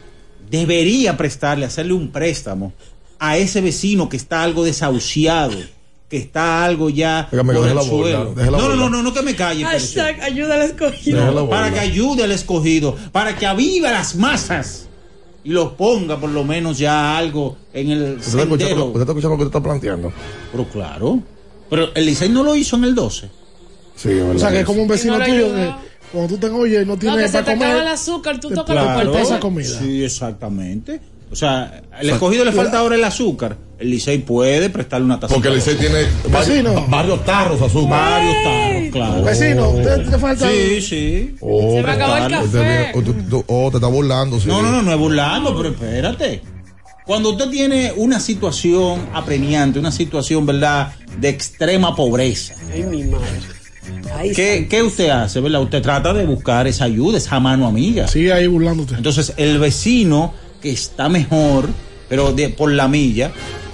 debería hacerle un préstamo a ese vecino que está algo desahuciado, que está algo ya por el suelo. No, que me calle. Hashtag ayuda al escogido. Para que ayude al escogido, para que avive las masas y los ponga por lo menos ya algo en el sendero. ¿Usted está escuchando lo que usted está planteando? Pero claro. Pero el Licey no lo hizo en el 12. Sí, ¿verdad? O sea, que es como un vecino tuyo que cuando tú te oyes no tienes que se te acaba el azúcar, tú tocas la puerta. Esa comida. Sí, exactamente. O sea, el escogido le falta ahora el azúcar. El Licey puede prestarle una taza. Porque el Licey tiene varios tarros de azúcar. Varios tarros, claro. Vecino, ¿te falta? Sí. Se me acabó el café. Te está burlando. Sí. No es burlando, pero espérate. Cuando usted tiene una situación apremiante, una situación, ¿verdad?, de extrema pobreza. Ay, mi madre. ¿Qué usted hace, verdad? Usted trata de buscar esa ayuda, esa mano amiga. Sigue ahí burlándote. Entonces, el vecino que está mejor, pero por la milla,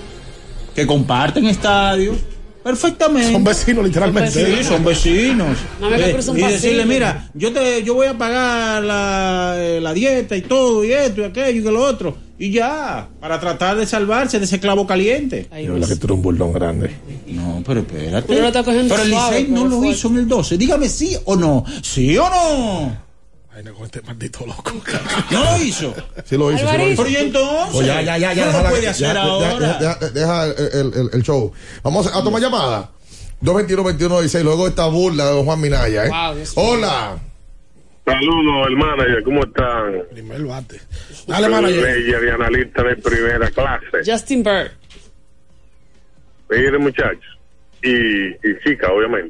que comparten estadio, perfectamente. Son vecinos, literalmente. Sí, son vecinos. Y decirle, mira, yo voy a pagar la dieta y todo, y esto y aquello y que lo otro. Y ya, para tratar de salvarse de ese clavo caliente. Yo la que tú eres un burdón grande. No, pero espérate. Pero el Licey no lo hizo en el 12. Dígame sí o no. ¿Sí o no? Ay, no, con este maldito loco. ¿No lo hizo? Sí lo hizo. Pero y entonces. Ya. No lo puede hacer ahora. Deja el show. Vamos a tomar llamada. 221-2116. Luego esta burla de Juan Minaya. Wow, hola. Saludos, el manager. ¿Cómo están? Primer bate. Dale, manager. Bella de analista de primera clase. Justin Bird. Mire, muchachos. Y chica, obviamente.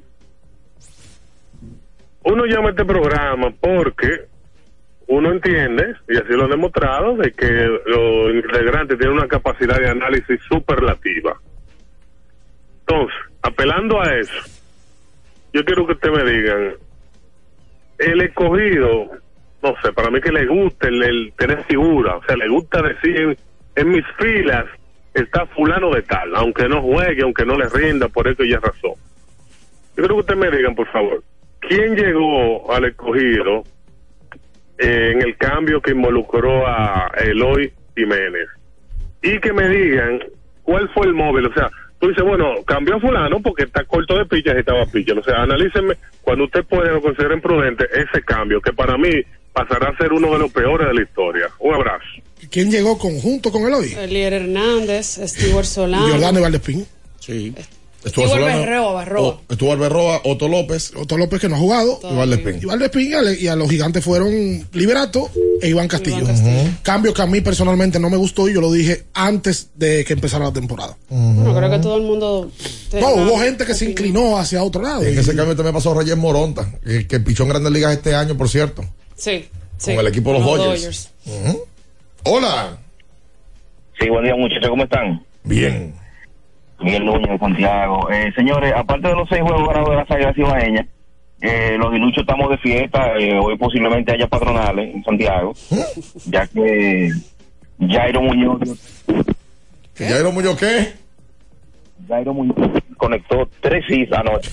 Uno llama a este programa porque uno entiende, y así lo han demostrado, de que los integrantes tienen una capacidad de análisis superlativa. Entonces, apelando a eso, yo quiero que ustedes me digan, el escogido, no sé, para mí que le gusta el tener figura, o sea, le gusta decir, en mis filas está fulano de tal, aunque no juegue, aunque no le rinda, por eso ya razón. Yo creo que ustedes me digan, por favor, ¿quién llegó al escogido en el cambio que involucró a Eloy Jiménez? Y que me digan cuál fue el móvil. O sea, tú dices, bueno, cambió a fulano porque está corto de pichas y estaba pichas. O sea, analícenme, cuando usted puede o consideren prudente ese cambio, que para mí pasará a ser uno de los peores de la historia. Un abrazo. ¿Quién llegó junto con él hoy? Elier Hernández, Stewart Solano. Jordano y Valdespín. Sí. Estuvo Berroa. Estuvo Alberroa, Otto López que no ha jugado. Y Valdespín. Y Valdespín y a los gigantes fueron Liberato e Iván Castillo. Cambio que a mí personalmente no me gustó y yo lo dije antes de que empezara la temporada. Bueno, creo que todo el mundo... No, hubo gente que se inclinó hacia otro lado. En ese cambio también pasó Reyes Moronta, que pichó en Grandes Ligas este año, por cierto. Sí. Con el equipo de los Dodgers. Hola. Sí, buen día, muchachos, ¿cómo están? Bien. Miguel Núñez de Santiago. Señores, aparte de los 6 juegos ganados de las Águilas Cibaeñas, los diluchos estamos de fiesta. Hoy posiblemente haya patronales en Santiago, ya que Jairo Muñoz. ¿Jairo Muñoz qué? Jairo Muñoz conectó 3 hits anoche.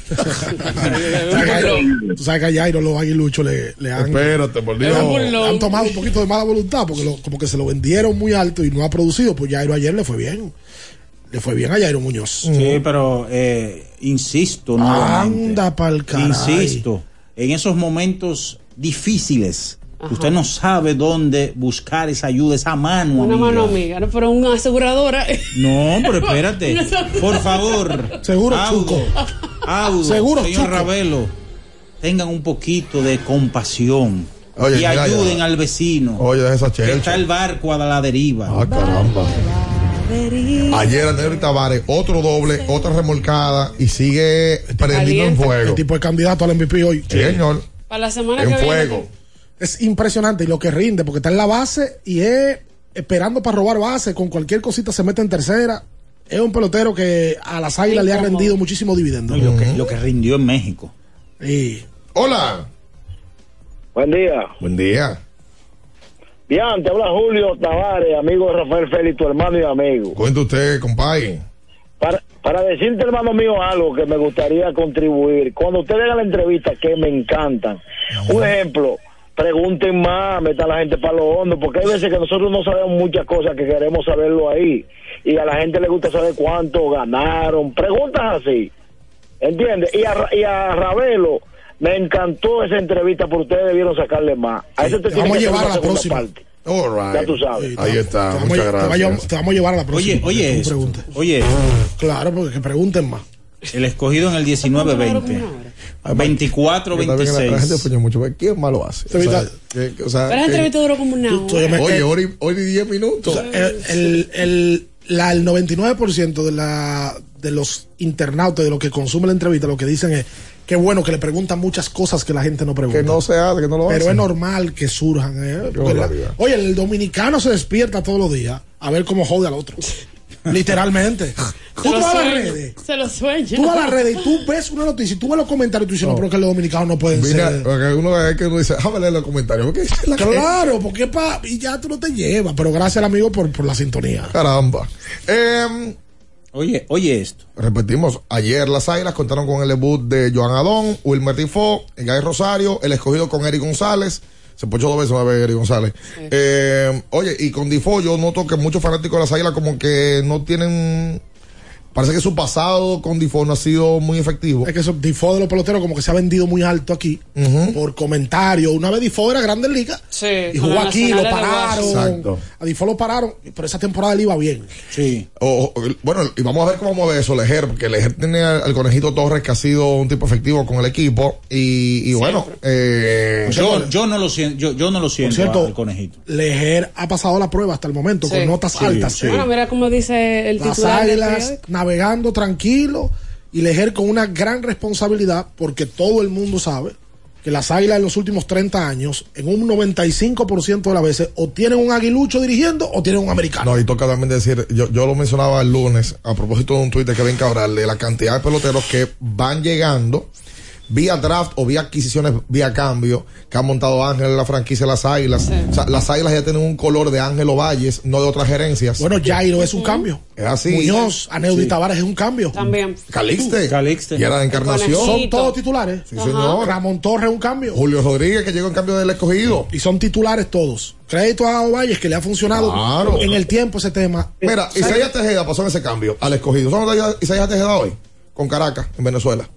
Tú sabes que a Jairo los aguiluchos le han... Espérate, por Dios. Le han tomado un poquito de mala voluntad porque como que se lo vendieron muy alto y no ha producido. Pues Jairo ayer le fue bien. Le fue bien a Jairo Muñoz. Sí, pero insisto nuevamente. Anda pa'l caray. Insisto, en esos momentos difíciles, usted no sabe dónde buscar esa ayuda, esa mano Una amiga. mano amiga, ¿no? Pero una aseguradora. No, pero espérate. Por favor. Seguro Chuco. Seguro Chuco. señor Ravelo. Tengan un poquito de compasión. Y ayuden al vecino. Oye, esa que chelcha. está el barco a la deriva. Ah, caramba. Ayer Andrés Tavares, otro doble, otra remolcada y sigue prendiendo en fuego. El tipo de candidato al MVP hoy. Sí, señor. Para la semana en que fuego. viene. Es impresionante y lo que rinde, porque está en la base y es esperando para robar base, con cualquier cosita se mete en tercera. Es un pelotero que a las Águilas le ha rendido muchísimo dividendo. Lo que rindió en México. Sí. Hola. Buen día. Buen día. Bien, te habla Julio Tavares, amigo de Rafael Félix, tu hermano y amigo. Cuenta usted, compadre. Para decirte, hermano mío, algo que me gustaría contribuir. Cuando ustedes hagan la entrevista, que me encantan. Un ejemplo, pregunten más, metan a la gente para lo hondo, porque hay veces que nosotros no sabemos muchas cosas que queremos saberlo ahí. Y a la gente le gusta saber cuánto ganaron. Preguntas así. ¿Entiendes? Y a Ravelo, me encantó esa entrevista, pero ustedes debieron sacarle más. A eso te vamos a llevar a la próxima parte. All right. Ya tú sabes. Ahí está, muchas gracias. Te vamos a llevar a la próxima. Oye, claro, porque que pregunten más. El escogido en el 19-20. 24-26. La gente opina mucho. ¿Quién más lo hace? Pero esa entrevista duró como una hora. Oye, hoy 10 minutos. El 99% de los internautas, de lo que consume la entrevista, lo que dicen es que bueno, que le preguntan muchas cosas que la gente no pregunta. Que no se hace, que no lo hace. Pero es normal que surjan. Oye, el dominicano se despierta todos los días a ver cómo jode al otro. Literalmente. Tú vas a las redes. Se lo sueña. Tú vas a las redes y tú ves una noticia y tú ves los comentarios y tú dices, no, pero que los dominicanos no pueden ser. Porque uno dice, déjame leer los comentarios. Claro, porque y ya tú no te llevas. Pero gracias al amigo por la sintonía. Caramba. Oye esto. Repetimos, ayer las Águilas contaron con el debut de Joan Adón, Wilmer Tifó, Gay Rosario, el escogido con Eric González. Se pochó 2 veces una vez Eric González. Sí. Oye, y con Tifó yo noto que muchos fanáticos de las Águilas como que no tienen... Parece que su pasado con Tifó no ha sido muy efectivo. Es que eso, Tifó de los peloteros como que se ha vendido muy alto aquí por comentarios. Una vez Tifó era Grande Liga y jugó aquí, lo pararon. Exacto. A Tifó lo pararon, pero esa temporada le iba bien. Sí. Bueno, y vamos a ver cómo mueve eso Lejer, porque Lejer tiene al Conejito Torres, que ha sido un tipo efectivo con el equipo. Y bueno, yo no lo siento, yo no lo siento cierto, al Conejito. Lejer ha pasado la prueba hasta el momento con notas altas. Sí. Bueno, mira cómo dice el titular. Las Águilas navegando tranquilo y Lejer con una gran responsabilidad, porque todo el mundo sabe que las Águilas en los últimos 30 años, en un 95% de las veces, o tienen un aguilucho dirigiendo o tienen un americano. No, y toca también decir, yo lo mencionaba el lunes a propósito de un tuit de Kevin Cabral, de la cantidad de peloteros que van llegando vía draft o vía adquisiciones, vía cambio, que ha montado Ángel en la franquicia de las Águilas. Sí. O sea, las Águilas ya tienen un color de Ángel Valles, no de otras gerencias. Bueno, Jairo es un cambio. Es así. Muñoz, Aneudi Tavares es un cambio. También. Calixte. Y era de Encarnación. Son todos titulares. Sí, señor. Ramón Torres es un cambio. Julio Rodríguez, que llegó en cambio del escogido. Y son titulares todos. Crédito a Valles, que le ha funcionado en el tiempo ese tema. Mira, Isaías Tejeda pasó en ese cambio al escogido. ¿Sabes dónde está Isaías Tejeda hoy? Con Caracas, en Venezuela.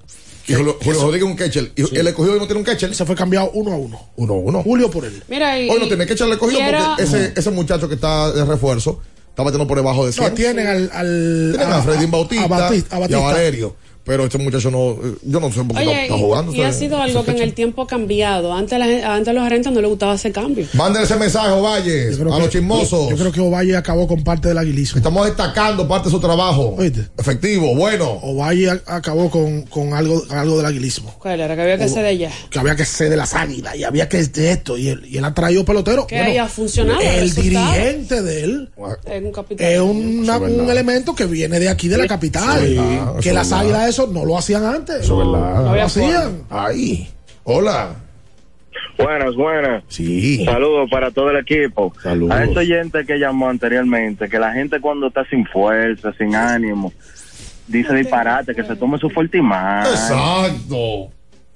Y Julio Rodríguez un catcher. Y el escogido no tiene un catcher. Se fue cambiado 1-1. Julio por él. Mira, hoy no tiene catcher el escogido porque ese muchacho que está de refuerzo está batiendo por debajo de 100. No, tienen a Freddy Bautista, y a Valerio. Pero este muchacho yo no sé por qué está jugando. Y ha sido algo que en el tiempo ha cambiado. Antes a los gerentes no les gustaba hacer cambios. Manden ese mensaje, Ovalle, a los chismosos. Yo creo que Ovalle acabó con parte del aguilismo. Estamos destacando parte de su trabajo. ¿Oíste? Efectivo, bueno. Ovalle acabó con algo del aguilismo. ¿Cuál era? Que había que ser de ella. Que había que ser de las águilas y había que de esto. Y él ha traído pelotero. Que haya funcionado. El dirigente de él es un elemento que viene de aquí, de la capital. Sí, que las águilas eso no lo hacían antes. Eso es verdad. No lo hacían. Ahí. Hola. Buenas. Sí. Saludos para todo el equipo. Saludos. A ese oyente que llamó anteriormente, que la gente cuando está sin fuerza, sin ánimo, dice disparate, que se tome su Fortimán. Exacto.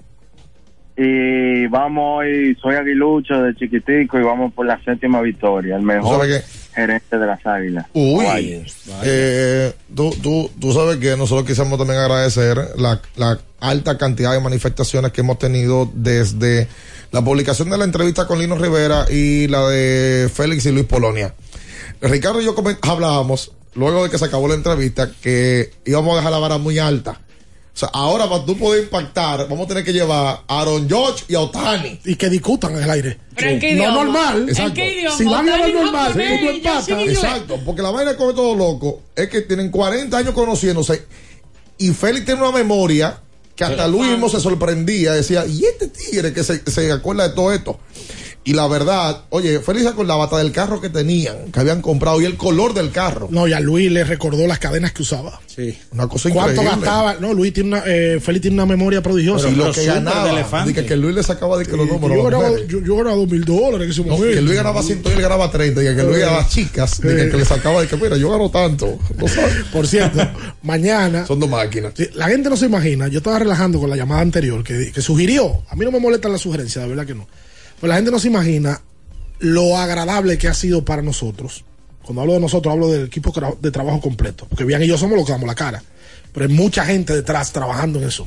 Y vamos hoy, soy aguilucho de chiquitico y vamos por la 7ª victoria. El mejor gerente de las Águilas. Uy. Tú sabes que nosotros quisiéramos también agradecer la alta cantidad de manifestaciones que hemos tenido desde la publicación de la entrevista con Lino Rivera y la de Félix y Luis Polonia. Ricardo y yo hablábamos, luego de que se acabó la entrevista, que íbamos a dejar la vara muy alta. O sea, ahora para tú poder impactar, vamos a tener que llevar a Aaron Judge y a Otani. Y que discutan en el aire. ¿Pero en qué idioma? No normal. ¿En qué idioma? Si van a hablar normal, tú no empatas. Exacto, porque la vaina con todo loco es que tienen 40 años conociéndose y Félix tiene una memoria que hasta Luis mismo se sorprendía, decía, ¿y este tigre que se acuerda de todo esto? Y la verdad, oye, Félix se acordaba hasta del carro que tenían, que habían comprado y el color del carro. No, y a Luis le recordó las cadenas que usaba. Sí. Una cosa increíble. ¿Cuánto gastaba? No, Félix tiene una memoria prodigiosa. Y lo que ganaba, que Luis le sacaba de que los números. Yo ganaba $2,000 en ese momento. Que Luis ganaba 100 y él ganaba 30. Y que Luis a las chicas, que le sacaba de que, mira, yo gano tanto. ¿No sabes? Por cierto, mañana. Son dos máquinas. La gente no se imagina. Yo estaba relajando con la llamada anterior que sugirió. A mí no me molestan las sugerencias, de verdad que no. Pues la gente no se imagina lo agradable que ha sido para nosotros. Cuando hablo de nosotros, hablo del equipo de trabajo completo. Porque Bian y yo somos los que damos la cara. Pero hay mucha gente detrás trabajando en eso.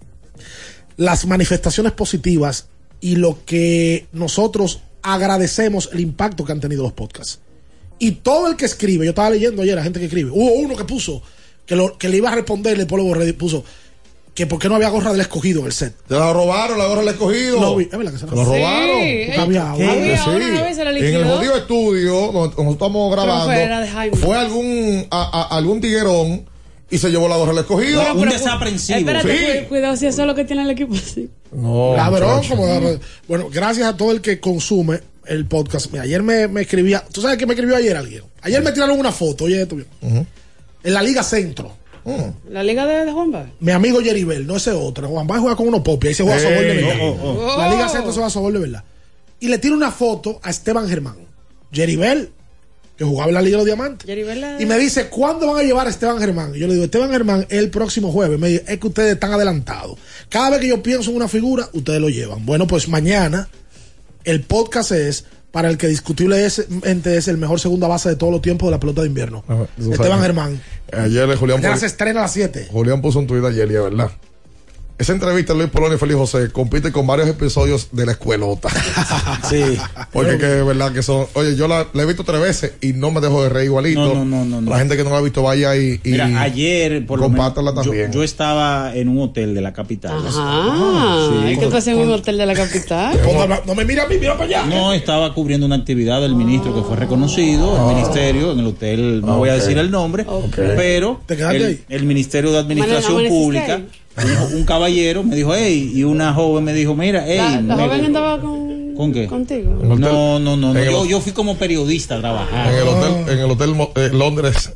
Las manifestaciones positivas y lo que nosotros agradecemos el impacto que han tenido los podcasts. Y todo el que escribe, yo estaba leyendo ayer a gente que escribe. Hubo uno que puso, que le iba a responder, después lo borré, puso que por qué no había gorra del escogido en el set. Se la robaron, la gorra del escogido. No, es verdad que se la robaron. Había una vez se la liquidó. En el jodido estudio, donde nosotros estamos grabando, fue algún tiguerón y se llevó la gorra del escogido. Un desaprensivo. Espérate, cuidado si eso es lo que tiene el equipo así. No, ladrón, bueno, gracias a todo el que consume el podcast. Mira, ayer me escribía, ¿tú sabes qué me escribió ayer alguien? Ayer me tiraron una foto, oye esto bien. En la Liga Centro. La liga de Juan Báez. Mi amigo Jeribel, no ese otro. Juan Báez juega con unos popis, ahí se juega sobol de verdad. La Liga Centro se juega sobol de verdad. Y le tiro una foto a Esteban Germán. Jeribel, que jugaba en la Liga de los Diamantes. Y me dice, ¿cuándo van a llevar a Esteban Germán? Y yo le digo, Esteban Germán es el próximo jueves. Me dice, es que ustedes están adelantados. Cada vez que yo pienso en una figura, ustedes lo llevan. Bueno, pues mañana el podcast es para el que discutiblemente es el mejor segunda base de todos los tiempos de la pelota de invierno. Esteban Germán. Ayer Julián se estrena a las 7. Julián puso un tuit ayer, y es verdad. Esa entrevista de Luis Polonia y Félix José compite con varios episodios de la escuelota. Sí. Porque que es verdad que son. Oye, yo la he visto 3 veces y no me dejo de reír igualito. No. La gente que no la ha visto vaya y mira, ayer por compártala también. Yo estaba en un hotel de la capital. Sí. ¿Qué pasa en un hotel de la capital? No me mira a mí, mira para allá. No, estaba cubriendo una actividad del ministro que fue reconocido, el ministerio, en el hotel, no voy a decir el nombre, pero el Ministerio de Administración Pública. Un caballero me dijo, hey, y una joven me dijo, mira, hey. ¿La joven andaba con qué? ¿Contigo? No. Yo fui como periodista a trabajar. En el hotel Londres.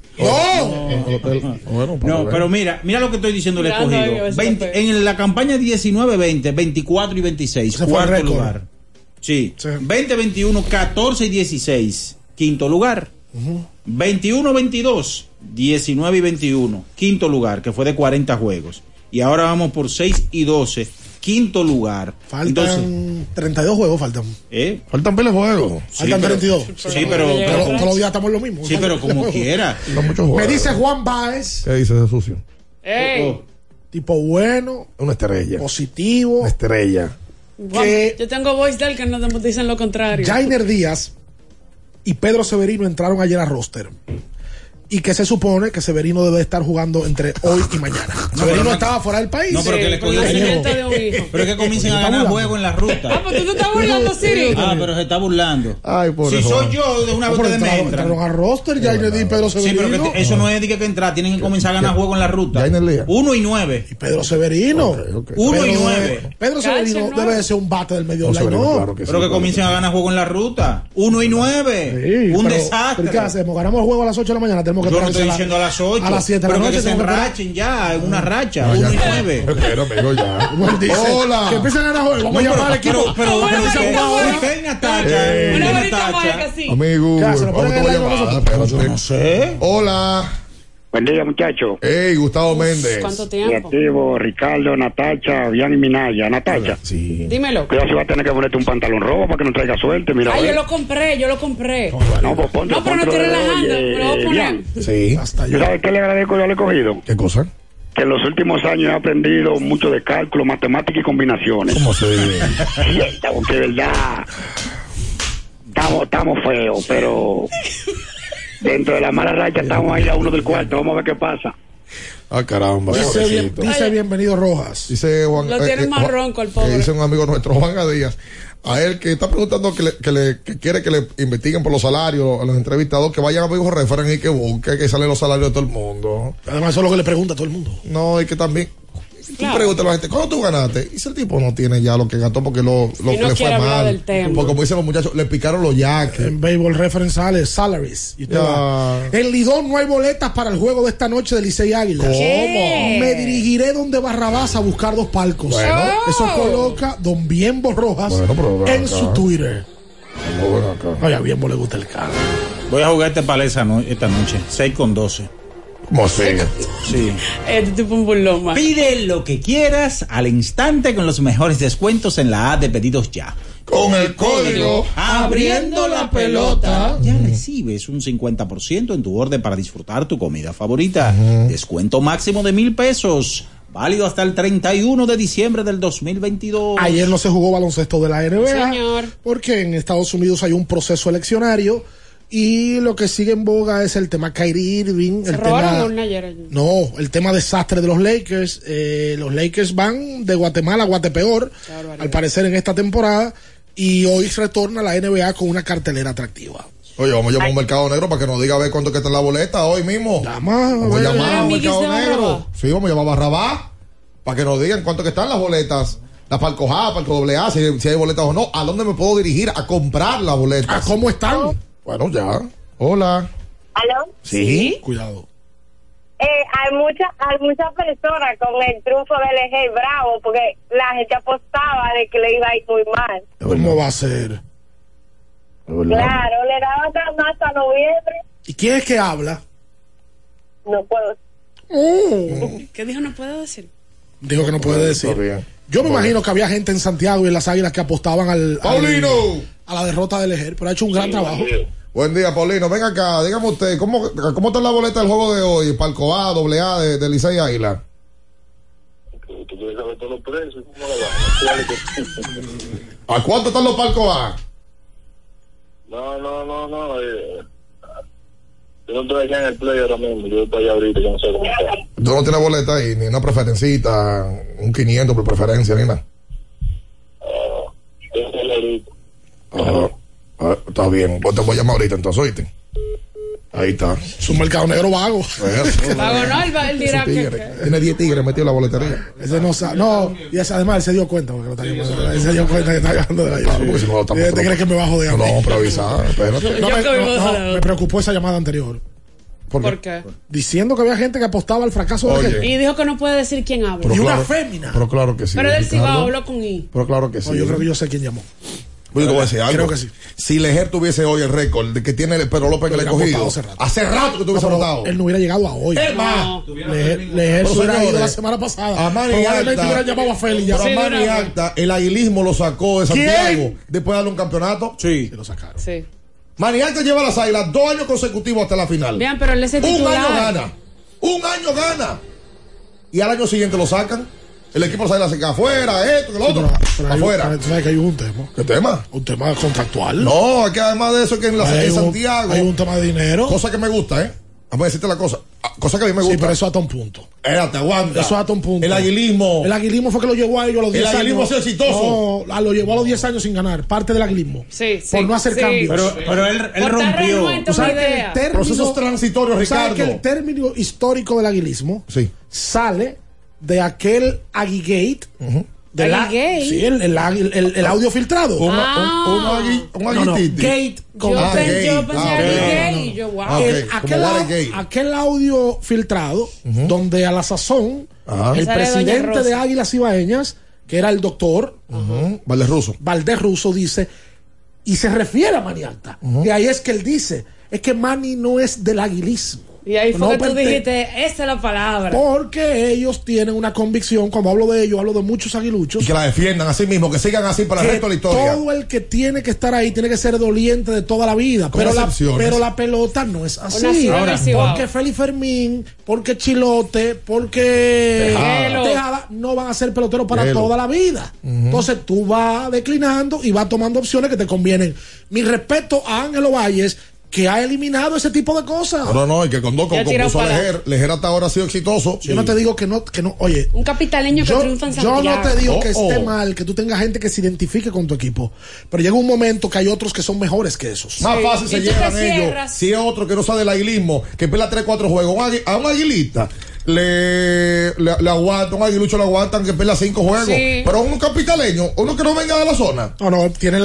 No, pero mira lo que estoy diciendo el escogido. En la campaña 19-20, 24 y 26, cuarto lugar. Sí. 20-21, 14 y 16, quinto lugar. 21-22, 19 y 21, quinto lugar, que fue de 40 juegos. Y ahora vamos por 6 y 12, quinto lugar. Faltan 32 juegos, faltan. Faltan peles juegos. Faltan 32. Sí, pero todos los días estamos lo mismo. Sí, pero como quiera. Me dice Juan Báez. ¿Qué dice ese sucio? tipo bueno, una estrella, positivo, una estrella. Yo tengo voice del que nos dicen lo contrario. Jainer Díaz y Pedro Severino entraron ayer a roster. Y que se supone que Severino debe estar jugando entre hoy y mañana. Severino estaba fuera del país. No, pero que le cogió el nacimiento de un hijo. Pero es que comiencen a ganar juego en la ruta. Ah, pues tú te estás burlando, Siri. Ah, pero se está burlando. Ay, si soy yo, de una vez ustedes me entran. Entraron a roster, Jainer Díaz y Pedro Severino. Sí, pero que eso no es de que entrar, tienen que comenzar a ganar juego en la ruta. 1 y 9. Y Pedro Severino. 1 y 9. Pedro Severino debe de ser un bate del medio line, ¿no? Pero que comiencen a ganar juego en la ruta. 1 y 9. Un desastre. ¿Qué hacemos? ¿Ganamos el juego a las 8 de la mañana? Tenemos que yo no estoy diciendo a las 8. A las 7 de la noche. Pero que se enrachen ya, en una racha. 1 y 9. Pero, amigo, ya. Hola. Que empiecen a ganar juego. Vamos a llamar al equipo. Pero usted, Natacha. Una varita mágica, sí. Amigo, no sé. Hola. Buen día, muchachos. Hey, Gustavo Méndez. ¿Cuánto tiempo? Creativo, Ricardo, Natacha, Bian y Minaya. Natacha. Sí. Dímelo. Cuidado si vas a tener que ponerte un pantalón rojo para que no traiga suerte. Mira. Ay, yo lo compré. No, pues ponte. No, pero no estoy relajando. Me lo voy a poner. Sí. ¿Sabes qué le agradezco yo al escogido? ¿Qué cosa? Que en los últimos años he aprendido mucho de cálculo, matemática y combinaciones. ¿Cómo se dice? Sí, porque de verdad estamos feos, pero dentro de la mala racha estamos ahí a uno del cuarto. Vamos a ver qué pasa. Ah, caramba. Dice bienvenido Rojas. Dice Juan. Lo tiene más ronco el pobre. Dice un amigo nuestro, Juan Díaz. A él que está preguntando que quiere que le investiguen por los salarios a los entrevistados, que vayan a Vivo Reference y que busque que salen los salarios de todo el mundo. Además, eso es lo que le pregunta a todo el mundo. No, y que también. Tú preguntas a la gente, ¿cuándo tú ganaste? Y si el tipo no tiene ya lo que gastó porque lo que le fue mal. Porque como dicen los muchachos, le picaron los yaques. En Baseball Reference sale salaries. Y en Lidón no hay boletas para el juego de esta noche de Licey Águilas. ¿Cómo? Me dirigiré donde Barrabás a buscar 2 palcos. Bueno. Eso coloca Don Bienbo Rojas en su Twitter. Oye, a Bienbo le gusta el carro. Voy a jugar este palé esta noche. 6-12. ¿Cómo se? Sí. Este tipo un burlón más. Pide lo que quieras al instante con los mejores descuentos en la app de Pedidos Ya. Con el código Abriendo la Pelota ya recibes un 50% en tu orden para disfrutar tu comida favorita. Descuento máximo de $1,000. Válido hasta el 31 de diciembre del 2022. Ayer no se jugó baloncesto de la NBA. Señor. Porque en Estados Unidos hay un proceso eleccionario. Y lo que sigue en boga es el tema Kyrie Irving. El tema desastre de los Lakers. Los Lakers van de Guatemala a Guatepeor, al parecer en esta temporada. Y hoy retorna la NBA con una cartelera atractiva. Oye, vamos a llamar a un mercado negro para que nos diga a ver cuánto que está en la boleta hoy mismo. Vamos a llamar a un mercado negro. Sí, vamos a llamar a Barrabás para que nos digan cuánto que están las boletas. La Palco A, Palco AA, si hay boletas o no. ¿A dónde me puedo dirigir a comprar las boletas? ¿A cómo están? Bueno, ya. Hola. ¿Aló? Sí. Cuidado. Hay muchas personas con el triunfo del Eje bravo porque la gente apostaba de que le iba a ir muy mal. ¿Cómo va a ser? Claro, le daban hasta noviembre. ¿Y quién es que habla? No puedo. ¿Qué dijo? No puedo decir. Dijo que no puede decir. Yo me imagino que había gente en Santiago y en las Águilas que apostaban a la derrota del Ejer, pero ha hecho un gran trabajo. Buen día, Paulino. Venga acá, dígame usted, ¿cómo está la boleta del juego de hoy? Palco A, AA de Licey Águila. Tú quieres saber todos los precios. ¿A cuánto están los Palcos A? No. Yo no estoy acá en el play ahora mismo. Yo estoy allá ahorita, yo no sé cómo está. ¿Tú no tienes boleta ahí, ni una preferencita, un 500 por preferencia, ni nada? Está bien, pues te voy a llamar ahorita entonces, ¿oíste? Ahí está. Es un mercado negro vago. Vago no, él dirá que... Tiene 10 tigres metidos en la boletería. Ese no sabe. No, y además él se dio cuenta porque él se dio cuenta que está ganando de la llave. ¿Te crees que me bajo de No, pero avisar, espérate. Me preocupó esa llamada anterior. ¿Por qué? Diciendo que había gente que apostaba al fracaso de él. Y dijo que no puede decir quién habla. Y una fémina. Pero claro que sí. Pero él sí habló con I. Pero claro que sí. Yo creo que yo sé quién llamó. Yo te voy a decir algo. Creo que sí. Si Lejer tuviese hoy el récord de que tiene Pedro López en el escogido, hace rato que tuviese votado. Él no hubiera llegado a hoy. Lejer se hubiera ido la semana pasada. A Mani Probablemente hubiera llamado a Félix. Pero a Mani Acta, el aguilismo lo sacó de Santiago después de darle un campeonato. Sí. Lo sacaron. Sí. Mani Acta lleva a las Águilas 2 años consecutivos hasta la final. Vean, pero él es el titular. Un año gana. y al año siguiente lo sacan. El equipo sale a sacar afuera, esto, que lo otro, afuera. ¿Sabes que hay un tema? ¿Qué tema? Un tema contractual. No, es que además de eso, que en Santiago. Hay un tema de dinero. Cosa que me gusta, Vamos a decirte la cosa. Cosa que a mí me gusta. Sí, pero eso hasta un punto. Te aguanta. Eso hasta un punto. El aguilismo. El aguilismo fue que lo llevó a ellos a los 10 años. El aguilismo ha sido exitoso. No, lo llevó a los 10 años sin ganar. Parte del aguilismo. Sí, por no hacer cambios. Pero él rompió. ¿Tú sabes que el término, procesos transitorios, Ricardo. ¿Sabes que el término histórico del aguilismo sale de aquel Aguigate? Sí, el audio filtrado. Un Gate. Aquel audio filtrado, donde a la sazón, el presidente de Águilas Ibaeñas, que era el doctor Valdés Russo, dice, y se refiere a Manialta. Y ahí es que él dice, es que Manny no es del aguilismo. Y ahí fue que tú dijiste, esa es la palabra. Porque ellos tienen una convicción, cuando hablo de ellos, hablo de muchos aguiluchos. Y que la defiendan así mismo, que sigan así para el resto de la historia. Todo el que tiene que estar ahí tiene que ser doliente de toda la vida. Pero la pelota no es así. Porque Félix Fermín, porque Chilote, porque Tejada no van a ser peloteros para toda la vida. Entonces tú vas declinando y vas tomando opciones que te convienen. Mi respeto a Ángelo Valles, que ha eliminado ese tipo de cosas. No, y que con compuso Lejer hasta ahora ha sido exitoso. Yo no te digo que no, oye. Un capitaleño que triunfa en Santiago. Yo no te digo que esté mal, que tú tengas gente que se identifique con tu equipo. Pero llega un momento que hay otros que son mejores que esos. Más fácil se llevan ellos. Si es otro que no sabe del aguilismo, que pela 3-4 juegos. A un aguilista le aguanta, un aguilucho le aguantan que pela 5 juegos. Sí. Pero un capitaleño, uno que no venga de la zona. No, tiene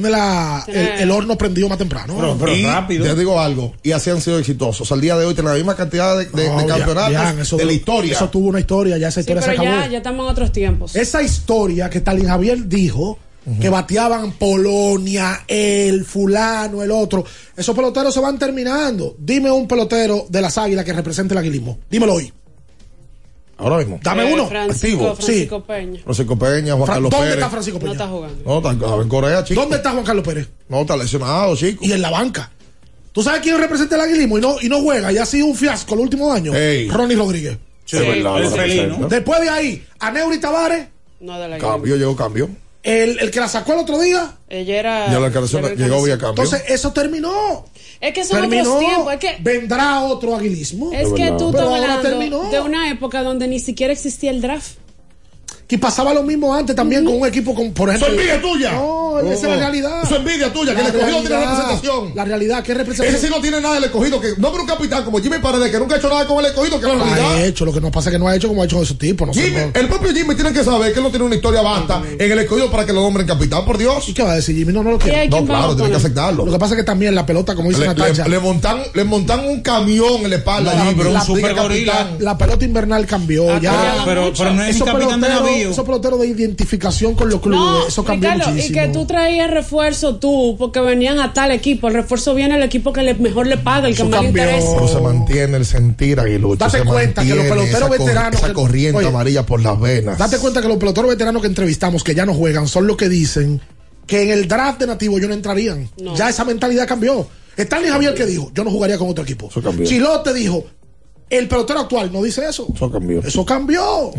el horno prendido más temprano. Pero rápido. Te digo algo, y así han sido exitosos. Al día de hoy tienen la misma cantidad de campeonatos de la historia. Eso tuvo una historia, ya esa historia se acabó. Ya estamos en otros tiempos. Esa historia que Stalin Javier dijo, que bateaban Polonia, el fulano, el otro, esos peloteros se van terminando. Dime un pelotero de las Águilas que represente el aguilismo. Dímelo hoy. Ahora mismo. Dame uno. Francisco Peña. Francisco Peña, Juan Carlos Pérez. ¿Dónde está Francisco Peña? No está jugando. No, está en Corea, chico. ¿Dónde está Juan Carlos Pérez? No, está lesionado, chico. Y en la banca. ¿Tú sabes quién representa el aguilismo y no juega? Y ha sido un fiasco el último año. Ronnie Rodríguez. Sí, verdad. Después de ahí, a Neuri Tavares. No, de la llegó cambio. El que la sacó el otro día. Ella era. Ya la encarnación llegó vía cambio. Entonces, eso terminó. Es que son otros tiempos. Es que vendrá otro aguilismo. Es que tú estás hablando de una época donde ni siquiera existía el draft. Y pasaba lo mismo antes también con un equipo por ejemplo. ¡Eso es envidia tuya! No, esa es la realidad. Eso es envidia tuya, que el escogido tiene representación. La realidad, ¿qué representación? Ese sí no tiene nada del escogido, que no, pero un capitán como Jimmy Paredes, que nunca ha hecho nada con el escogido, que es la realidad. Ha hecho, lo que nos pasa es que no ha hecho como ha hecho de su tipo. El propio Jimmy tiene que saber que él no tiene una historia vasta en el escogido para que lo nombren capitán, por Dios. ¿Y qué va a decir Jimmy? No lo quiere. No, claro, tiene que aceptarlo. Lo que pasa es que también la pelota, como dice Natacha, le montan un camión en la espalda. No, pero un super gorila. La pelota invernal cambió ya. Pero no es ni capitán de navío. Esos peloteros de identificación con los clubes, eso cambió muchísimo. Y que tú traías refuerzo tú, porque venían a tal equipo. El refuerzo viene el equipo que mejor le paga, el que más le interesa. Pero se mantiene el sentir aguilucho. Date cuenta que los peloteros veteranos, esa corriente amarilla por las venas. Date cuenta que los peloteros veteranos que entrevistamos, que ya no juegan, son los que dicen que en el draft de nativo ellos no entrarían. No. Ya esa mentalidad cambió. Stanley Javier que dijo, yo no jugaría con otro equipo. Chilote dijo, el pelotero actual no dice eso. Eso cambió.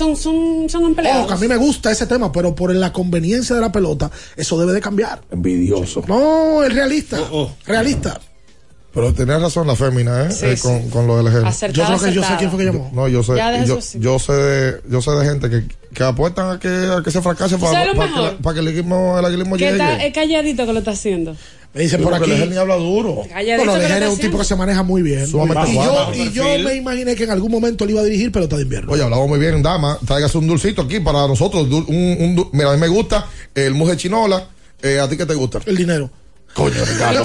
Son empleados. Que a mí me gusta ese tema, pero por la conveniencia de la pelota, eso debe de cambiar. Envidioso. No, es realista. Realista. Pero tenés razón la fémina, con lo del ejército. Yo creo que yo sé quién fue que llamó. No, yo sé. Yo sé de gente que apuestan a que se fracase para que el aguilismo llegue. Es calladito que lo está haciendo. Me dicen por aquí. El ni habla duro. Bueno, Lejer es un tipo que se maneja muy bien. Y yo me imaginé que en algún momento él iba a dirigir pelota de invierno. Oye, hablamos muy bien, dama. Tráigase un dulcito aquí para nosotros. Mira, a mí me gusta el mousse de chinola. ¿A ti qué te gusta? El dinero. Coño, Ricardo.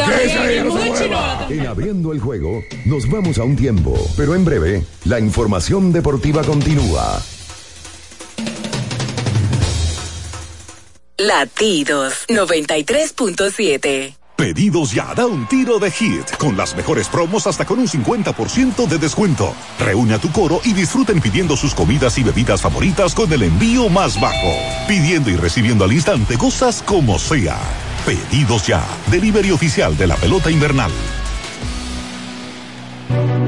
En Abriendo el Juego, nos vamos a un tiempo. Pero en breve, la información deportiva continúa. Latidos 93.7. Pedidos Ya da un tiro de hit, con las mejores promos hasta con un 50% de descuento. Reúne a tu coro y disfruten pidiendo sus comidas y bebidas favoritas con el envío más bajo. Pidiendo y recibiendo al instante cosas como sea. Pedidos Ya, delivery oficial de la pelota invernal.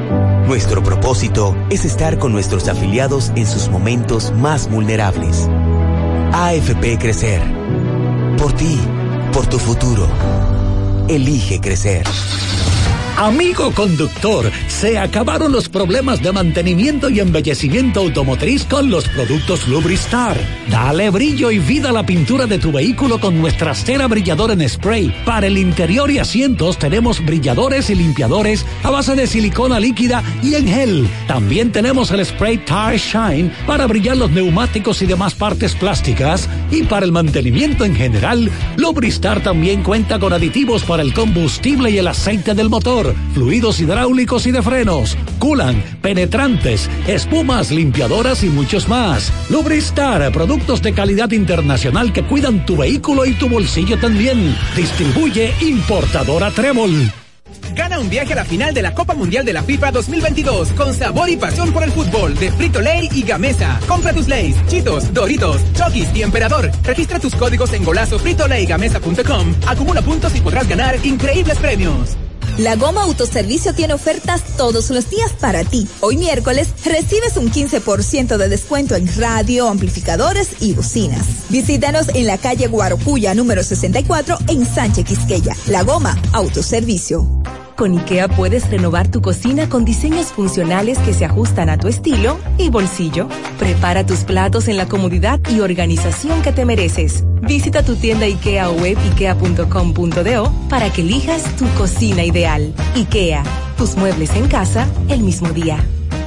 Nuestro propósito es estar con nuestros afiliados en sus momentos más vulnerables. AFP Crecer. Por ti, por tu futuro. Elige crecer. Amigo conductor, se acabaron los problemas de mantenimiento y embellecimiento automotriz con los productos Lubristar. Dale brillo y vida a la pintura de tu vehículo con nuestra cera brilladora en spray. Para el interior y asientos tenemos brilladores y limpiadores a base de silicona líquida y en gel. También tenemos el spray Tire Shine para brillar los neumáticos y demás partes plásticas. Y para el mantenimiento en general, Lubristar también cuenta con aditivos para el combustible y el aceite del motor, fluidos hidráulicos y de frenos, culan, penetrantes, espumas, limpiadoras y muchos más. Lubristar, productos de calidad internacional que cuidan tu vehículo y tu bolsillo también. Distribuye importadora Trébol. Gana un viaje a la final de la Copa Mundial de la FIFA 2022 con sabor y pasión por el fútbol de Frito-Lay y Gamesa. Compra tus Lays, Cheetos, Doritos, Chokis y Emperador. Registra tus códigos en golazo fritolaygamesa.com. Acumula puntos y podrás ganar increíbles premios. La Goma Autoservicio tiene ofertas todos los días para ti. Hoy miércoles recibes un 15% de descuento en radio, amplificadores y bocinas. Visítanos en la calle Guarocuya número 64 en Sánchez Quisqueya. La Goma Autoservicio. Con IKEA puedes renovar tu cocina con diseños funcionales que se ajustan a tu estilo y bolsillo. Prepara tus platos en la comodidad y organización que te mereces. Visita tu tienda IKEA o web ikea.com.do para que elijas tu cocina ideal. IKEA, tus muebles en casa el mismo día.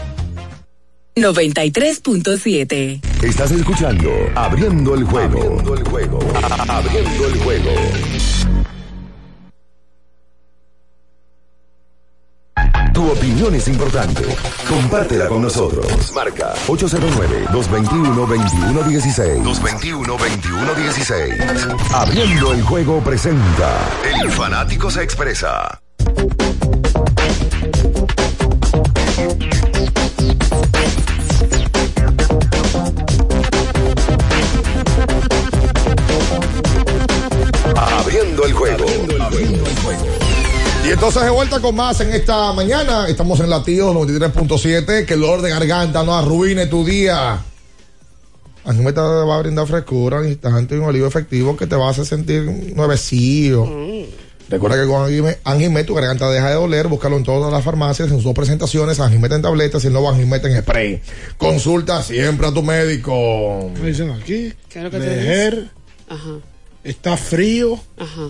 93.7. Estás escuchando Abriendo el Juego. Abriendo el Juego. Abriendo el Juego. Tu opinión es importante. Compártela con nosotros. Marca 809-221-2116. 221-2116. Abriendo el Juego presenta El Fanático se expresa. Abriendo el Juego. Abriendo el Juego. Y entonces de vuelta con más en esta mañana. Estamos en Latidos 93.7. Que el dolor de garganta no arruine tu día. Anjimé te va a brindar frescura al instante y un alivio efectivo que te va a hacer sentir nuevecillo. Recuerda que con Anjimé tu garganta deja de doler. Búscalo en todas las farmacias, en sus presentaciones. Anjimé en tabletas y el nuevo Anjimé en spray. Consulta siempre a tu médico. Me dicen aquí, ¿qué es lo que leer, está frío.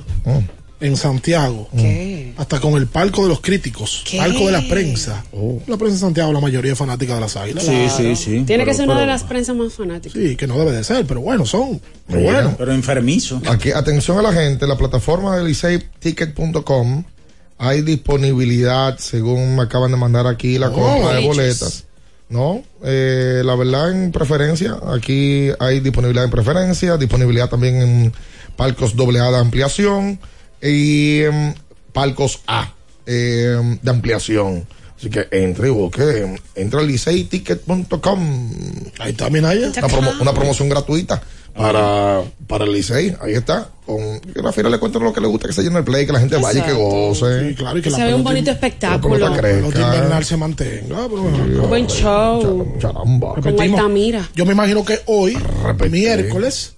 En Santiago. ¿Qué? Hasta con el palco de los críticos. ¿Qué? Palco de la prensa. La prensa de Santiago, la mayoría es fanática de las Águilas. Sí. Tiene que ser una de las prensas más fanáticas. Sí, que no debe de ser, pero bueno, son. Pero bueno. Pero enfermizo. Aquí, atención a la gente, la plataforma de LiceTicket.com hay disponibilidad, según me acaban de mandar aquí, la compra de boletas. No, la verdad en preferencia, aquí hay disponibilidad en preferencia, disponibilidad también en palcos AA de ampliación y palcos A de ampliación. Así que entre y busque, entra a LiceTicket.com. Ahí también hay una promoción gratuita para el Licey. Ahí está. Que la fiera le cuenten lo que le gusta, que se llene el play, que la gente vaya y que goce. Sí, claro, y que se ve un bonito espectáculo. La pelota invernal se mantenga. Un buen show. Caramba. Con Altamira. Yo me imagino que hoy, miércoles,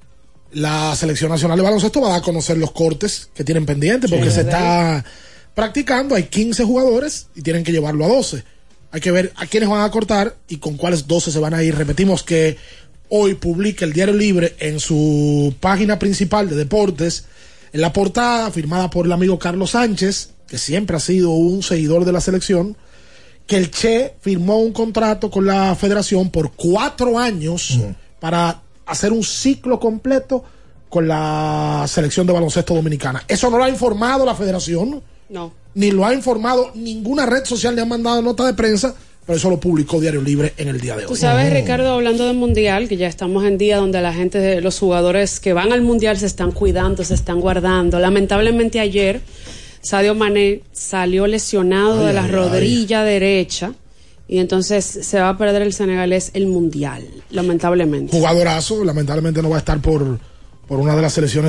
la Selección Nacional de Baloncesto va a dar a conocer los cortes que tienen pendientes, porque se está practicando. Hay 15 jugadores y tienen que llevarlo a 12. Hay que ver a quiénes van a cortar y con cuáles 12 se van a ir. Repetimos que hoy publica el Diario Libre en su página principal de deportes, en la portada, firmada por el amigo Carlos Sánchez, que siempre ha sido un seguidor de la selección, que el Che firmó un contrato con la federación por 4 años para hacer un ciclo completo con la selección de baloncesto dominicana. Eso no lo ha informado la federación. No. Ni lo ha informado ninguna red social, le han mandado nota de prensa, pero eso lo publicó Diario Libre en el día de hoy. Tú sabes, Ricardo, hablando del Mundial, que ya estamos en día donde la gente, los jugadores que van al Mundial se están cuidando, se están guardando. Lamentablemente ayer Sadio Mané salió lesionado de la rodilla derecha y entonces se va a perder el senegalés el Mundial, lamentablemente. Jugadorazo, lamentablemente no va a estar por una de las selecciones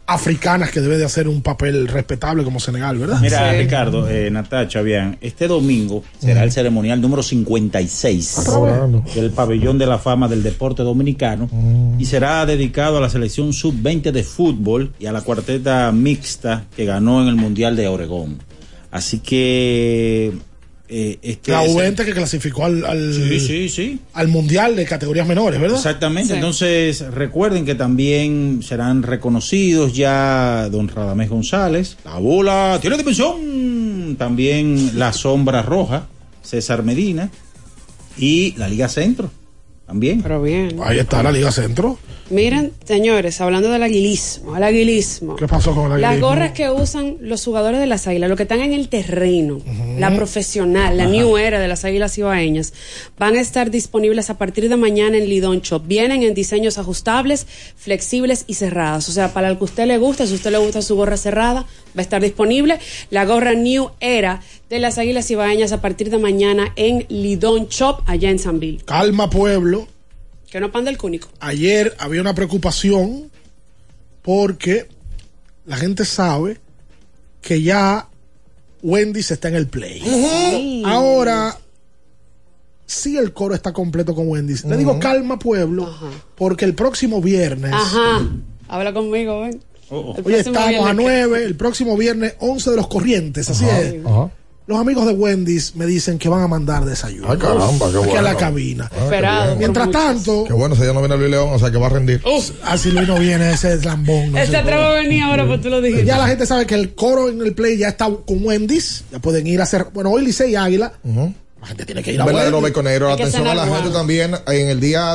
africanas que debe de hacer un papel respetable como Senegal, ¿verdad? Mira, Ricardo, Natacha, bien, este domingo será el ceremonial número 56 del Pabellón de la Fama del Deporte Dominicano y será dedicado a la selección sub-20 de fútbol y a la cuarteta mixta que ganó en el Mundial de Oregón. Así que la U20 que clasificó al Mundial de categorías menores, ¿verdad? Exactamente, entonces recuerden que también serán reconocidos ya don Radamés González, la bola tiene dimensión, también la sombra roja, César Medina y la Liga Centro también. Pero bien. Ahí está la Liga Centro. Miren, señores, hablando del aguilismo. ¿Qué pasó con el aguilismo? Las gorras que usan los jugadores de las Águilas, los que están en el terreno, la profesional, la new era de las Águilas Ibaeñas, van a estar disponibles a partir de mañana en Lidón Shop. Vienen en diseños ajustables, flexibles y cerradas. O sea, para el que a usted le guste, si a usted le gusta su gorra cerrada, va a estar disponible. La gorra new era de las Águilas Ibaeñas a partir de mañana en Lidón Shop, allá en San Bill. Calma, pueblo. Que no panda el cúnico. Ayer había una preocupación porque la gente sabe que ya Wendy's está en el play. Ahora, sí, el coro está completo con Wendy's. Le digo calma, pueblo, porque el próximo viernes. Habla conmigo, ven. Hoy estamos a 9, el próximo viernes 11 de los Corrientes, así es. Los amigos de Wendy's me dicen que van a mandar desayuno. Ay, caramba, qué aquí bueno. a la cabina. Mientras tanto. Qué bueno, si ya no viene Luis León, o sea que va a rendir. Así Luis no viene, ese es lambón. No ese atrás va a venir ahora, pues tú lo dijiste. Ya la gente sabe que el coro en el play ya está con Wendy's. Ya pueden ir a hacer. Bueno, hoy Licey y Águila. La gente tiene que ir a verdadero beconero. Atención a la gente también. En el día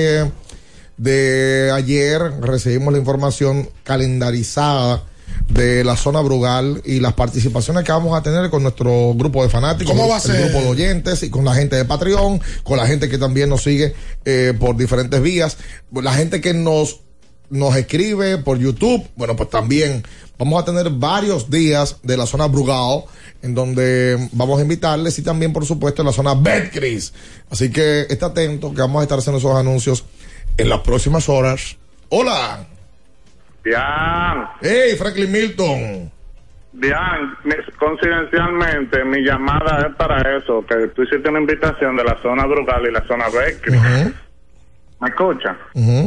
de ayer recibimos la información calendarizada de la zona Brugal y las participaciones que vamos a tener con nuestro grupo de fanáticos, ¿cómo va a ser? El grupo de oyentes y con la gente de Patreon, con la gente que también nos sigue por diferentes vías, la gente que nos escribe por YouTube. Bueno, pues también vamos a tener varios días de la zona Brugal en donde vamos a invitarles y también por supuesto en la zona Betcris. Así que esté atento que vamos a estar haciendo esos anuncios en las próximas horas. Hola. Bien. Hey, Franklin Milton. Bien, coincidencialmente mi llamada es para eso, que tú hiciste una invitación de la zona Brugal y la zona Beckley. ¿Me escuchas?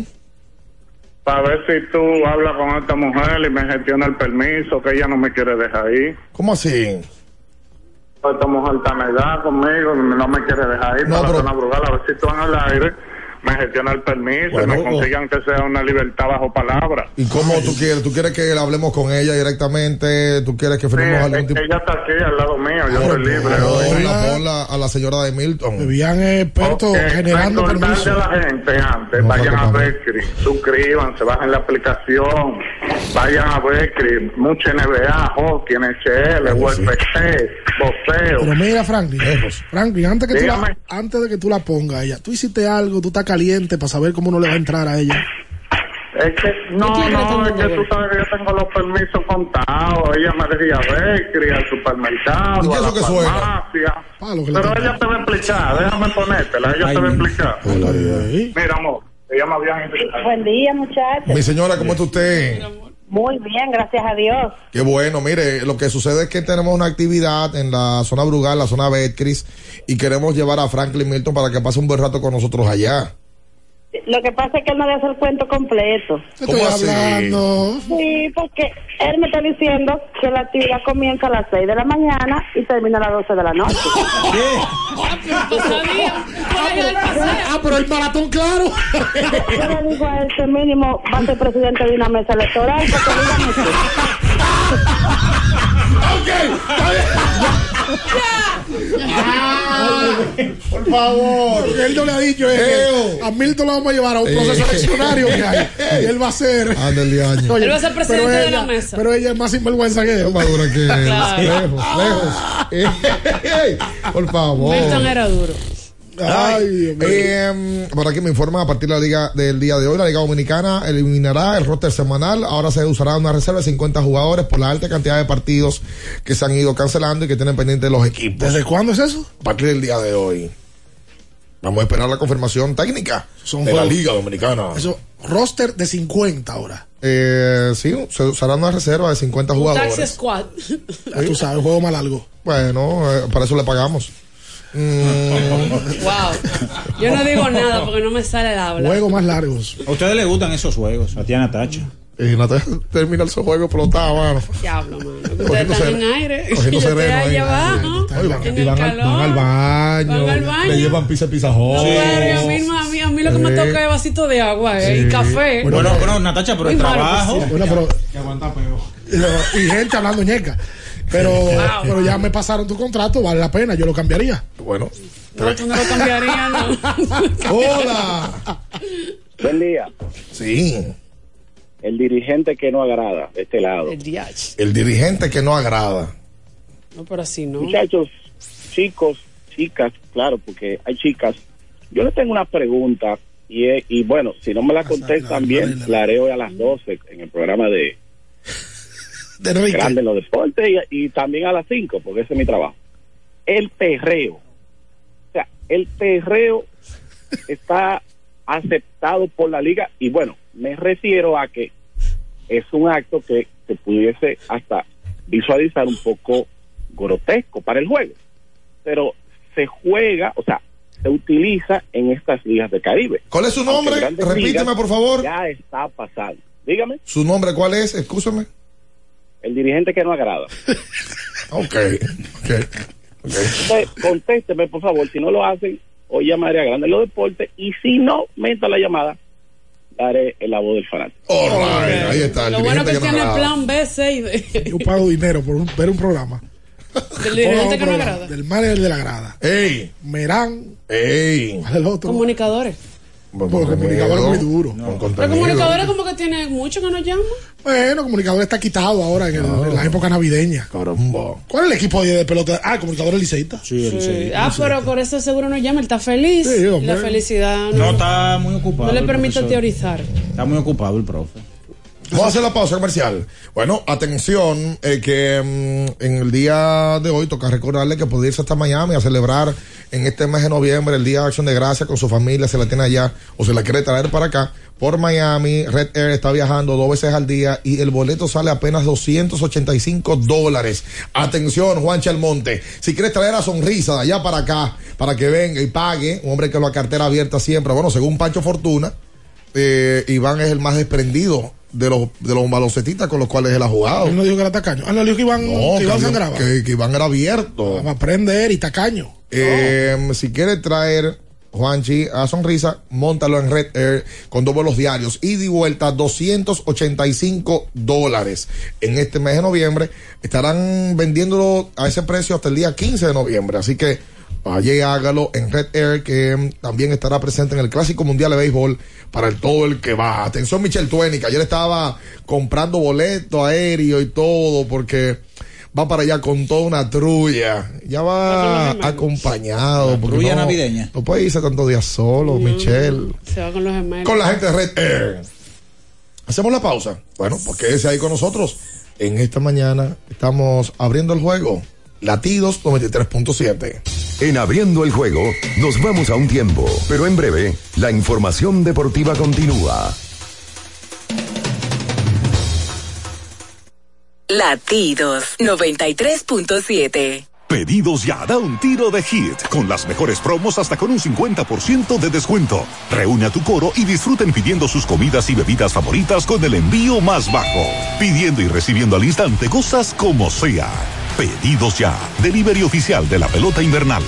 Para ver si tú hablas con esta mujer y me gestiona el permiso, que ella no me quiere dejar ir. ¿Cómo así? Esta mujer está negada conmigo, no me quiere dejar ir para la zona Brugal, a ver si tú en el aire me gestiona el permiso y me consigan que sea una libertad bajo palabra. ¿Y cómo tú quieres? ¿Tú quieres que hablemos con ella directamente? ¿Tú quieres que firmemos algún tipo? Ella está aquí al lado mío, yo soy libre. Hola a la señora de Milton. Vivían expertos generando permiso. A la gente antes, vayan a Becri, suscríbanse, bajen la aplicación, vayan a Becri, mucho NBA, hockey, NHL, UFC, boxeo. Pero mira, Franklin, antes de que tú la pongas ella, tú hiciste algo, tú estás caliente para saber cómo no le va a entrar a ella. Es que es que tú sabes que yo tengo los permisos contados. Ella me decía Becri, al supermercado, a la farmacia. Pero ella te va a explicar, déjame ponértela, ella te va a explicar. Mira, amor, ella me había invitado. Buen día, muchachos. Mi señora, ¿cómo está usted? Muy bien, gracias a Dios. Qué bueno, mire, lo que sucede es que tenemos una actividad en la zona Brugal, la zona Betcris, y queremos llevar a Franklin Milton para que pase un buen rato con nosotros allá. Lo que pasa es que él no debe hacer el cuento completo. ¿Cómo hablando? Sí, porque él me está diciendo que la actividad comienza a las 6 de la mañana y termina a las 12 de la noche. Pero el maratón, claro. Yo le digo a él que mínimo va a ser presidente de una mesa electoral. Por favor. Él no le ha dicho a Milton lo vamos a llevar a un proceso eleccionario que hay. Y él va a ser. Él va a ser presidente de la mesa. Pero ella es más sinvergüenza que él. Madura que lejos. Por favor. Milton era duro. Por aquí me informan, a partir de del día de hoy, la Liga Dominicana eliminará el roster semanal. Ahora se usará una reserva de 50 jugadores por la alta cantidad de partidos que se han ido cancelando y que tienen pendientes los equipos. ¿Desde cuándo es eso? A partir del día de hoy. Vamos a esperar la confirmación técnica de la Liga Dominicana. Eso roster de 50 ahora. Sí, se usará una reserva de 50 jugadores. Taxi Squad. Tú sabes, juego más largo. Bueno, para eso le pagamos. Wow. Yo no digo nada porque no me sale el habla. Juegos más largos. ¿A ustedes les gustan esos juegos? A ti, Natacha. Y Natacha termina esos juegos explotados, mano. Diablo, mano. Ustedes están en aire. Yo estoy ahí abajo. Y van al baño. Le llevan pizza hot. A mí lo que me toca es vasito de agua y café. Bueno, Natacha, pero el trabajo. Que aguanta peo. Y gente hablando ñeca. Pero ya me pasaron tu contrato, vale la pena, yo lo cambiaría. Bueno. No, tú no lo cambiarías, no. Hola. Buen día. Sí. El dirigente que no agrada, de este lado. El dirigente que no agrada. No, pero así no. Muchachos, chicos, chicas, claro, porque hay chicas. Yo les tengo una pregunta y bueno, si no me la contestan bien, la haré hoy a las 12 en el programa de Grande en los Deportes y también a las 5, porque ese es mi trabajo. El perreo. O sea, el perreo está aceptado por la liga y bueno, me refiero a que es un acto que se pudiese hasta visualizar un poco grotesco para el juego, pero se juega, o sea, se utiliza en estas ligas de Caribe. ¿Cuál es su nombre? Repíteme, por favor. Ya está pasando. Dígame. ¿Su nombre cuál es? Escúchame. El dirigente que no agrada. Ok. Entonces, contésteme, por favor, si no lo hacen, hoy llamaré a Grande en los Deportes y si no me entra la llamada, daré la voz del fanático. Ahí está. Lo bueno que tiene el plan B, C y D. Yo pago dinero por ver un programa. Del dirigente que no agrada. Del manager de la grada. ¡Ey! Merán. ¡Ey! ¿Cuál es el otro? Comunicadores. Comunicadores muy duro. Pero comunicadores como que tiene mucho que nos llaman. Bueno, comunicadores está quitado ahora en la época navideña. Caramba. ¿Cuál es el equipo de pelota? Comunicadores liceísta. Sí, el liceísta. Pero por eso seguro nos llama. Él está feliz. Sí, la felicidad no está muy ocupado. No le permite teorizar. Está muy ocupado el profe. Vamos a hacer la pausa comercial. Bueno, atención, que en el día de hoy toca recordarle que puede irse hasta Miami a celebrar en este mes de noviembre el Día de Acción de Gracias con su familia, se la tiene allá o se la quiere traer para acá. Por Miami, Red Air está viajando 2 veces al día y el boleto sale apenas $285. Atención, Juanchi Almonte, si quieres traer a Sonrisa de allá para acá, para que venga y pague, un hombre que lo ha cartera abierta siempre, bueno, según Pancho Fortuna, Iván es el más desprendido de los baloncetistas con los cuales él ha jugado. Él no dijo que era tacaño. No, dijo que Iván sangraba. Que Iván era abierto. Va a aprender y tacaño. Si quiere traer Juanchi a Sonrisa, móntalo en Red Air con 2 vuelos diarios ida y vuelta, $285 en este mes de noviembre. Estarán vendiéndolo a ese precio hasta el día 15 de noviembre, así que vaya y hágalo en Red Air, que también estará presente en el Clásico Mundial de Béisbol para todo el que va. Atención, Michelle Tueni, que ayer estaba comprando boleto aéreo y todo, porque va para allá con toda una trulla. Ya va acompañado. Trulla navideña. No puede irse tantos días solo, Michelle. Se va con los gemelos. Con la gente de Red Air. Hacemos la pausa. Bueno, porque ese ahí con nosotros. En esta mañana estamos abriendo el juego. Latidos 93.7. En Abriendo el Juego nos vamos a un tiempo, pero en breve la información deportiva continúa. Latidos 93.7. Pedidos ya, da un tiro de Hit, con las mejores promos hasta con un 50% de descuento. Reúne a tu coro y disfruten pidiendo sus comidas y bebidas favoritas con el envío más bajo. Pidiendo y recibiendo al instante cosas como sea. Pedidos ya, delivery oficial de la pelota invernal.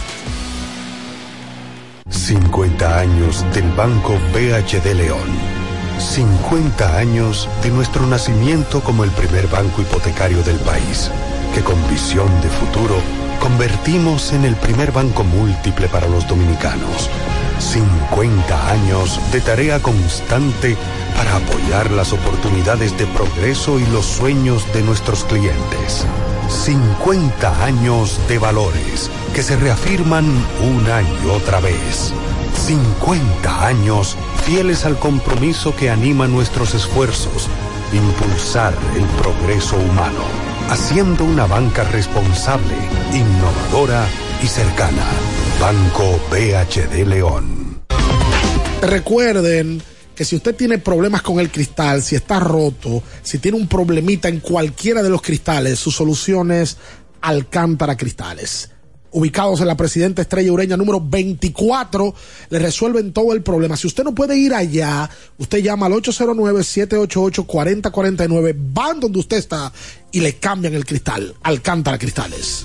50 años del Banco BHD León. 50 años de nuestro nacimiento como el primer banco hipotecario del país, que con visión de futuro convertimos en el primer banco múltiple para los dominicanos. 50 años de tarea constante para apoyar las oportunidades de progreso y los sueños de nuestros clientes. 50 años de valores que se reafirman una y otra vez. 50 años fieles al compromiso que anima nuestros esfuerzos, impulsar el progreso humano, haciendo una banca responsable, innovadora y cercana. Banco BHD León. Recuerden que si usted tiene problemas con el cristal, si está roto, si tiene un problemita en cualquiera de los cristales, su solución es Alcántara Cristales. Ubicados en la Presidenta Estrella Ureña número 24, le resuelven todo el problema. Si usted no puede ir allá, usted llama al 809-788-4049, van donde usted está y le cambian el cristal. Alcántara Cristales.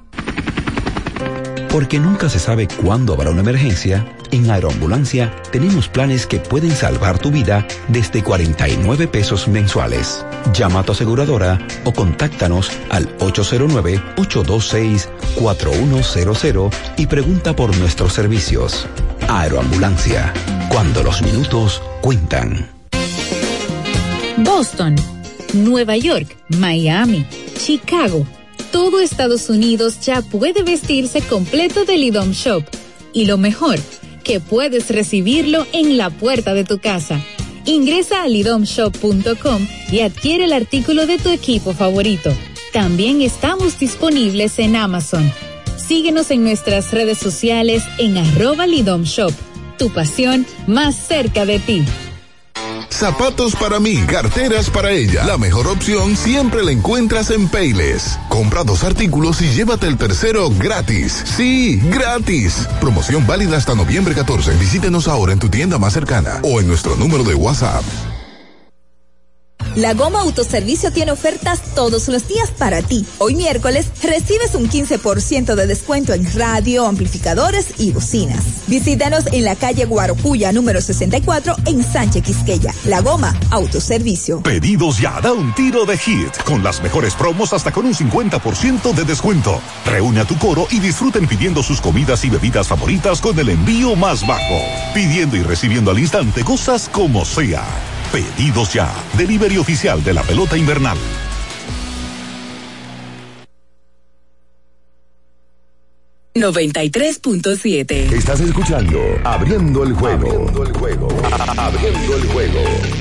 Porque nunca se sabe cuándo habrá una emergencia, en Aeroambulancia tenemos planes que pueden salvar tu vida desde 49 pesos mensuales. Llama a tu aseguradora o contáctanos al 809-826-4100 y pregunta por nuestros servicios. Aeroambulancia, cuando los minutos cuentan. Boston, Nueva York, Miami, Chicago. Todo Estados Unidos ya puede vestirse completo del IDOM Shop. Y lo mejor, que puedes recibirlo en la puerta de tu casa. Ingresa a lidomshop.com y adquiere el artículo de tu equipo favorito. También estamos disponibles en Amazon. Síguenos en nuestras redes sociales en @lidomshop. Tu pasión más cerca de ti. Zapatos para mí, carteras para ella. La mejor opción siempre la encuentras en Payless. Compra 2 artículos y llévate el tercero gratis. Sí, gratis. Promoción válida hasta noviembre 14. Visítenos ahora en tu tienda más cercana o en nuestro número de WhatsApp. La Goma Autoservicio tiene ofertas todos los días para ti. Hoy miércoles recibes un 15% de descuento en radio, amplificadores y bocinas. Visítanos en la calle Guarocuya número 64 en Sánchez Quisqueya. La Goma Autoservicio. Pedidos ya, da un tiro de hit, con las mejores promos hasta con un 50% de descuento. Reúne a tu coro y disfruten pidiendo sus comidas y bebidas favoritas con el envío más bajo. Pidiendo y recibiendo al instante cosas como sea. Pedidos ya, delivery oficial de la pelota invernal. ...93.7... Estás escuchando Abriendo el Juego. Abriendo el Juego. Abriendo el Juego.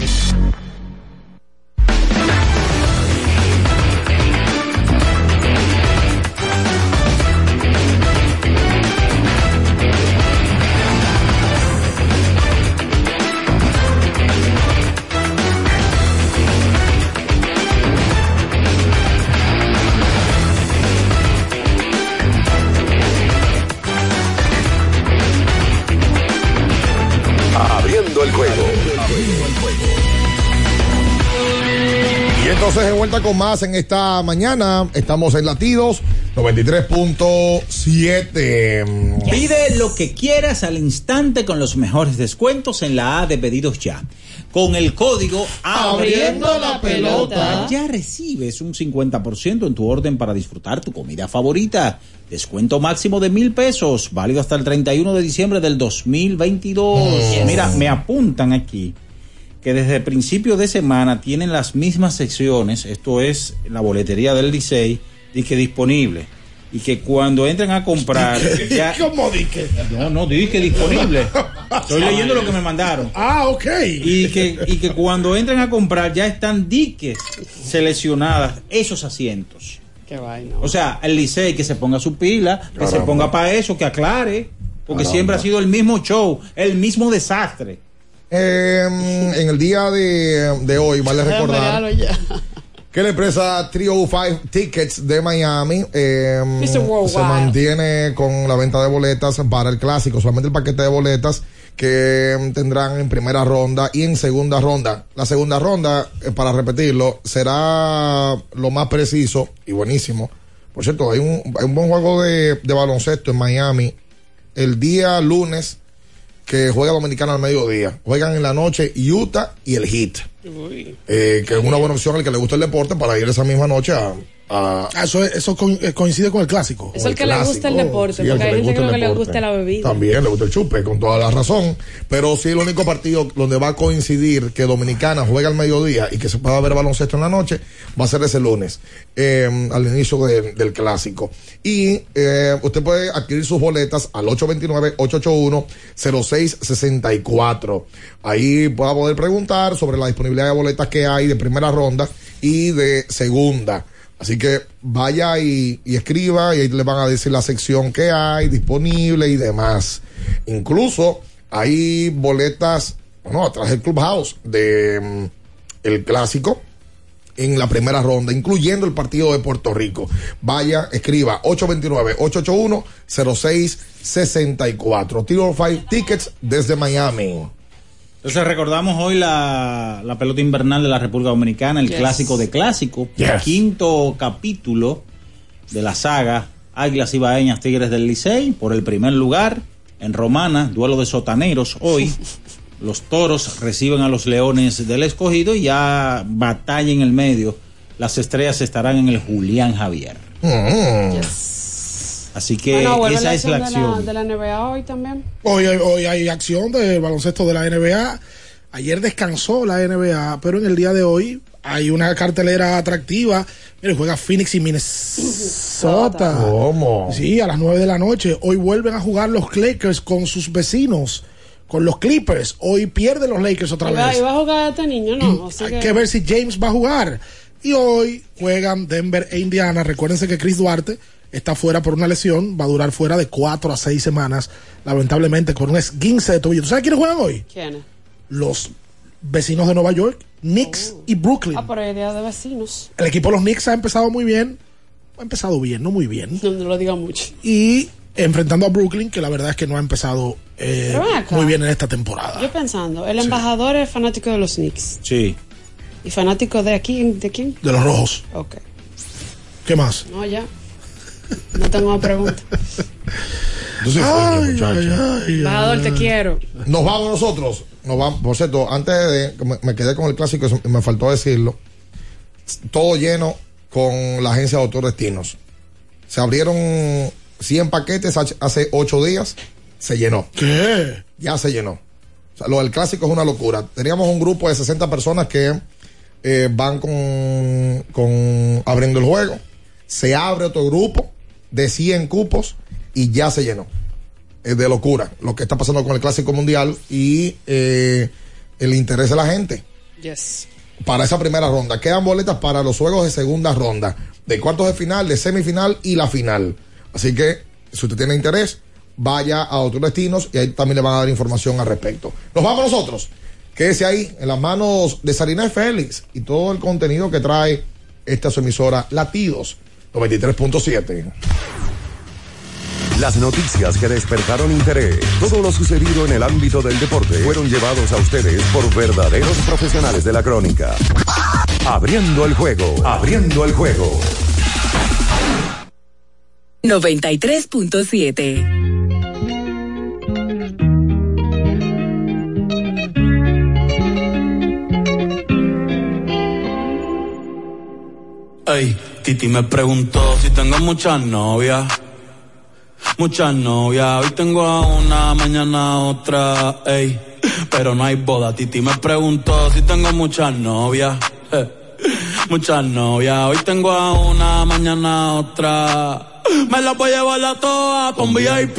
El juego. Y entonces de vuelta con más en esta mañana. Estamos en Latidos 93.7. Pide lo que quieras al instante con los mejores descuentos en la A de Pedidos Ya. Con el código Abriendo la Pelota ya recibes un 50% en tu orden para disfrutar tu comida favorita. Descuento máximo de 1,000 pesos, válido hasta el 31 de diciembre del 2022. Mira, me apuntan aquí que desde el principio de semana tienen las mismas secciones, esto es la boletería del Licey, disponible. Y que cuando entren a comprar ya... ¿Cómo dique? No, dique disponible. Estoy leyendo lo que me mandaron. Ok. Y que cuando entren a comprar ya están diques seleccionadas esos asientos. Qué vaina. O sea, el Licey que se ponga su pila, que se ponga para eso, que aclare, porque siempre ha sido el mismo show, el mismo desastre. En el día de hoy, vale recordar que la empresa 305 Tickets de Miami se mantiene con la venta de boletas para el clásico, solamente el paquete de boletas que tendrán en primera ronda y en segunda ronda. La segunda ronda, para repetirlo, será lo más preciso y buenísimo. Por cierto, hay un buen juego de baloncesto en Miami el día lunes, que juega Dominicana al mediodía. Juegan en la noche Utah y el Heat. Que es una buena opción al que le gusta el deporte para ir esa misma noche a eso coincide con el clásico. Es el que le gusta el deporte, sí, porque hay gente que le gusta la bebida. También le gusta el chupe, con toda la razón. Pero sí, el único partido donde va a coincidir que Dominicana juega al mediodía y que se pueda ver baloncesto en la noche va a ser ese lunes, al inicio del clásico. Y usted puede adquirir sus boletas al 829-881-0664. Ahí va a poder preguntar sobre la disponibilidad de boletas que hay de primera ronda y de segunda. Así que vaya y escriba y ahí le van a decir la sección que hay disponible y demás. Incluso hay boletas bueno, atrás del Clubhouse de el Clásico en la primera ronda, incluyendo el partido de Puerto Rico. Vaya, escriba 829-881-0664. Tiro 5 tickets desde Miami. Entonces recordamos hoy la pelota invernal de la República Dominicana, el clásico de clásico, quinto capítulo de la saga Águilas Ibaeñas Tigres del Licey, por el primer lugar en Romana, duelo de sotaneros hoy. Los Toros reciben a los Leones del Escogido y ya batalla en el medio. Las estrellas estarán en el Julián Javier. Así que esa es la acción. De la NBA hoy también. Hoy hay acción de baloncesto de la NBA. Ayer descansó la NBA, pero en el día de hoy hay una cartelera atractiva. Mire, juega Phoenix y Minnesota. ¿Cómo? Sí, a las 9 de la noche. Hoy vuelven a jugar los Lakers con sus vecinos, con los Clippers. Hoy pierden los Lakers otra vez. ¿Y va a jugar este niño? No. Hay que ver si James va a jugar. Y hoy juegan Denver e Indiana. Recuérdense que Chris Duarte está fuera por una lesión. Va a durar fuera de 4 a 6 semanas, lamentablemente, con un esguince de tobillo. ¿Tú sabes quiénes juegan hoy? ¿Quiénes? Los vecinos de Nueva York, Knicks y Brooklyn. Pero hay día de vecinos. El equipo de los Knicks ha empezado muy bien. Ha empezado bien, no muy bien. No lo diga mucho. Y enfrentando a Brooklyn, que la verdad es que no ha empezado muy bien en esta temporada. Yo pensando, el embajador es fanático de los Knicks. Sí. ¿Y fanático de aquí? ¿De quién? De los Rojos. Ok. ¿Qué más? No, ya. No tengo más preguntas. Embajador, te quiero. Nos vamos nosotros. Nos vamos. Por cierto, antes de me quedé con el clásico, me faltó decirlo. Todo lleno con la agencia de autodestinos. Se abrieron 100 paquetes hace 8 días. Se llenó. ¿Qué? Ya se llenó. O sea, lo del clásico es una locura. Teníamos un grupo de 60 personas que van con abriendo el juego. Se abre otro grupo de 100 cupos y ya se llenó. Es de locura lo que está pasando con el Clásico Mundial y el interés de la gente. Yes. Para esa primera ronda. Quedan boletas para los juegos de segunda ronda, de cuartos de final, de semifinal y la final. Así que, si usted tiene interés, vaya a otros destinos y ahí también le van a dar información al respecto. Nos vamos nosotros. Quédese ahí en las manos de Sarina Félix y todo el contenido que trae esta su emisora Latidos 93.7. Las noticias que despertaron interés, todo lo sucedido en el ámbito del deporte, fueron llevados a ustedes por verdaderos profesionales de la crónica. Abriendo el juego. 93.7. Ey, Titi me preguntó si tengo muchas novias. Hoy tengo a una, mañana a otra, ey. Pero no hay boda. Titi me preguntó si tengo muchas novias. Muchas novias. Hoy tengo a una, mañana a otra. Me las voy a llevar a todas pa' un VIP,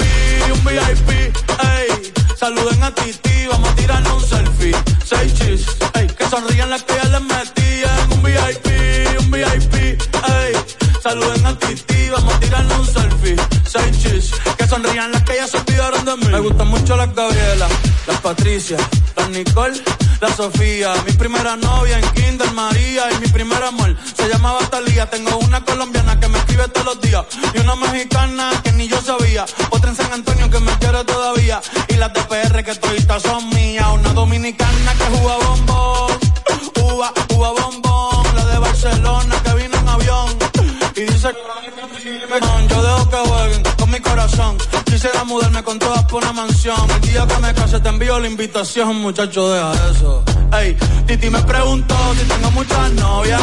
ey. Saluden a Titi, vamos a tirarle un selfie. 6 chis, ey. Que sonrían las que ya les metían. Un VIP, ey. Saluden a Titi, vamos a tirarle un selfie. 6 chis, que sonrían las que ya se olvidaron de mí. Me gustan mucho las Gabriela, las Patricia, las Nicole, la Sofía. Mi primera novia en Kinder María y mi primer amor se llamaba Talía. Tengo una colombiana que me escribe todos los días y una mexicana que ni yo sabía. Otra en San Antonio que me quiere todavía y las de PR que toditas son mías. Una dominicana que juega bombón, uva bombón. La de Barcelona que vino en avión y dice que yo dejo que jueguen con mi corazón. Quisiera mudarme con todas por una mansión. El día que me case te envío la invitación, muchacho, deja eso. Ey, Titi me preguntó si tengo muchas novias.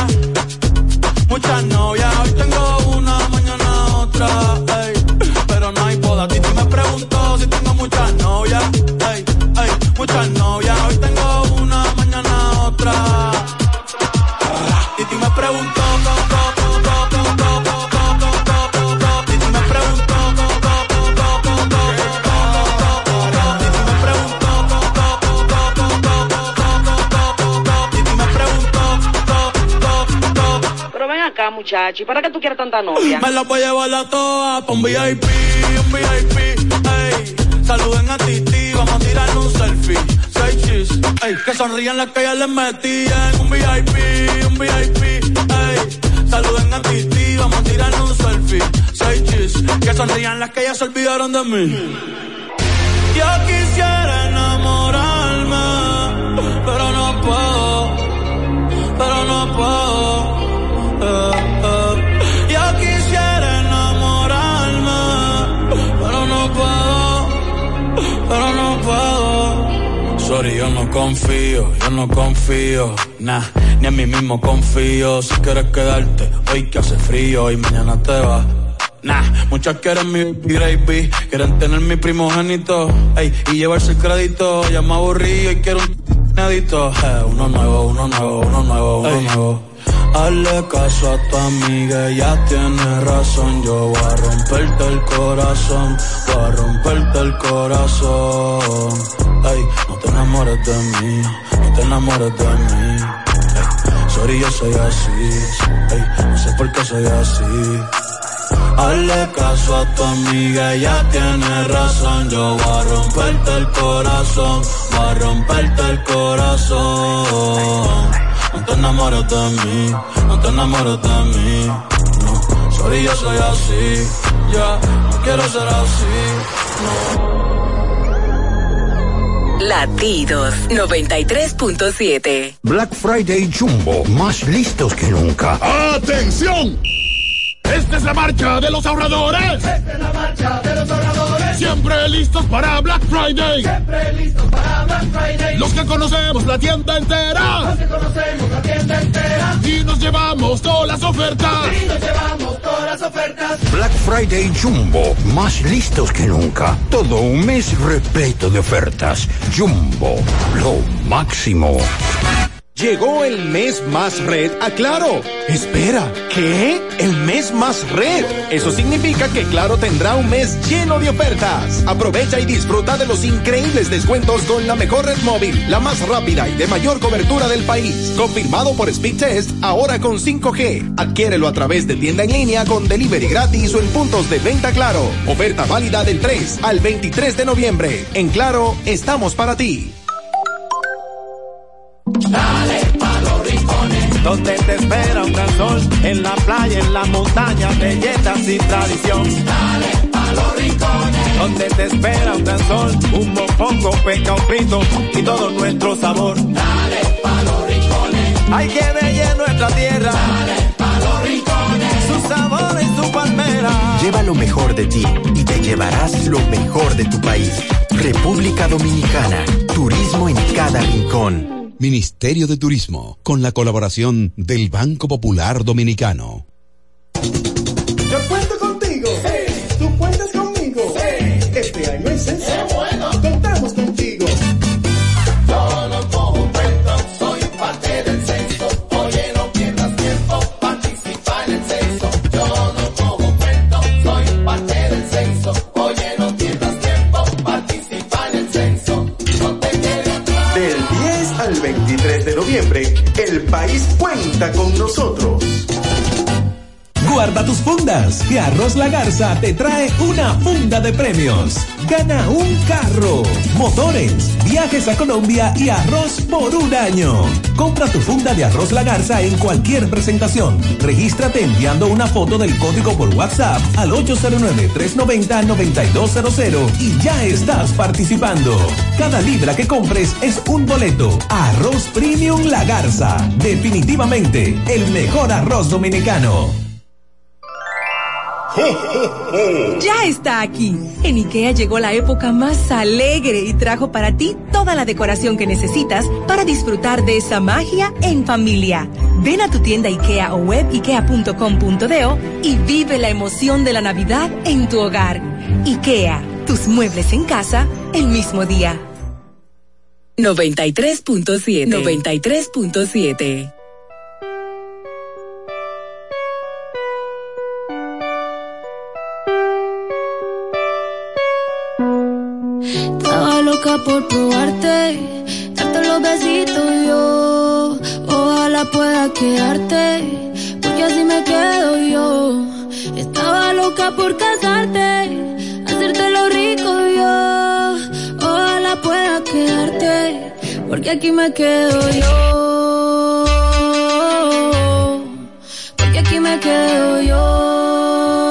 Hoy tengo una, mañana otra, ey. Pero no hay boda. Titi me preguntó si tengo muchas novias. Ey, muchas novias. Hoy tengo una, mañana otra. Titi me preguntó, muchacho, ¿y para qué tú quieres tanta novia? Me la voy a llevar a todas pa' un VIP, ey. Saluden a Titi, vamos a tirar un selfie. 6 chis, ey, que sonrían las que ya les metían. Un VIP, ey. Saluden a Titi, vamos a tirar un selfie. 6 chis, que sonrían las que ya se olvidaron de mí. Yo quisiera enamorarme, pero no puedo, Yo quisiera enamorarme, pero no puedo. Sorry, yo no confío, nah, ni en mí mismo confío. Si quieres quedarte, hoy que hace frío y mañana te vas. Nah, muchas quieren mi baby, quieren tener mi primogénito, ey, y llevarse el crédito. Ya me aburrí y quiero un inédito. Uno nuevo. Hazle caso a tu amiga, ella tiene razón. Yo voy a romperte el corazón, ey, no te enamores de mí, ey, sorry, yo soy así, ey, no sé por qué soy así. Hazle caso a tu amiga, ella tiene razón. Yo voy a romperte el corazón, No te enamores de mí, no. Sorry, yo soy así, ya, no quiero ser así, no. Latidos 93.7. Black Friday Jumbo, más listos que nunca. ¡Atención! Esta es la marcha de los ahorradores. Siempre listos para Black Friday. Los que conocemos la tienda entera. Y nos llevamos todas las ofertas. Black Friday Jumbo, más listos que nunca. Todo un mes repleto de ofertas. Jumbo, lo máximo. Llegó el mes más red a Claro. Espera, ¿qué? ¿El mes más red? Eso significa que Claro tendrá un mes lleno de ofertas. Aprovecha y disfruta de los increíbles descuentos con la mejor red móvil, la más rápida y de mayor cobertura del país. Confirmado por Speedtest, ahora con 5G. Adquiérelo a través de tienda en línea con delivery gratis o en puntos de venta Claro. Oferta válida del 3 al 23 de noviembre. En Claro, estamos para ti. Dale pa' los rincones, donde te espera un gran sol, en la playa, en la montaña, belletas y tradición. Dale pa' los rincones, donde te espera un gran sol, un mofongo, pescado frito y todo nuestro sabor. Dale pa' los rincones, hay que bella nuestra tierra. Dale pa' los rincones, su sabor y su palmera. Lleva lo mejor de ti y te llevarás lo mejor de tu país. República Dominicana, turismo en cada rincón. Ministerio de Turismo, con la colaboración del Banco Popular Dominicano. Yo cuento contigo. Sí. Tú cuentas conmigo. Sí. Este año es censo. ¡Qué bueno! Contamos contigo. Yo no cojo cuento, soy parte del censo. Oye, no pierdas tiempo, participa en el censo. Yo no cojo cuento, soy parte del censo. Oye, no pierdas tiempo, participa en el censo. No te quedes atrás. Del 10 al 23 de noviembre, el país cuenta con nosotros. Guarda tus fundas, que Arroz La Garza te trae una funda de premios. Gana un carro, motores, viajes a Colombia y arroz por un año. Compra tu funda de Arroz La Garza en cualquier presentación. Regístrate enviando una foto del código por WhatsApp al 809-390-9200 y ya estás participando. Cada libra que compres es un boleto. Arroz Premium La Garza. Definitivamente el mejor arroz dominicano. Ya está aquí. En IKEA llegó la época más alegre y trajo para ti toda la decoración que necesitas para disfrutar de esa magia en familia. Ven a tu tienda IKEA o web ikea.com.do y vive la emoción de la Navidad en tu hogar. IKEA, tus muebles en casa el mismo día. 93.7. 93.7. Por probarte, darte los besitos yo. Ojalá pueda quedarte, porque así me quedo yo. Estaba loca por casarte, hacerte lo rico yo. Ojalá porque aquí me quedo yo, porque aquí me quedo yo.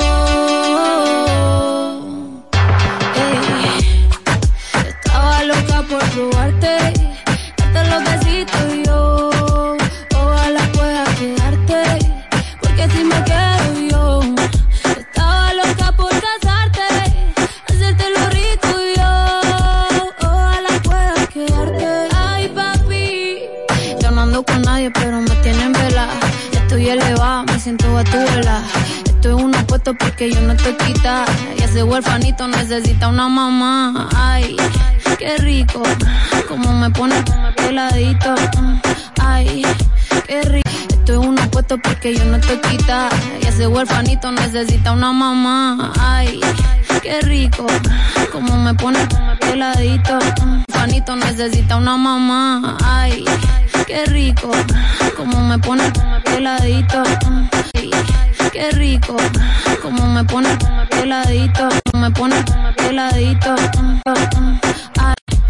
Estaba loca por probarte, darte los besitos y yo, ojalá pueda quedarte, porque así me quedo yo. Estaba loca por casarte, hacerte lo rico y yo, ojalá pueda quedarte. Ay papi, yo no ando con nadie pero me tienen vela. Estoy elevada, me siento a tu vela. Estoy en unos puestos porque yo no estoy quita. Y ese huerfanito necesita una mamá. Ay, qué rico, como me pone peladito. Ay, qué rico. Estoy en unos puestos porque yo no estoy quita. Y ese huerfanito necesita una mamá. Ay, qué rico, como me pone peladito. Huerfanito necesita una mamá. Ay, qué rico, como me pone peladito. Ay, qué rico, como me pone peladito. Me pone peladito. Ay,